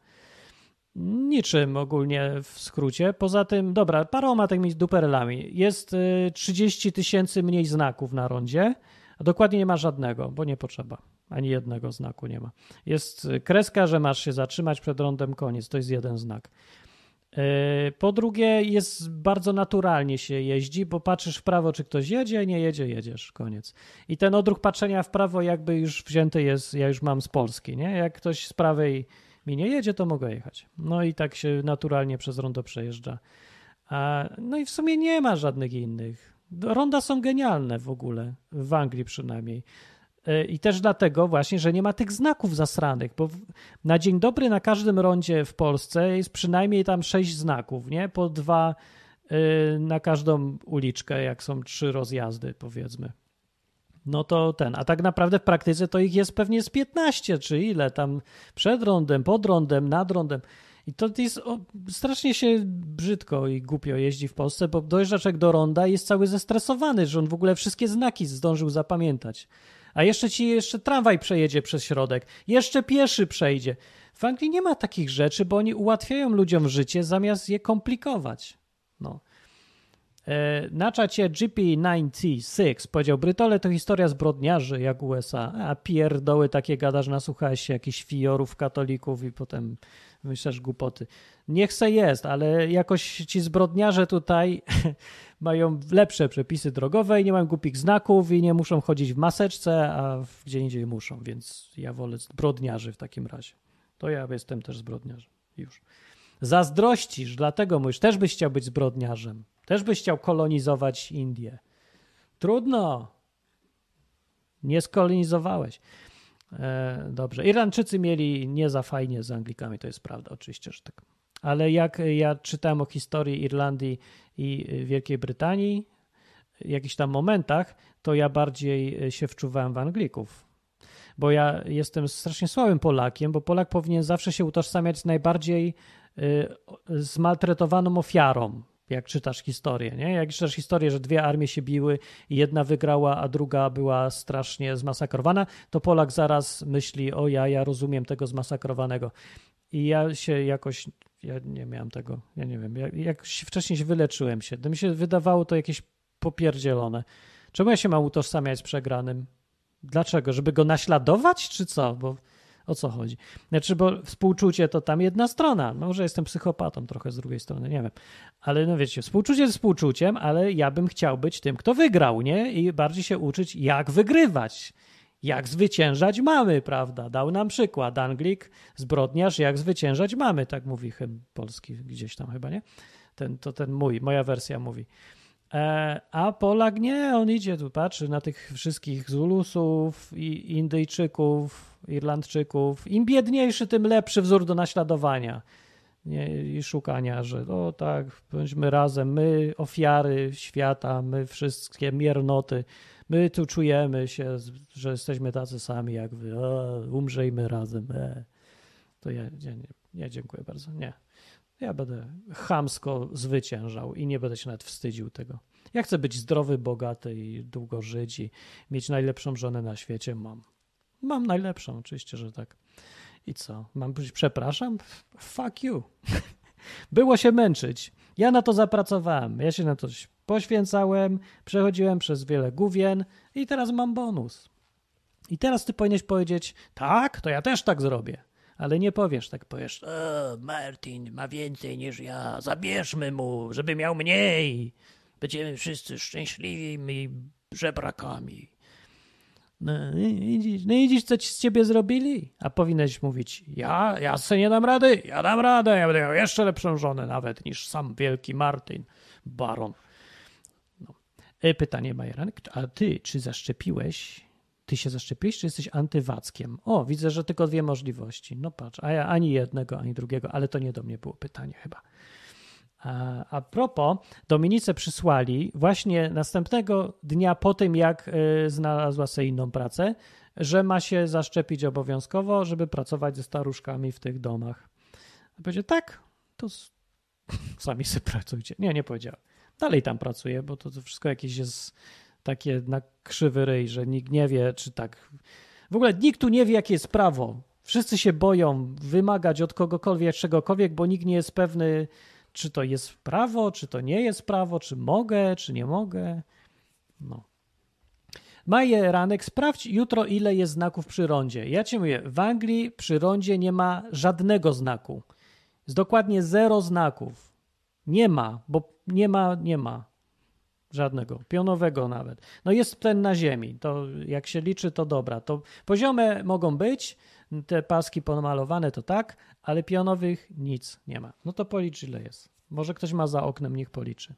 Niczym ogólnie w skrócie. Poza tym, dobra, paroma takimi duperelami. Jest y, trzydzieści tysięcy mniej znaków na rondzie, a dokładnie nie ma żadnego, bo nie potrzeba. Ani jednego znaku nie ma. Jest kreska, że masz się zatrzymać przed rondem, koniec. To jest jeden znak. Y, po drugie, jest bardzo naturalnie się jeździ, bo patrzysz w prawo, czy ktoś jedzie, nie jedzie, jedziesz, koniec. I ten odruch patrzenia w prawo jakby już wzięty jest, ja już mam z Polski, nie? Jak ktoś z prawej mi nie jedzie, to mogę jechać. No i tak się naturalnie przez rondo przejeżdża. A, no i w sumie nie ma żadnych innych. Ronda są genialne w ogóle, w Anglii przynajmniej. I też dlatego właśnie, że nie ma tych znaków zasranych, bo na dzień dobry na każdym rondzie w Polsce jest przynajmniej tam sześć znaków, nie? Po dwa na każdą uliczkę, jak są trzy rozjazdy, powiedzmy. No to ten, a tak naprawdę w praktyce to ich jest pewnie z piętnaście, czy ile tam przed rondem, pod rondem, nad rondem. I to jest o, strasznie się brzydko i głupio jeździ w Polsce, bo dojeżdża człowiek do ronda i jest cały zestresowany, że on w ogóle wszystkie znaki zdążył zapamiętać. A jeszcze ci jeszcze tramwaj przejedzie przez środek, jeszcze pieszy przejdzie. W Anglii nie ma takich rzeczy, bo oni ułatwiają ludziom życie zamiast je komplikować. No. Na czacie G P dziewięćdziesiąt sześć powiedział, Brytole to historia zbrodniarzy jak U S A, a pierdoły takie gadasz, nasłuchałeś się jakichś fiorów, katolików i potem myślisz głupoty. Niech se jest, ale jakoś ci zbrodniarze tutaj mają lepsze przepisy drogowe i nie mają głupich znaków i nie muszą chodzić w maseczce, a gdzie indziej muszą, więc ja wolę zbrodniarzy w takim razie. To ja jestem też zbrodniarzem. Już. Zazdrościsz, dlatego mówisz, też byś chciał być zbrodniarzem. Też byś chciał kolonizować Indię. Trudno. Nie skolonizowałeś. E, dobrze. Irlandczycy mieli nie za fajnie z Anglikami, to jest prawda, oczywiście, że tak. Ale jak ja czytałem o historii Irlandii i Wielkiej Brytanii, w jakichś tam momentach, to ja bardziej się wczuwałem w Anglików. Bo ja jestem strasznie słabym Polakiem, bo Polak powinien zawsze się utożsamiać z najbardziej y, zmaltretowaną ofiarą. Jak czytasz historię, nie? Jak czytasz historię, że dwie armie się biły i jedna wygrała, a druga była strasznie zmasakrowana, to Polak zaraz myśli, o ja, ja rozumiem tego zmasakrowanego. I ja się jakoś, ja nie miałem tego, ja nie wiem, jak, jak wcześniej się wyleczyłem się, to mi się wydawało to jakieś popierdzielone. Czemu ja się mam utożsamiać z przegranym? Dlaczego? Żeby go naśladować, czy co? Bo o co chodzi? Znaczy, bo współczucie to tam jedna strona. Może jestem psychopatą trochę z drugiej strony, nie wiem. Ale no wiecie, współczucie z współczuciem, ale ja bym chciał być tym, kto wygrał, nie? I bardziej się uczyć, jak wygrywać. Jak zwyciężać mamy, prawda? Dał nam przykład. Anglik, zbrodniarz, jak zwyciężać mamy. Tak mówi hymn polski gdzieś tam chyba, nie? Ten, to ten mój, moja wersja mówi. A Polak nie, on idzie tu, patrzy na tych wszystkich Zulusów, i Indyjczyków, Irlandczyków. Im biedniejszy, tym lepszy wzór do naśladowania nie, i szukania, że o tak, bądźmy razem, my ofiary świata, my wszystkie miernoty, my tu czujemy się, że jesteśmy tacy sami jak wy, o, umrzejmy razem. E. To ja, ja, nie, ja dziękuję bardzo, nie. Ja będę chamsko zwyciężał i nie będę się nawet wstydził tego. Ja chcę być zdrowy, bogaty i długo żyć i mieć najlepszą żonę na świecie. Mam. Mam najlepszą, oczywiście, że tak. I co? Mam być przepraszam? Fuck you. Było się męczyć. Ja na to zapracowałem. Ja się na to poświęcałem, przechodziłem przez wiele gówien i teraz mam bonus. I teraz ty powinieneś powiedzieć, tak, to ja też tak zrobię. Ale nie powiesz, tak powiesz, o, Martin ma więcej niż ja, zabierzmy mu, żeby miał mniej. Będziemy wszyscy szczęśliwi i żebrakami. No widzisz, no widzisz, co ci z ciebie zrobili? A powinieneś mówić, ja, ja sobie nie dam rady, ja dam radę, ja będę miał jeszcze lepszą żonę nawet niż sam wielki Martin, baron. No. Pytanie Majeranek, a ty, czy zaszczepiłeś, ty się zaszczepiłeś, czy jesteś antywackiem? O, widzę, że tylko dwie możliwości. No patrz, a ja ani jednego, ani drugiego, ale to nie do mnie było pytanie chyba. A, a propos, Dominice przysłali właśnie następnego dnia po tym, jak y, znalazła sobie inną pracę, że ma się zaszczepić obowiązkowo, żeby pracować ze staruszkami w tych domach. A powiedział, tak, to s- sami sobie pracujcie. Nie, nie powiedział. Dalej tam pracuję, bo to, to wszystko jakieś jest takie na krzywy ryj, że nikt nie wie, czy tak... W ogóle nikt tu nie wie, jakie jest prawo. Wszyscy się boją wymagać od kogokolwiek, czegokolwiek, bo nikt nie jest pewny, czy to jest prawo, czy to nie jest prawo, czy mogę, czy nie mogę. No. Majeranek, sprawdź jutro, ile jest znaków przy rondzie. Ja ci mówię, w Anglii przy rondzie nie ma żadnego znaku. Jest dokładnie zero znaków. Nie ma, bo nie ma, nie ma żadnego, pionowego nawet. No jest ten na ziemi, to jak się liczy, to dobra. To poziome mogą być, te paski pomalowane to tak, ale pionowych nic nie ma. No to policz, ile jest. Może ktoś ma za oknem, niech policzy.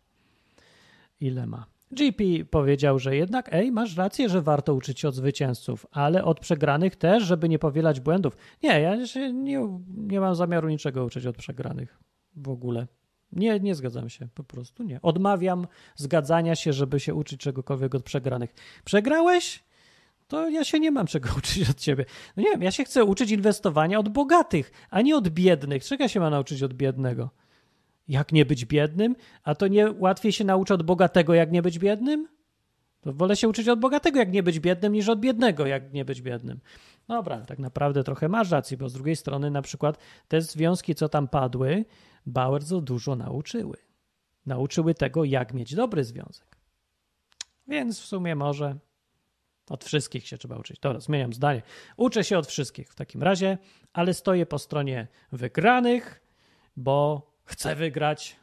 Ile ma. G P powiedział, że jednak, ej, masz rację, że warto uczyć się od zwycięzców, ale od przegranych też, żeby nie powielać błędów. Nie, ja się nie, nie mam zamiaru niczego uczyć od przegranych w ogóle. Nie, nie zgadzam się, po prostu nie. Odmawiam zgadzania się, żeby się uczyć czegokolwiek od przegranych. Przegrałeś? To ja się nie mam czego uczyć od ciebie. No nie wiem, ja się chcę uczyć inwestowania od bogatych, a nie od biednych. Czego się ma nauczyć od biednego? Jak nie być biednym? A to nie łatwiej się nauczy od bogatego, jak nie być biednym? To wolę się uczyć od bogatego, jak nie być biednym, niż od biednego, jak nie być biednym. Dobra, tak naprawdę trochę masz rację, bo z drugiej strony na przykład te związki, co tam padły, bardzo dużo nauczyły. Nauczyły tego, jak mieć dobry związek. Więc w sumie może od wszystkich się trzeba uczyć. Dobra, zmieniam zdanie. Uczę się od wszystkich w takim razie, ale stoję po stronie wygranych, bo chcę wygrać.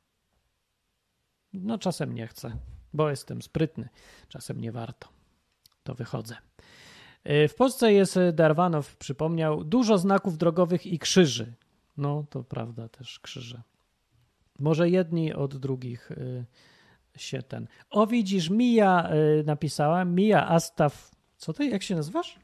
No czasem nie chcę, bo jestem sprytny. Czasem nie warto. To wychodzę. W Polsce jest, Darwanow przypomniał, dużo znaków drogowych i krzyży. No to prawda, też krzyże. Może jedni od drugich się ten... O widzisz, Mija napisała, Mija Astaf... Co ty, jak się nazywasz?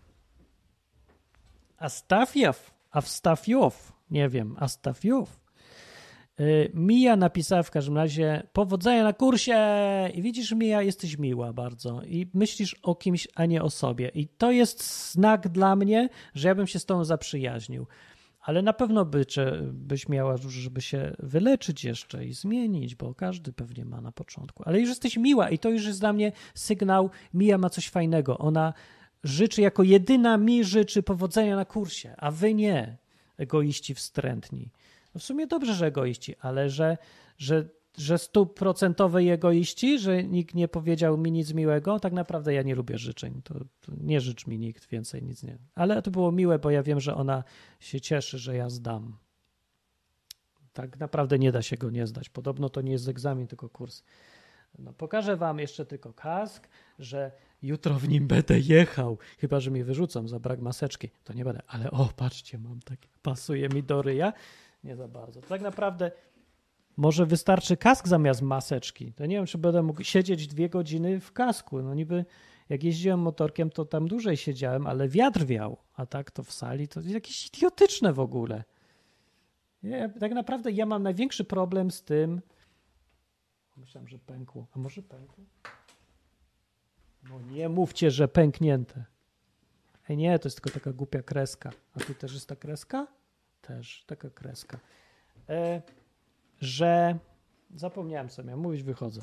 Astafiew, Awstafiow, nie wiem, Astafiow. Mija napisała w każdym razie powodzenia na kursie i widzisz, Mija, jesteś miła bardzo i myślisz o kimś, a nie o sobie i to jest znak dla mnie, że ja bym się z tobą zaprzyjaźnił, ale na pewno by, czy, byś miała, żeby się wyleczyć jeszcze i zmienić, bo każdy pewnie ma na początku, ale już jesteś miła i to już jest dla mnie sygnał, Mija ma coś fajnego, ona życzy, jako jedyna mi życzy powodzenia na kursie, a wy nie, egoiści wstrętni. No w sumie dobrze, że egoiści, ale że, że, że stuprocentowej egoiści, że nikt nie powiedział mi nic miłego, tak naprawdę ja nie lubię życzeń. To, to nie życz mi nikt więcej, nic nie. Ale to było miłe, bo ja wiem, że ona się cieszy, że ja zdam. Tak naprawdę nie da się go nie zdać. Podobno to nie jest egzamin, tylko kurs. No, pokażę wam jeszcze tylko kask, że jutro w nim będę jechał. Chyba że mnie wyrzucą za brak maseczki. To nie będę. Ale o, patrzcie, mam takie, pasuje mi do ryja. Nie za bardzo. Tak naprawdę może wystarczy kask zamiast maseczki. To nie wiem, czy będę mógł siedzieć dwie godziny w kasku. No niby jak jeździłem motorkiem, to tam dłużej siedziałem, ale wiatr wiał. A tak to w sali to jakieś idiotyczne w ogóle. Ja, tak naprawdę ja mam największy problem z tym. Myślałem, że pękło. A może pękło? No nie mówcie, że pęknięte. Ej, nie, to jest tylko taka głupia kreska. A tu też jest ta kreska? Też taka kreska. E, że zapomniałem sobie, miałem mówić, wychodzę.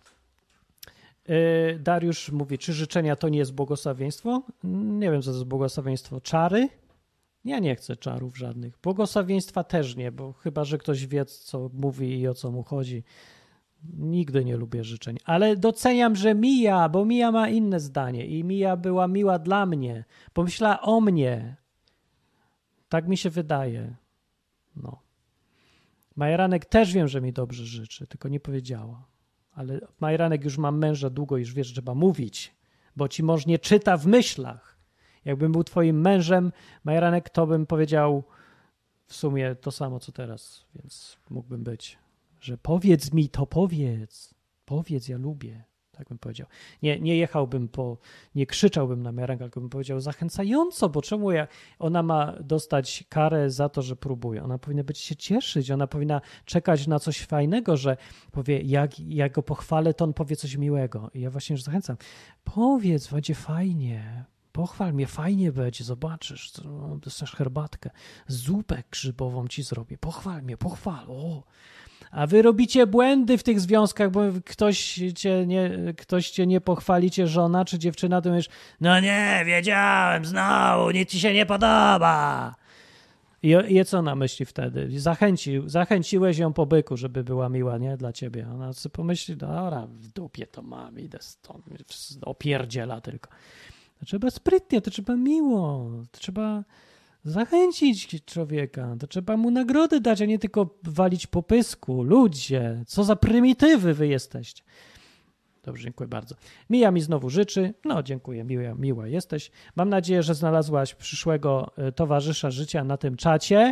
E, Dariusz mówi, czy życzenia to nie jest błogosławieństwo? Nie wiem, co to jest błogosławieństwo. Czary? Ja nie chcę czarów żadnych. Błogosławieństwa też nie, bo chyba, że ktoś wie, co mówi i o co mu chodzi. Nigdy nie lubię życzeń. Ale doceniam, że Mija, bo Mija ma inne zdanie i Mija była miła dla mnie. Pomyślała o mnie. Tak mi się wydaje. No. Majeranek też wiem, że mi dobrze życzy, tylko nie powiedziała. ale Majranek już ma męża długo, już wiesz, że trzeba mówić, bo ci mąż nie czyta w myślach. Jakbym był twoim mężem, Majranek, to bym powiedział w sumie to samo, co teraz, więc mógłbym być, że powiedz mi to, powiedz, powiedz, ja lubię, tak bym powiedział. Nie, nie jechałbym po, nie krzyczałbym na Majranka, tylko bym powiedział zachęcająco, bo czemu ja, ona ma dostać karę za to, że próbuje, ona powinna być się cieszyć, ona powinna czekać na coś fajnego, że powie, jak ja go pochwalę, to on powie coś miłego i ja właśnie już zachęcam, powiedz, będzie fajnie, pochwal mnie, fajnie będzie, zobaczysz, dostaniesz herbatkę, zupę grzybową ci zrobię, pochwal mnie, pochwal, o. A wy robicie błędy w tych związkach, bo ktoś cię nie, ktoś cię nie pochwali, cię żona czy dziewczyna, to mówisz, no nie, wiedziałem, znowu, nic ci się nie podoba. I, i co na myśli wtedy? Zachęci, zachęciłeś ją po byku, żeby była miła, nie? Dla ciebie. Ona sobie pomyśli, dobra, w dupie to mam, idę stąd, opierdziela tylko. To trzeba sprytnie, to trzeba miło, to trzeba zachęcić człowieka, to trzeba mu nagrody dać, a nie tylko walić po pysku. Ludzie, co za prymitywy wy jesteście. Dobrze, dziękuję bardzo. Mija mi znowu życzy. No, dziękuję, miła, miła jesteś. Mam nadzieję, że znalazłaś przyszłego towarzysza życia na tym czacie.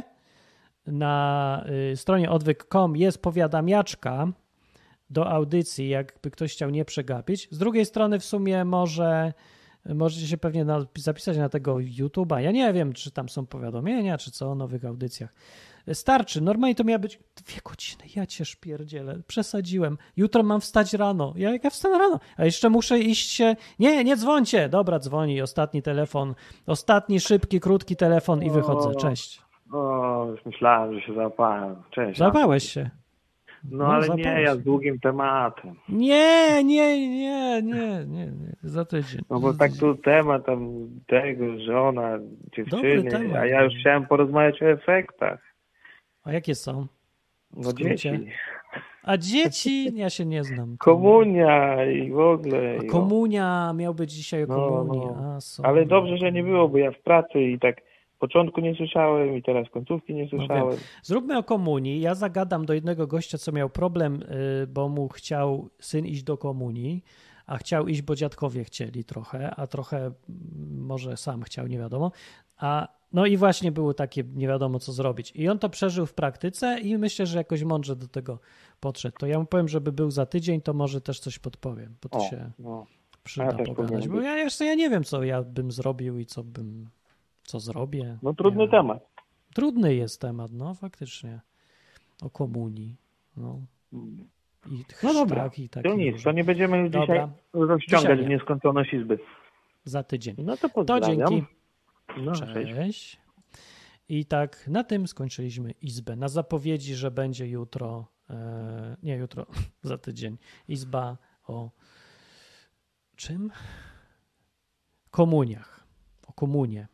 Na stronie odwyk kropka com jest powiadamiaczka do audycji, jakby ktoś chciał nie przegapić. Z drugiej strony w sumie może... Możecie się pewnie na, zapisać na tego YouTube'a. Ja nie wiem, czy tam są powiadomienia, czy co o nowych audycjach. Starczy. Normalnie to miała być dwie godziny. Ja cię szpierdzielę. Przesadziłem. Jutro mam wstać rano. Ja jak ja wstanę rano? A jeszcze muszę iść się... Nie, nie dzwońcie. Dobra, dzwoni. Ostatni telefon. Ostatni, szybki, krótki telefon i wychodzę. Cześć. O, już myślałem, że się załapałem. Cześć. Załapałeś się. No, no ale nie, ja z długim tematem. Nie, nie, nie, nie, nie, nie, za tydzień. No bo tak tu temat tam tego, żona, dziewczyny, a ja już chciałem porozmawiać o efektach. A jakie są? No dzieci. A dzieci? Ja się nie znam. Komunia i w ogóle. A komunia, miał być dzisiaj o komunii. No, no. A, ale dobrze, że nie było, bo ja w pracy i tak początku nie słyszałem i teraz końcówki nie słyszałem. No zróbmy o komunii. Ja zagadam do jednego gościa, co miał problem, bo mu chciał syn iść do komunii, a chciał iść, bo dziadkowie chcieli trochę, a trochę może sam chciał, nie wiadomo. A no i właśnie było takie nie wiadomo co zrobić. I on to przeżył w praktyce i myślę, że jakoś mądrze do tego podszedł. To ja mu powiem, żeby był za tydzień, to może też coś podpowiem, bo to o, się no. przyda ja pogadać. Bo ja jeszcze ja nie wiem, co ja bym zrobił i co bym co zrobię. No trudny ja. temat. Trudny jest temat, no faktycznie. O komunii. No. I no dobra, i to nic, to nie będziemy już dobra. dzisiaj rozciągać w nieskończoność izby. Za tydzień. No to pozdrawiam. To dzięki. No, cześć. cześć. I tak na tym skończyliśmy izbę. Na zapowiedzi, że będzie jutro, e, nie jutro, za tydzień, izba o czym? Komuniach. O komunie.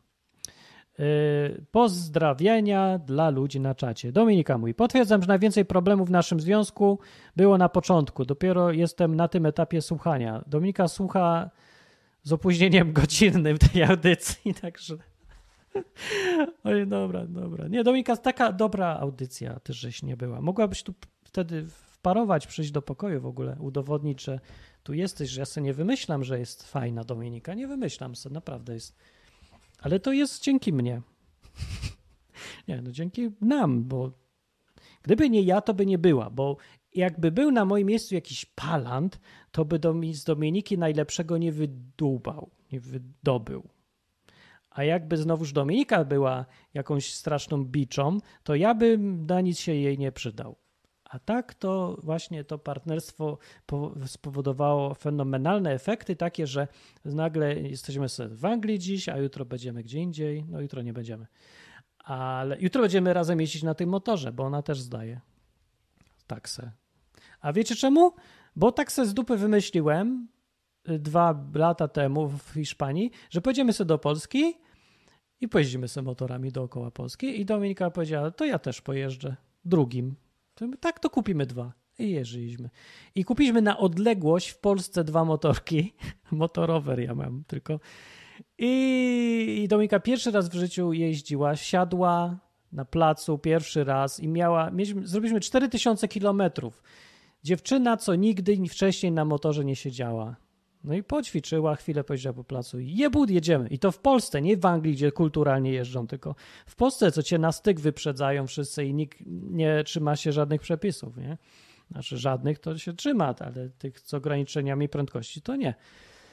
Pozdrowienia dla ludzi na czacie. Dominika mówi, potwierdzam, że najwięcej problemów w naszym związku było na początku. Dopiero jestem na tym etapie słuchania. Dominika słucha z opóźnieniem godzinnym tej audycji, także... Oj, dobra, dobra. Nie, Dominika, taka dobra audycja też żeś nie była. Mogłabyś tu wtedy wparować, przyjść do pokoju w ogóle, udowodnić, że tu jesteś, że ja sobie nie wymyślam, że jest fajna Dominika. Nie wymyślam sobie, naprawdę jest... Ale to jest dzięki mnie. Nie, no dzięki nam, bo gdyby nie ja, to by nie była, bo jakby był na moim miejscu jakiś palant, to by do, z Dominiki najlepszego nie wydłubał, nie wydobył. A jakby znowuż Dominika była jakąś straszną biczą, to ja bym na nic się jej nie przydał. A tak to właśnie to partnerstwo spowodowało fenomenalne efekty takie, że nagle jesteśmy sobie w Anglii dziś, a jutro będziemy gdzie indziej. No jutro nie będziemy. Ale jutro będziemy razem jeździć na tym motorze, bo ona też zdaje taksę. A wiecie czemu? Bo taksę z dupy wymyśliłem dwa lata temu w Hiszpanii, że pojedziemy sobie do Polski i pojeździmy sobie motorami dookoła Polski i Dominika powiedziała, to ja też pojeżdżę drugim. Tak, to kupimy dwa. I jeździliśmy. I kupiliśmy na odległość w Polsce dwa motorki. Motorower ja mam tylko. I, I Dominika pierwszy raz w życiu jeździła, wsiadła na placu pierwszy raz i miała, mieliśmy, zrobiliśmy cztery tysiące kilometrów. Dziewczyna, co nigdy wcześniej na motorze nie siedziała. No i poćwiczyła, chwilę pojeździła po placu i jebut, jedziemy. I to w Polsce, nie w Anglii, gdzie kulturalnie jeżdżą, tylko w Polsce, co cię na styk wyprzedzają wszyscy i nikt nie trzyma się żadnych przepisów, nie? Znaczy żadnych to się trzyma, ale tych z ograniczeniami prędkości to nie.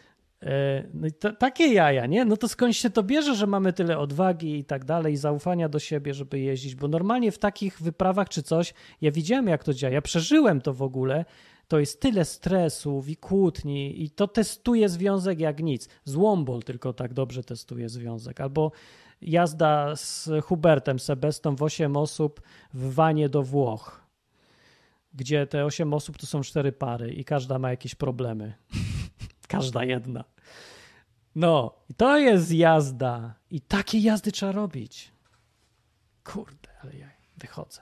No i to, takie jaja, nie? No to skąd się to bierze, że mamy tyle odwagi i tak dalej, zaufania do siebie, żeby jeździć, bo normalnie w takich wyprawach czy coś, ja widziałem jak to działa, ja przeżyłem to w ogóle, to jest tyle stresów i kłótni i to testuje związek jak nic. Złombol tylko tak dobrze testuje związek, albo jazda z Hubertem Sebestą w osiem osób w wanie do Włoch, gdzie te osiem osób to są cztery pary i każda ma jakieś problemy. Każda jedna. No, i to jest jazda. I takie jazdy trzeba robić. Kurde, ale ja wychodzę.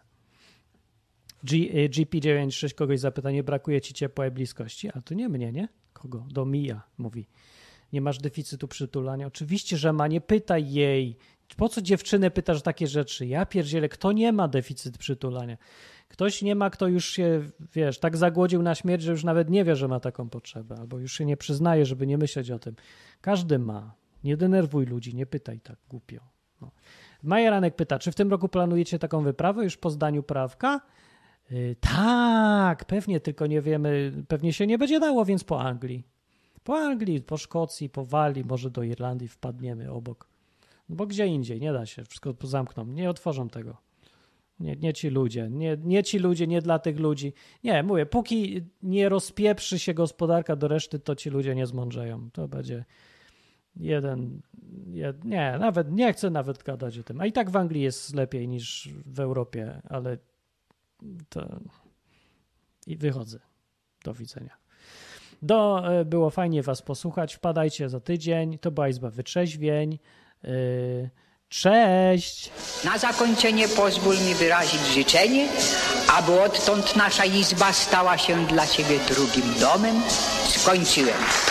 G, G P dziewięćdziesiąt sześć kogoś zapyta, nie brakuje ci ciepła i bliskości? A to nie mnie, nie? Kogo? Do Mija mówi. Nie masz deficytu przytulania? Oczywiście, że ma. Nie pytaj jej. Po co dziewczynę pytasz takie rzeczy? Ja pierdzielę, kto nie ma deficytu przytulania? Ktoś nie ma, kto już się, wiesz, tak zagłodził na śmierć, że już nawet nie wie, że ma taką potrzebę, albo już się nie przyznaje, żeby nie myśleć o tym. Każdy ma. Nie denerwuj ludzi, nie pytaj tak głupio. No. Majeranek pyta, czy w tym roku planujecie taką wyprawę już po zdaniu prawka? Yy, tak, pewnie, tylko nie wiemy, pewnie się nie będzie dało, więc po Anglii. Po Anglii, po Szkocji, po Walii, może do Irlandii wpadniemy obok. No bo gdzie indziej, nie da się, wszystko zamkną, nie otworzą tego. Nie, nie ci ludzie, nie, nie ci ludzie, nie dla tych ludzi. Nie, mówię, póki nie rozpieprzy się gospodarka do reszty, to ci ludzie nie zmądrzeją. To będzie jeden, jed, nie, nawet nie chcę nawet gadać o tym. A i tak w Anglii jest lepiej niż w Europie, ale to i wychodzę. Do widzenia. Do, było fajnie was posłuchać. Wpadajcie za tydzień. To była Izba Wytrzeźwień. Yy, Cześć! Na zakończenie pozwól mi wyrazić życzenie, aby odtąd nasza izba stała się dla ciebie drugim domem. Skończyłem.